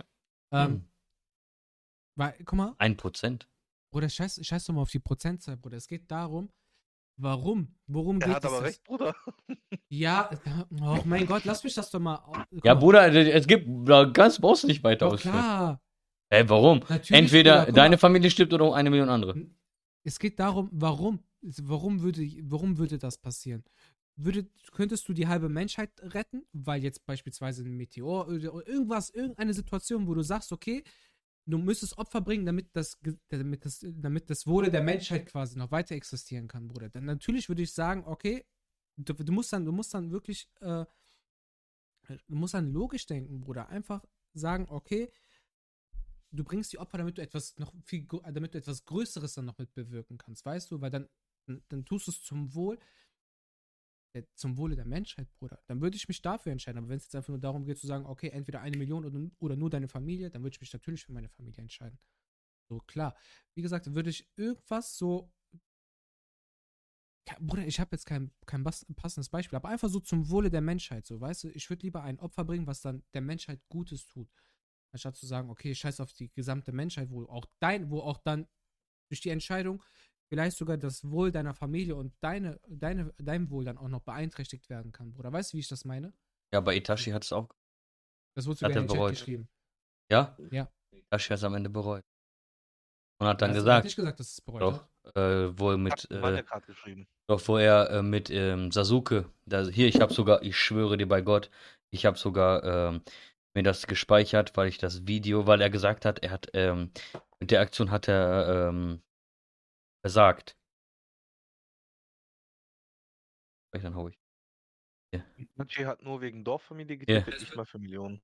Speaker 1: Guck mal.
Speaker 3: 1%.
Speaker 1: Bruder, scheiß doch mal auf die Prozentzahl, Bruder. Es geht darum, warum? Worum geht es?
Speaker 2: Er hat aber recht, Bruder.
Speaker 1: Ja, oh mein Gott, lass mich das doch mal.
Speaker 3: Ja, Bruder, es gibt, brauchst du nicht weiter ausführen.
Speaker 1: Klar.
Speaker 3: Warum?
Speaker 1: Natürlich,
Speaker 3: entweder
Speaker 1: Bruder,
Speaker 3: deine Familie stirbt oder 1 Million andere.
Speaker 1: Es geht darum, warum? Warum würde das passieren? Könntest du die halbe Menschheit retten, weil jetzt beispielsweise ein Meteor oder irgendeine Situation, wo du sagst, okay, du müsstest Opfer bringen, damit das Wohle der Menschheit quasi noch weiter existieren kann, Bruder. Dann natürlich würde ich sagen, okay, du musst dann wirklich, du musst dann logisch denken, Bruder. Einfach sagen, okay, du bringst die Opfer, damit du etwas Größeres dann noch mit bewirken kannst, weißt du? Weil dann tust du es zum Wohle der Menschheit, Bruder. Dann würde ich mich dafür entscheiden. Aber wenn es jetzt einfach nur darum geht zu sagen, okay, entweder 1 Million oder nur deine Familie, dann würde ich mich natürlich für meine Familie entscheiden. So, klar. Wie gesagt, würde ich irgendwas so. Bruder, ich habe jetzt kein passendes Beispiel, aber einfach so zum Wohle der Menschheit, so, weißt du? Ich würde lieber ein Opfer bringen, was dann der Menschheit Gutes tut. Anstatt zu sagen, okay, scheiß auf die gesamte Menschheit, wo auch dann durch die Entscheidung vielleicht sogar das Wohl deiner Familie und dein Wohl dann auch noch beeinträchtigt werden kann, Bruder. Weißt du, wie ich das meine?
Speaker 3: Ja, aber Itachi hat es auch.
Speaker 1: Das wurde sogar in den Chat geschrieben.
Speaker 3: Ja?
Speaker 1: Ja.
Speaker 3: Itachi hat es am Ende bereut. Und hat dann
Speaker 1: Er
Speaker 3: gesagt.
Speaker 1: hat nicht gesagt, dass es bereut hat.
Speaker 3: Wo er mit.
Speaker 2: Geschrieben.
Speaker 3: Doch, wo er mit Sasuke. Ich schwöre dir bei Gott, ich habe sogar mir das gespeichert, weil er gesagt hat, mit der Aktion hat er versagt. Dann hau ich.
Speaker 2: Itachi hat nur wegen Dorffamilie getötet, nicht mal für Millionen.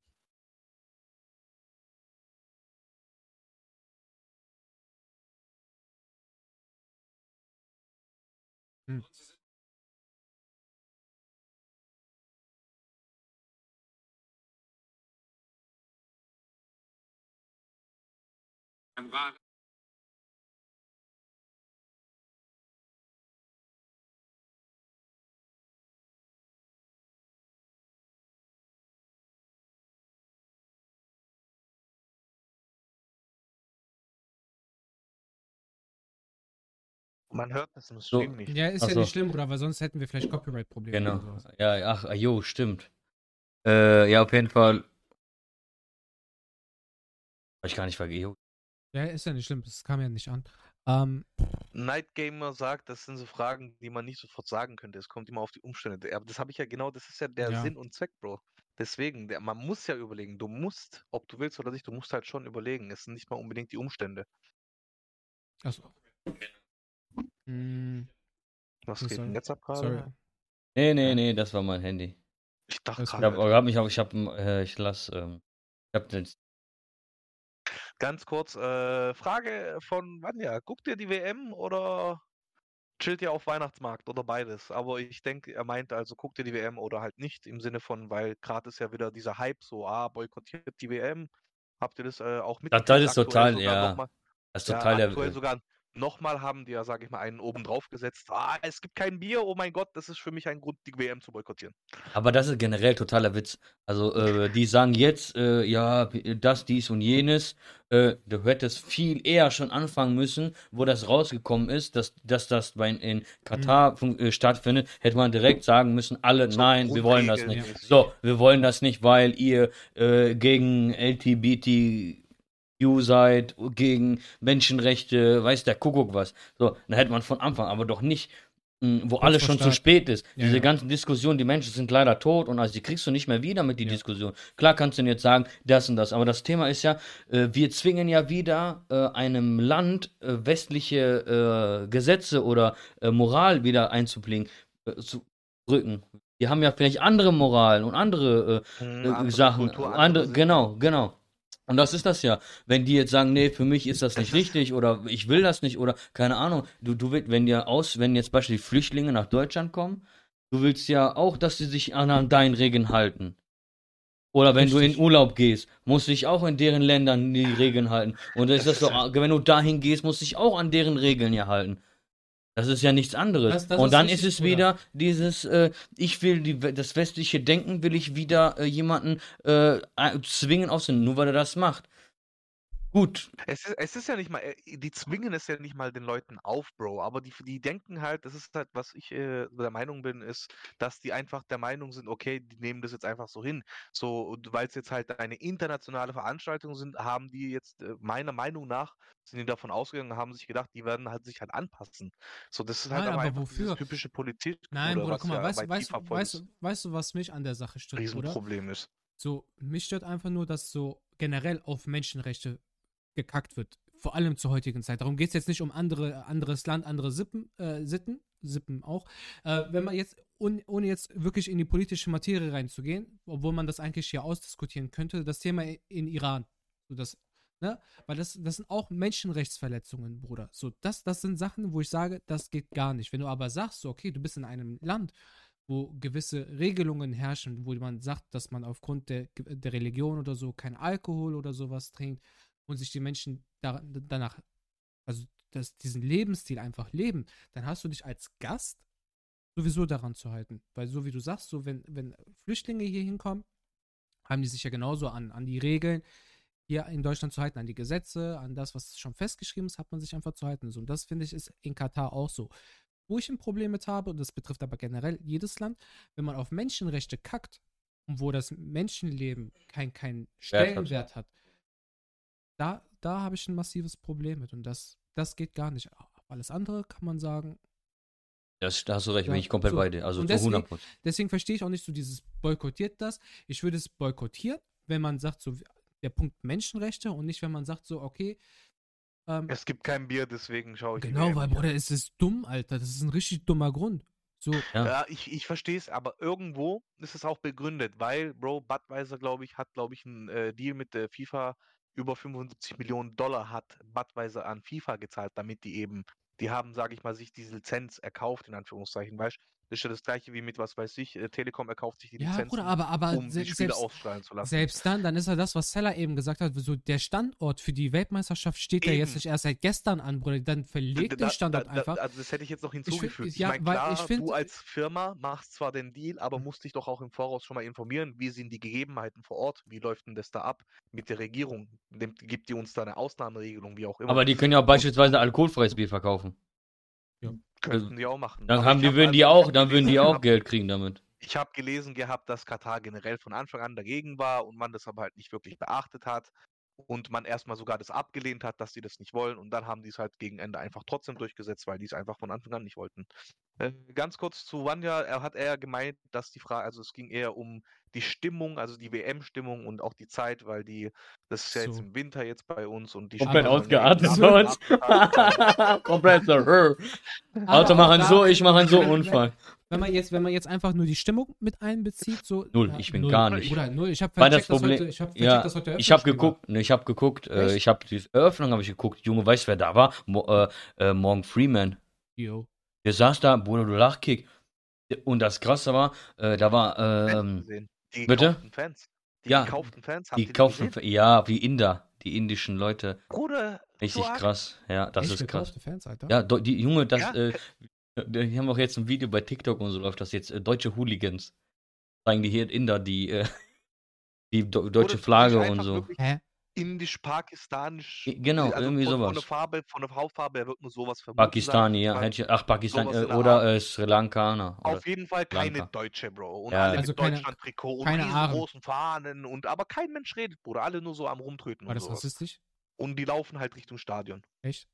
Speaker 2: Man hört das im
Speaker 3: So.
Speaker 2: Stream nicht.
Speaker 1: Ja, ist ja nicht schlimm, Bruder, weil sonst hätten wir vielleicht Copyright-Probleme.
Speaker 3: Genau.
Speaker 1: Oder sowas.
Speaker 3: Ja, ach, jo, stimmt. Ja, auf jeden Fall. Hab ich gar nicht vergessen.
Speaker 1: Ja, ist ja nicht schlimm, das kam ja nicht an.
Speaker 2: Night Gamer sagt, das sind so Fragen, die man nicht sofort sagen könnte. Es kommt immer auf die Umstände. Aber das habe ich ja genau, das ist ja der
Speaker 1: Ja.
Speaker 2: Sinn und Zweck, Bro. Deswegen, man muss ja überlegen. Du musst, ob du willst oder nicht, du musst halt schon überlegen. Es sind nicht mal unbedingt die Umstände.
Speaker 1: Achso.
Speaker 2: Was geht denn jetzt ab
Speaker 1: Sorry.
Speaker 2: gerade?
Speaker 3: Nee, das war mein Handy.
Speaker 2: Ich dachte
Speaker 1: Das
Speaker 2: gerade.
Speaker 3: Ich hab den.
Speaker 2: Ganz kurz, Frage von Vanja. Guckt ihr die WM oder chillt ihr auf Weihnachtsmarkt oder beides? Aber ich denke, er meint also, guckt ihr die WM oder halt nicht, im Sinne von, weil gerade ist ja wieder dieser Hype so, boykottiert die WM. Habt ihr das auch mitgekriegt?
Speaker 3: Das ist
Speaker 2: Aktuell
Speaker 3: total,
Speaker 2: sogar
Speaker 3: ja.
Speaker 2: nochmal.
Speaker 3: Das ist
Speaker 2: Ja,
Speaker 3: total
Speaker 2: aktuell
Speaker 3: der.
Speaker 2: sogar nochmal haben die ja, sag ich mal, einen oben drauf gesetzt. Es gibt kein Bier, oh mein Gott, das ist für mich ein Grund, die WM zu boykottieren.
Speaker 3: Aber das ist generell totaler Witz. Also, die sagen jetzt, ja, das, dies und jenes. Du hättest viel eher schon anfangen müssen, wo das rausgekommen ist, dass das in Katar stattfindet, hätte man direkt sagen müssen, alle,
Speaker 2: So
Speaker 3: nein, wir wollen das nicht.
Speaker 2: grundregelmäßig.
Speaker 3: So, wir wollen das nicht, weil ihr gegen LGBTQ seid, gegen Menschenrechte, weiß der Kuckuck was. So, dann hätte man von Anfang, aber doch nicht, wo
Speaker 1: Kurz
Speaker 3: alles
Speaker 1: vor
Speaker 3: schon zu
Speaker 1: Start.
Speaker 3: spät ist.
Speaker 1: Ja,
Speaker 3: Diese
Speaker 1: ja.
Speaker 3: ganzen Diskussionen, die Menschen sind leider tot und also die kriegst du nicht mehr wieder mit die
Speaker 1: Ja.
Speaker 3: Diskussion. Klar kannst du jetzt sagen, das und das, aber das Thema ist ja, wir zwingen ja wieder einem Land westliche Gesetze oder Moral wieder zu drücken. Die haben ja vielleicht andere Moralen und andere
Speaker 2: Andere
Speaker 3: Sachen.
Speaker 2: Kultur, andere Sitten.
Speaker 3: Genau. Und das ist das ja. Wenn die jetzt sagen, nee, für mich ist das nicht richtig oder ich will das nicht oder keine Ahnung, wenn jetzt beispielsweise Flüchtlinge nach Deutschland kommen, du willst ja auch, dass sie sich an deinen Regeln halten. Oder wenn du
Speaker 1: Richtig.
Speaker 3: in Urlaub gehst, musst du dich auch in deren Ländern die Regeln halten. Und das ist das so, wenn du dahin gehst, musst du dich auch an deren Regeln hier halten. Das ist ja nichts anderes.
Speaker 1: Das
Speaker 3: und
Speaker 1: ist
Speaker 3: dann
Speaker 1: richtig,
Speaker 3: ist es
Speaker 1: Bruder.
Speaker 3: wieder dieses, ich will das westliche Denken, will ich wieder jemanden zwingen aufzunehmen, nur weil er das macht. Gut.
Speaker 2: Es ist ja nicht mal, die zwingen es ja nicht mal den Leuten auf, Bro, aber die denken halt, das ist halt, was ich der Meinung bin, ist, dass die einfach der Meinung sind, okay, die nehmen das jetzt einfach so hin. So, weil es jetzt halt eine internationale Veranstaltung sind, haben die jetzt, meiner Meinung nach, sind die davon ausgegangen, haben sich gedacht, die werden halt sich halt anpassen. So, das ist halt
Speaker 1: Nein,
Speaker 2: aber
Speaker 1: aber
Speaker 2: einfach dieses
Speaker 1: wofür?
Speaker 2: typische Politik
Speaker 1: Nein,
Speaker 2: oder
Speaker 1: Bruder,
Speaker 2: was
Speaker 1: guck mal,
Speaker 2: ja bei
Speaker 1: weißt
Speaker 2: FIFA voll das
Speaker 1: du, was mich an der Sache stört, Bruder?
Speaker 2: Riesenproblem ist.
Speaker 1: So, mich stört einfach nur, dass so generell auf Menschenrechte gekackt wird. Vor allem zur heutigen Zeit. Darum geht es jetzt nicht um anderes Land, andere Sippen auch. Wenn man jetzt, ohne jetzt wirklich in die politische Materie reinzugehen, obwohl man das eigentlich hier ausdiskutieren könnte, das Thema in Iran. So das, ne? Weil das sind auch Menschenrechtsverletzungen, Bruder. So, das sind Sachen, wo ich sage, das geht gar nicht. Wenn du aber sagst, so, okay, du bist in einem Land, wo gewisse Regelungen herrschen, wo man sagt, dass man aufgrund der Religion oder so kein Alkohol oder sowas trinkt und sich die Menschen danach, also diesen Lebensstil einfach leben, dann hast du dich als Gast sowieso daran zu halten. Weil so wie du sagst, so wenn Flüchtlinge hier hinkommen, haben die sich ja genauso an die Regeln hier in Deutschland zu halten, an die Gesetze, an das, was schon festgeschrieben ist, hat man sich einfach zu halten. So, und das finde ich ist in Katar auch so. Wo ich ein Problem mit habe, und das betrifft aber generell jedes Land, wenn man auf Menschenrechte kackt und wo das Menschenleben keinen Stellenwert hat, da habe ich ein massives Problem mit und das geht gar nicht. Alles andere kann man sagen.
Speaker 3: Da hast du recht,
Speaker 1: Ja,
Speaker 3: bin ich komplett
Speaker 1: so.
Speaker 3: bei dir. Also
Speaker 1: Und
Speaker 3: zu 100%.
Speaker 1: Deswegen verstehe ich auch nicht so dieses boykottiert das. Ich würde es boykottieren, wenn man sagt, so der Punkt Menschenrechte und nicht, wenn man sagt, so, okay.
Speaker 2: Es gibt kein Bier, deswegen schaue ich.
Speaker 1: Genau, weil, Bruder, es ist dumm, Alter. Das ist ein richtig dummer Grund. So.
Speaker 2: Ja, ich verstehe es, aber irgendwo ist es auch begründet, weil, Bro, Budweiser, hat, glaube ich, einen Deal mit der FIFA. Über 75 Millionen Dollar hat Budweiser an FIFA gezahlt, damit die haben, sage ich mal, sich die Lizenz erkauft, in Anführungszeichen, weißt du? Das ist ja das gleiche wie mit, was weiß ich, Telekom erkauft sich die
Speaker 1: Ja,
Speaker 2: Lizenzen,
Speaker 1: Bruder, aber
Speaker 2: um die Spiele ausstrahlen zu lassen.
Speaker 1: Selbst dann ist ja das, was Seller eben gesagt hat, so der Standort für die Weltmeisterschaft steht ja jetzt nicht erst seit gestern an, Bruder, dann verlegt den Standort einfach.
Speaker 2: Also das hätte ich jetzt noch hinzugefügt. Ich
Speaker 1: ja,
Speaker 2: meine,
Speaker 1: weil
Speaker 2: klar,
Speaker 1: ich find-
Speaker 2: du als Firma machst zwar den Deal, aber musst dich doch auch im Voraus schon mal informieren, wie sind die Gegebenheiten vor Ort, wie läuft denn das da ab mit der Regierung, gibt die uns da eine Ausnahmeregelung, wie auch immer.
Speaker 3: Aber die können ja auch beispielsweise alkoholfreies Bier verkaufen.
Speaker 1: Ja.
Speaker 2: Könnten die auch machen.
Speaker 3: Dann
Speaker 2: Aber
Speaker 3: würden die auch Geld kriegen damit.
Speaker 2: Ich habe gelesen gehabt, dass Katar generell von Anfang an dagegen war und man das aber halt nicht wirklich beachtet hat und man erstmal sogar das abgelehnt hat, dass sie das nicht wollen und dann haben die es halt gegen Ende einfach trotzdem durchgesetzt, weil die es einfach von Anfang an nicht wollten. Ganz kurz zu Vanja, hat er gemeint, dass die Frage, also es ging eher um die Stimmung, also die WM-Stimmung und auch die Zeit, weil das ist ja jetzt im Winter jetzt bei uns und die
Speaker 3: komplett
Speaker 2: Spieler sollen ja
Speaker 3: ausgeartet
Speaker 2: eben
Speaker 3: bei uns.
Speaker 2: abgefragt
Speaker 3: Komplett so. Auto machen so, ich mache so Unfall.
Speaker 1: Wenn man jetzt einfach nur die Stimmung mit einbezieht, so.
Speaker 3: Null, ich bin gar nicht.
Speaker 1: Oder null. Ich habe
Speaker 3: Weil das
Speaker 1: vercheckt,
Speaker 3: Problem,
Speaker 1: dass heute
Speaker 3: ich habe geguckt, ich habe die Eröffnung habe ich geguckt. Junge, weißt du, wer da war? Morgan Freeman.
Speaker 1: Yo.
Speaker 3: Der saß da, Bruder, du Lachkick. Und das Krasse war, da war,
Speaker 2: die
Speaker 3: bitte?
Speaker 2: gekauften Fans. Die
Speaker 3: Ja,
Speaker 2: gekauften Fans, habt
Speaker 3: die
Speaker 2: ihr die
Speaker 3: kaufen,
Speaker 2: gesehen?
Speaker 3: ja, wie Inder, die indischen Leute.
Speaker 2: Bruder,
Speaker 3: Richtig
Speaker 2: so arg.
Speaker 3: krass, ja, das
Speaker 1: Echt
Speaker 3: ist krass.
Speaker 1: gekaufte Fans, Alter?
Speaker 3: Ja, die Junge, das,
Speaker 2: Ja.
Speaker 3: die haben auch jetzt ein Video bei TikTok und so läuft das jetzt, deutsche Hooligans. Zeigen die hier in Inder die deutsche
Speaker 2: Bruder,
Speaker 3: Flagge
Speaker 2: einfach
Speaker 3: und so.
Speaker 2: wirklich
Speaker 1: Hä?
Speaker 2: indisch-pakistanisch.
Speaker 3: Genau, irgendwie sowas.
Speaker 2: Von der Hautfarbe her wird nur sowas vermuten.
Speaker 3: Pakistani, ja.
Speaker 2: weil
Speaker 3: Pakistan
Speaker 2: sowas in der
Speaker 3: oder Sri Lankaner. Oder
Speaker 2: Auf jeden Fall keine
Speaker 3: Lanka.
Speaker 2: Deutsche, Bro. Und
Speaker 3: Ja,
Speaker 2: alle
Speaker 1: also
Speaker 2: mit
Speaker 1: keine-
Speaker 2: Deutschland-Trikot und
Speaker 1: keine
Speaker 2: riesengroßen Fahnen. Aber kein Mensch redet, Bruder. Alle nur so am Rumtröten
Speaker 1: War
Speaker 2: und
Speaker 1: das
Speaker 2: sowas.
Speaker 1: rassistisch?
Speaker 2: Und die laufen halt Richtung Stadion.
Speaker 1: Echt?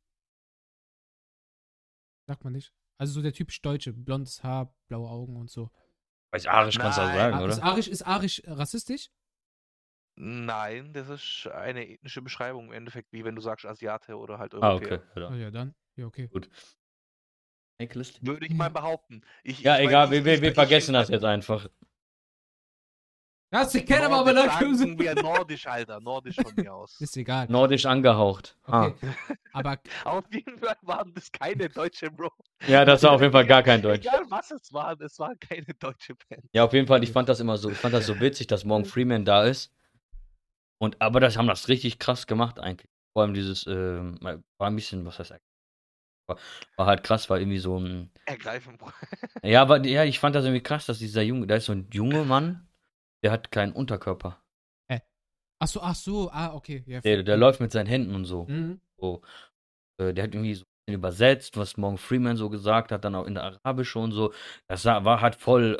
Speaker 1: Sagt man nicht. Also so der typisch Deutsche, blondes Haar, blaue Augen und so.
Speaker 3: Weiß Arisch kannst du auch
Speaker 2: Nein.
Speaker 3: sagen,
Speaker 1: Ah,
Speaker 3: oder?
Speaker 1: ist Arisch rassistisch?
Speaker 2: Nein, das ist eine ethnische Beschreibung im Endeffekt, wie wenn du sagst Asiate oder halt
Speaker 3: Ah,
Speaker 2: Europäer.
Speaker 3: okay.
Speaker 1: Oh ja, dann. Ja, okay.
Speaker 3: Ekelist.
Speaker 2: Würde ich mal behaupten.
Speaker 3: Ja, egal, wir vergessen das jetzt einfach.
Speaker 1: Das ich kenne aber
Speaker 2: sagen wir nordisch, Alter. Nordisch von mir aus.
Speaker 1: Ist egal.
Speaker 3: Nordisch angehaucht.
Speaker 1: Okay. Aber
Speaker 2: Auf jeden Fall waren das keine Deutsche, Bro.
Speaker 3: Ja, das war auf jeden Fall gar kein Deutsch.
Speaker 2: Egal was es waren keine deutsche Fans.
Speaker 3: Ja, auf jeden Fall, ich fand das so witzig, dass Morgan Freeman da ist. Aber haben das richtig krass gemacht eigentlich. Vor allem dieses, war ein bisschen, was heißt eigentlich? War halt krass, war irgendwie so ein.
Speaker 2: Ergreifen, Bro.
Speaker 3: Ja, ich fand das irgendwie krass, dass da ist so ein junger Mann, der hat keinen Unterkörper.
Speaker 1: ach so, okay. Ja,
Speaker 3: Der läuft mit seinen Händen und so.
Speaker 1: Mhm.
Speaker 3: So. Der hat irgendwie so übersetzt, was Morgan Freeman so gesagt hat, dann auch in der Arabische und so. Das war halt voll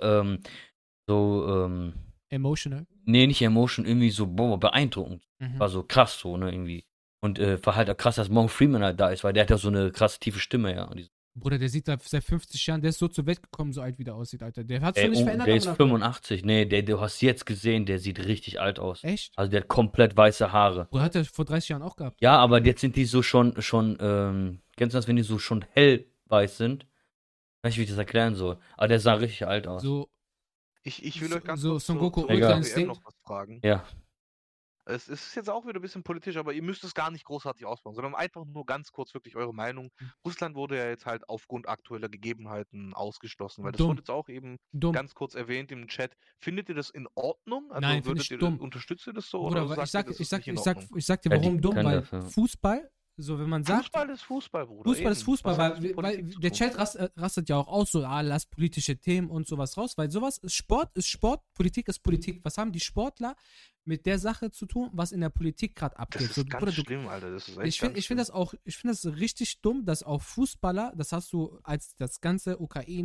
Speaker 1: Emotional.
Speaker 3: nee, nicht emotion, irgendwie so beeindruckend.
Speaker 1: Mhm.
Speaker 3: War so krass so, ne, irgendwie. Und war halt auch krass, dass Morgan Freeman halt da ist, weil der hat ja so eine krass tiefe Stimme, ja. Und
Speaker 1: Bruder, der sieht da seit 50 Jahren, der ist so zur Welt gekommen, so alt wie der aussieht, Alter. Der hat sich so nicht verändert.
Speaker 3: Der ist
Speaker 1: aber-
Speaker 3: 85, nee, du hast jetzt gesehen, der sieht richtig alt aus.
Speaker 1: Echt?
Speaker 3: Also der hat komplett weiße Haare.
Speaker 1: Bruder, hat er vor 30 Jahren auch gehabt.
Speaker 3: Ja, aber jetzt sind die so schon, kennst du das, wenn die so schon hellweiß sind? Ich weiß nicht, wie ich das erklären soll. Aber der sah richtig alt aus.
Speaker 1: So,
Speaker 2: Ich will euch ganz
Speaker 1: so
Speaker 2: kurz
Speaker 1: Son Goku
Speaker 2: zur
Speaker 3: Ultra
Speaker 2: WM
Speaker 1: Instinkt.
Speaker 2: noch was fragen.
Speaker 3: Ja.
Speaker 2: Es ist jetzt auch wieder ein bisschen politisch, aber ihr müsst es gar nicht großartig ausbauen, sondern einfach nur ganz kurz wirklich eure Meinung. Russland wurde ja jetzt halt aufgrund aktueller Gegebenheiten ausgeschlossen, weil das
Speaker 1: Dumm.
Speaker 2: wurde jetzt auch eben
Speaker 1: Dumm.
Speaker 2: ganz kurz erwähnt im Chat. Findet ihr das in Ordnung? Also
Speaker 1: Nein, finde ich dumm.
Speaker 2: unterstützt ihr das so?
Speaker 1: Bruder,
Speaker 2: oder
Speaker 1: weil ich
Speaker 2: sagt ihr, das ist nicht in Ordnung?
Speaker 1: ich sag dir,
Speaker 3: Ja, die
Speaker 1: warum dumm,
Speaker 3: können
Speaker 1: weil
Speaker 3: dafür.
Speaker 1: Fußball, so wenn man sagt,
Speaker 2: Fußball ist Fußball, Bruder.
Speaker 1: Fußball ist
Speaker 2: eben.
Speaker 1: Fußball,
Speaker 2: Was hat das mit
Speaker 1: weil
Speaker 2: Politik zu
Speaker 1: der
Speaker 2: tun?
Speaker 1: Chat rastet ja auch aus, so, lass politische Themen und sowas raus, weil sowas ist Sport, Politik ist Politik. Was haben die Sportler mit der Sache zu tun, was in der Politik gerade
Speaker 2: Das
Speaker 1: abgeht?
Speaker 2: ist
Speaker 1: So,
Speaker 2: ganz
Speaker 1: Bruder,
Speaker 2: schlimm, Alter. Das ist echt
Speaker 1: ich finde
Speaker 2: ganz
Speaker 1: das richtig dumm, dass auch Fußballer, das hast du, als das ganze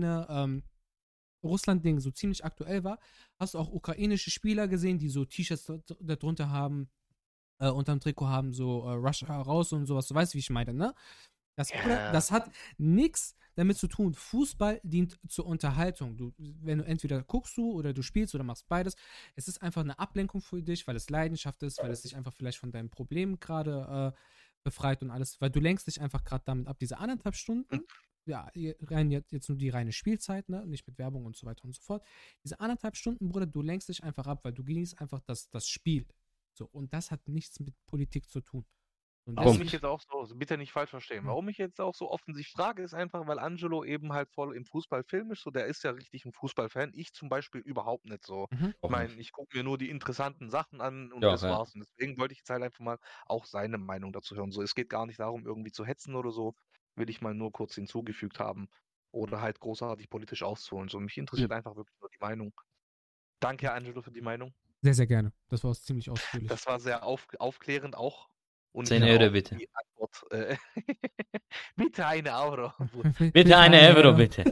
Speaker 1: Russland-Ding so ziemlich aktuell war, hast du auch ukrainische Spieler gesehen, die so T-Shirts darunter haben, unterm Trikot haben, so Russia raus und sowas, du weißt, wie ich meine, ne?
Speaker 2: Ja.
Speaker 1: Das hat nichts damit zu tun. Fußball dient zur Unterhaltung. Wenn du entweder guckst du oder du spielst oder machst beides, es ist einfach eine Ablenkung für dich, weil es Leidenschaft ist, weil es dich einfach vielleicht von deinen Problemen gerade befreit und alles, weil du lenkst dich einfach gerade damit ab. Diese 1,5 Stunden, ja, jetzt nur die reine Spielzeit, ne, nicht mit Werbung und so weiter und so fort. Diese 1,5 Stunden, Bruder, du lenkst dich einfach ab, weil du genießt einfach das Spiel. So, und das hat nichts mit Politik zu tun. Und
Speaker 2: Warum
Speaker 1: deswegen-
Speaker 2: ich jetzt auch so, bitte nicht falsch verstehen, warum ich jetzt auch so offensiv frage, ist einfach, weil Angelo eben halt voll im Fußballfilm ist, so der ist ja richtig ein Fußballfan, ich zum Beispiel überhaupt nicht so.
Speaker 1: Mhm.
Speaker 2: Ich meine, ich gucke mir nur die interessanten Sachen an und
Speaker 3: Ja,
Speaker 2: das
Speaker 3: ja.
Speaker 2: war's. Und deswegen wollte ich jetzt halt einfach mal auch seine Meinung dazu hören. So, es geht gar nicht darum, irgendwie zu hetzen oder so, will ich mal nur kurz hinzugefügt haben oder halt großartig politisch auszuholen. So, mich interessiert einfach wirklich nur die Meinung. Danke, Angelo, für die Meinung.
Speaker 1: Sehr, sehr gerne. Das war ziemlich ausführlich.
Speaker 2: Das war sehr aufklärend auch. Und
Speaker 3: 10 Euro bitte.
Speaker 2: Die Antwort, bitte 1 Euro.
Speaker 3: Bitte 1 Euro, bitte.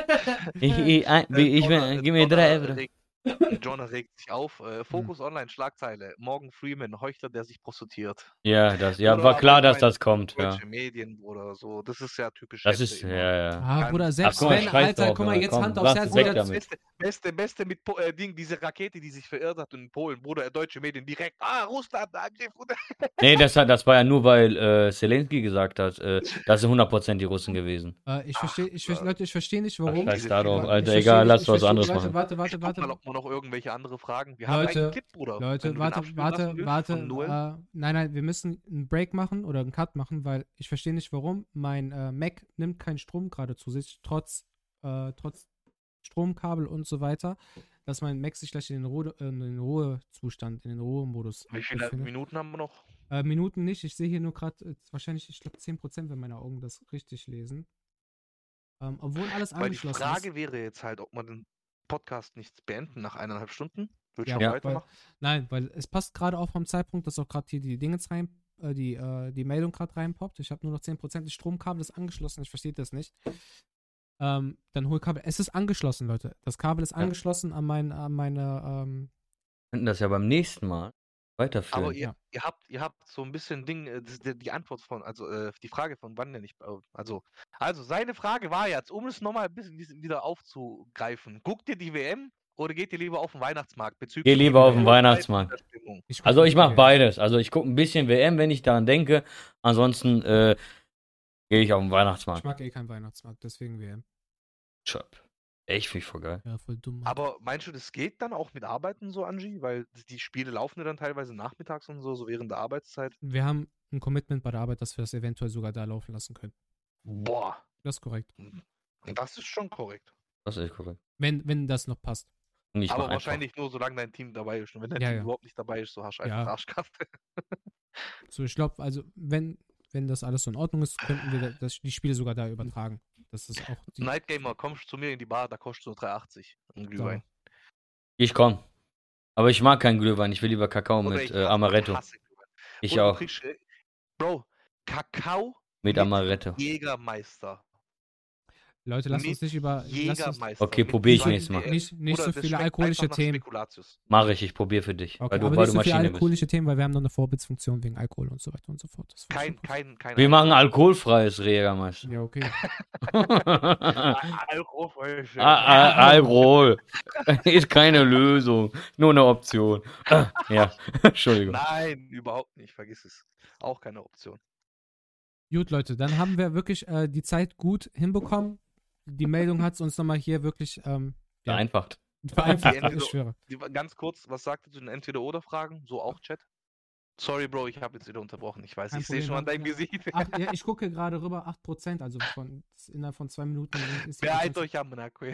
Speaker 3: Gib mir 3 Euro.
Speaker 2: John regt sich auf. Focus Online, Schlagzeile. Morgan Freeman, Heuchler, der sich prostituiert.
Speaker 3: Ja, war klar, dass das kommt.
Speaker 2: Deutsche Medien oder so. Das ist ja typisch.
Speaker 3: Das ist, ja.
Speaker 1: Ah, Bruder, selbst wenn, Alter, guck mal, jetzt Hand aufs Herz.
Speaker 2: Beste mit diese Rakete, die sich verirrt hat in Polen. Bruder, deutsche Medien direkt. Russland, Angriff.
Speaker 3: Nee, das war ja nur, weil Zelensky gesagt hat, das sind 100% die Russen gewesen.
Speaker 1: Leute, ich verstehe nicht, warum.
Speaker 3: Scheiß darauf, Alter, egal, lass was anderes machen.
Speaker 1: Warte.
Speaker 2: Mal, ob wir noch irgendwelche andere Fragen. Wir
Speaker 1: Leute,
Speaker 2: haben einen Clip, Bruder.
Speaker 1: Leute, warte. Nein, wir müssen einen Break machen oder einen Cut machen, weil ich verstehe nicht, warum. Mein Mac nimmt keinen Strom gerade zu sich, trotz Stromkabel und so weiter, dass mein Mac sich gleich in den Ruhezustand, in den Ruhemodus.
Speaker 2: Wie viele Minuten haben wir noch?
Speaker 1: Minuten nicht. Ich sehe hier nur gerade wahrscheinlich, ich glaube 10%, wenn meine Augen das richtig lesen. Obwohl alles angeschlossen ist.
Speaker 2: Die Frage wäre jetzt halt, ob man den Podcast nicht beenden nach 1,5 Stunden. Willst du
Speaker 3: noch
Speaker 2: weitermachen?
Speaker 1: Weil es passt gerade auch vom Zeitpunkt, dass auch gerade hier die Dingens die Meldung gerade reinpoppt. Ich habe nur noch 10%. Das Stromkabel ist angeschlossen. Ich verstehe das nicht. Dann hol Kabel. Es ist angeschlossen, Leute. Das Kabel ist angeschlossen an meine.
Speaker 3: Könnten das ja beim nächsten Mal weiterführen.
Speaker 2: Aber ihr habt so ein bisschen die Antwort von, die Frage von wann denn nicht. Also seine Frage war jetzt, um es nochmal ein bisschen wieder aufzugreifen. Guckt ihr die WM oder geht ihr lieber auf den Weihnachtsmarkt?
Speaker 3: Geh lieber auf den Weihnachtsmarkt. Also ich mache beides. Also ich gucke ein bisschen WM, wenn ich daran denke. Ansonsten gehe ich auf den Weihnachtsmarkt.
Speaker 1: Ich mag keinen Weihnachtsmarkt, deswegen WM.
Speaker 3: Schöp. Echt, finde ich voll geil.
Speaker 1: Ja, voll dumm.
Speaker 2: Aber meinst du, das geht dann auch mit Arbeiten so, Angie? Weil die Spiele laufen ja dann teilweise nachmittags und so während der Arbeitszeit.
Speaker 1: Wir haben ein Commitment bei der Arbeit, dass wir das eventuell sogar da laufen lassen können.
Speaker 2: Boah.
Speaker 1: Das ist korrekt.
Speaker 2: Das ist schon korrekt.
Speaker 3: Das ist echt korrekt.
Speaker 1: Wenn das noch passt.
Speaker 2: Aber wahrscheinlich nur, solange dein Team dabei ist. Und wenn dein Team überhaupt nicht dabei ist, so hast du einfach Arschkarte.
Speaker 1: So, ich glaube, also wenn das alles so in Ordnung ist, könnten wir die Spiele sogar da übertragen. Das ist auch
Speaker 2: Nightgamer, kommst zu mir in die Bar, da kostet so 3,80 ein Glühwein.
Speaker 3: Ich komm. Aber ich mag keinen Glühwein, ich will lieber Kakao mit Amaretto. Ich auch.
Speaker 2: Bro, Kakao
Speaker 3: mit Amaretto.
Speaker 2: Jägermeister.
Speaker 1: Leute, lasst uns nicht über...
Speaker 3: Okay, probiere ich nächstes Mal.
Speaker 1: Nicht so viele alkoholische Themen.
Speaker 3: Mache ich probiere für dich.
Speaker 1: Okay, aber nicht so viele alkoholische Themen, weil wir haben noch eine Vorbildsfunktion wegen Alkohol und so weiter und so fort.
Speaker 3: Wir machen alkoholfreies Jägermeister.
Speaker 1: Ja, okay.
Speaker 2: Alkoholfreies
Speaker 3: Alkohol ist keine Lösung, nur eine Option. Ja, Entschuldigung.
Speaker 2: Nein, überhaupt nicht, vergiss es. Auch keine Option.
Speaker 1: Gut, Leute, dann haben wir wirklich die Zeit gut hinbekommen. Die Meldung hat es uns nochmal hier wirklich
Speaker 3: vereinfacht.
Speaker 1: Ich schwöre.
Speaker 2: Ganz kurz, was sagt ihr zu den Entweder-Oder-Fragen? So auch Chat? Sorry, Bro, ich habe jetzt wieder unterbrochen. Ich weiß, ich sehe schon an deinem Gesicht.
Speaker 1: Ich gucke gerade rüber, 8%, also innerhalb von 2 Minuten.
Speaker 2: Beeilt euch am Monaco.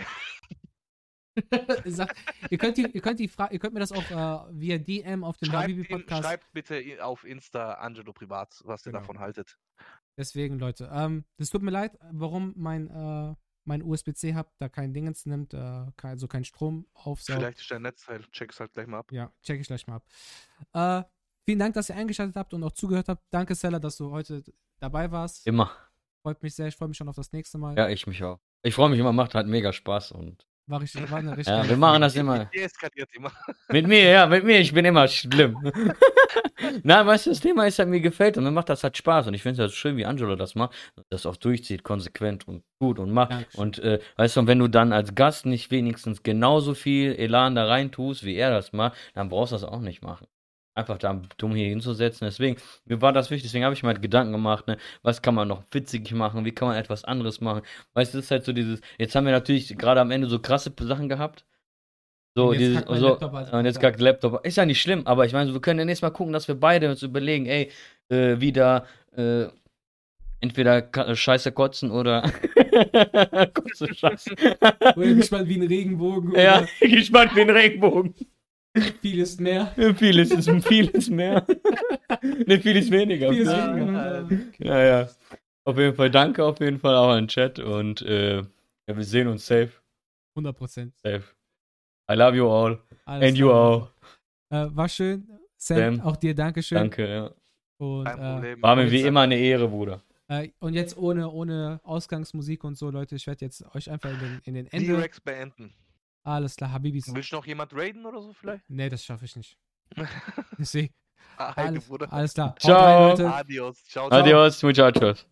Speaker 1: Ihr könnt mir das auch via DM auf dem Habibi-Podcast.
Speaker 2: Schreibt bitte auf Insta Angelo privat, was ihr davon haltet. Deswegen,
Speaker 1: Leute, das tut mir leid, warum mein USB-C-Hub da kein Dingens nimmt, also kein Strom aufsaugt.
Speaker 2: Vielleicht ist dein Netzteil, check's halt gleich mal ab.
Speaker 1: Ja, check ich gleich mal ab. Vielen Dank, dass ihr eingeschaltet habt und auch zugehört habt. Danke, Seller, dass du heute dabei warst.
Speaker 3: Immer.
Speaker 1: Freut mich sehr, ich freue mich schon auf das nächste Mal.
Speaker 3: Ja, ich mich auch. Ich freue mich immer, macht halt mega Spaß und
Speaker 1: war eine richtig
Speaker 3: ja, wir machen das immer.
Speaker 2: Der eskaliert immer.
Speaker 3: Mit mir, ich bin immer schlimm. Nein, weißt du, das Thema ist halt, mir gefällt und mir macht das halt Spaß und ich finde es halt schön, wie Angelo das macht, das auch durchzieht, konsequent und gut und macht. Dankeschön. Und weißt du, wenn du dann als Gast nicht wenigstens genauso viel Elan da rein tust, wie er das macht, dann brauchst du das auch nicht machen. Einfach da dumm hier hinzusetzen. Deswegen, mir war das wichtig, deswegen habe ich mir halt Gedanken gemacht, ne, was kann man noch witzig machen, wie kann man etwas anderes machen. Weißt du, das ist halt so dieses, jetzt haben wir natürlich gerade am Ende so krasse Sachen gehabt. So, und dieses, so, und jetzt kackt Laptop. Ist ja nicht schlimm, aber ich meine, wir können ja nächstes Mal gucken, dass wir beide uns überlegen, ey, wieder, entweder Scheiße kotzen oder Kotze Scheiße.
Speaker 1: Oder gespannt wie ein Regenbogen.
Speaker 3: Ja, gespannt wie ein Regenbogen.
Speaker 1: Vieles mehr.
Speaker 3: Vieles mehr. Ne, vieles weniger.
Speaker 1: Vieles weniger.
Speaker 3: Okay. Ja. Auf jeden Fall danke auf jeden Fall auch an den Chat und ja, wir sehen uns safe.
Speaker 1: 100%.
Speaker 3: Safe. I love you all.
Speaker 1: Alles
Speaker 3: and you all.
Speaker 1: War schön. Sam, auch dir Dankeschön.
Speaker 3: Danke, ja.
Speaker 1: Und,
Speaker 2: Kein Problem.
Speaker 3: War mir wie immer eine Ehre, Bruder.
Speaker 1: Und jetzt ohne Ausgangsmusik und so, Leute, ich werde jetzt euch einfach in den Ende...
Speaker 2: T-Rex beenden.
Speaker 1: Alles klar, Habibis.
Speaker 2: Willst du noch jemand raiden oder so vielleicht?
Speaker 1: Nee, das schaffe ich nicht. Deswegen.
Speaker 2: Alles klar.
Speaker 1: Ciao.
Speaker 2: Haut rein, Leute.
Speaker 3: Adios, muchachos.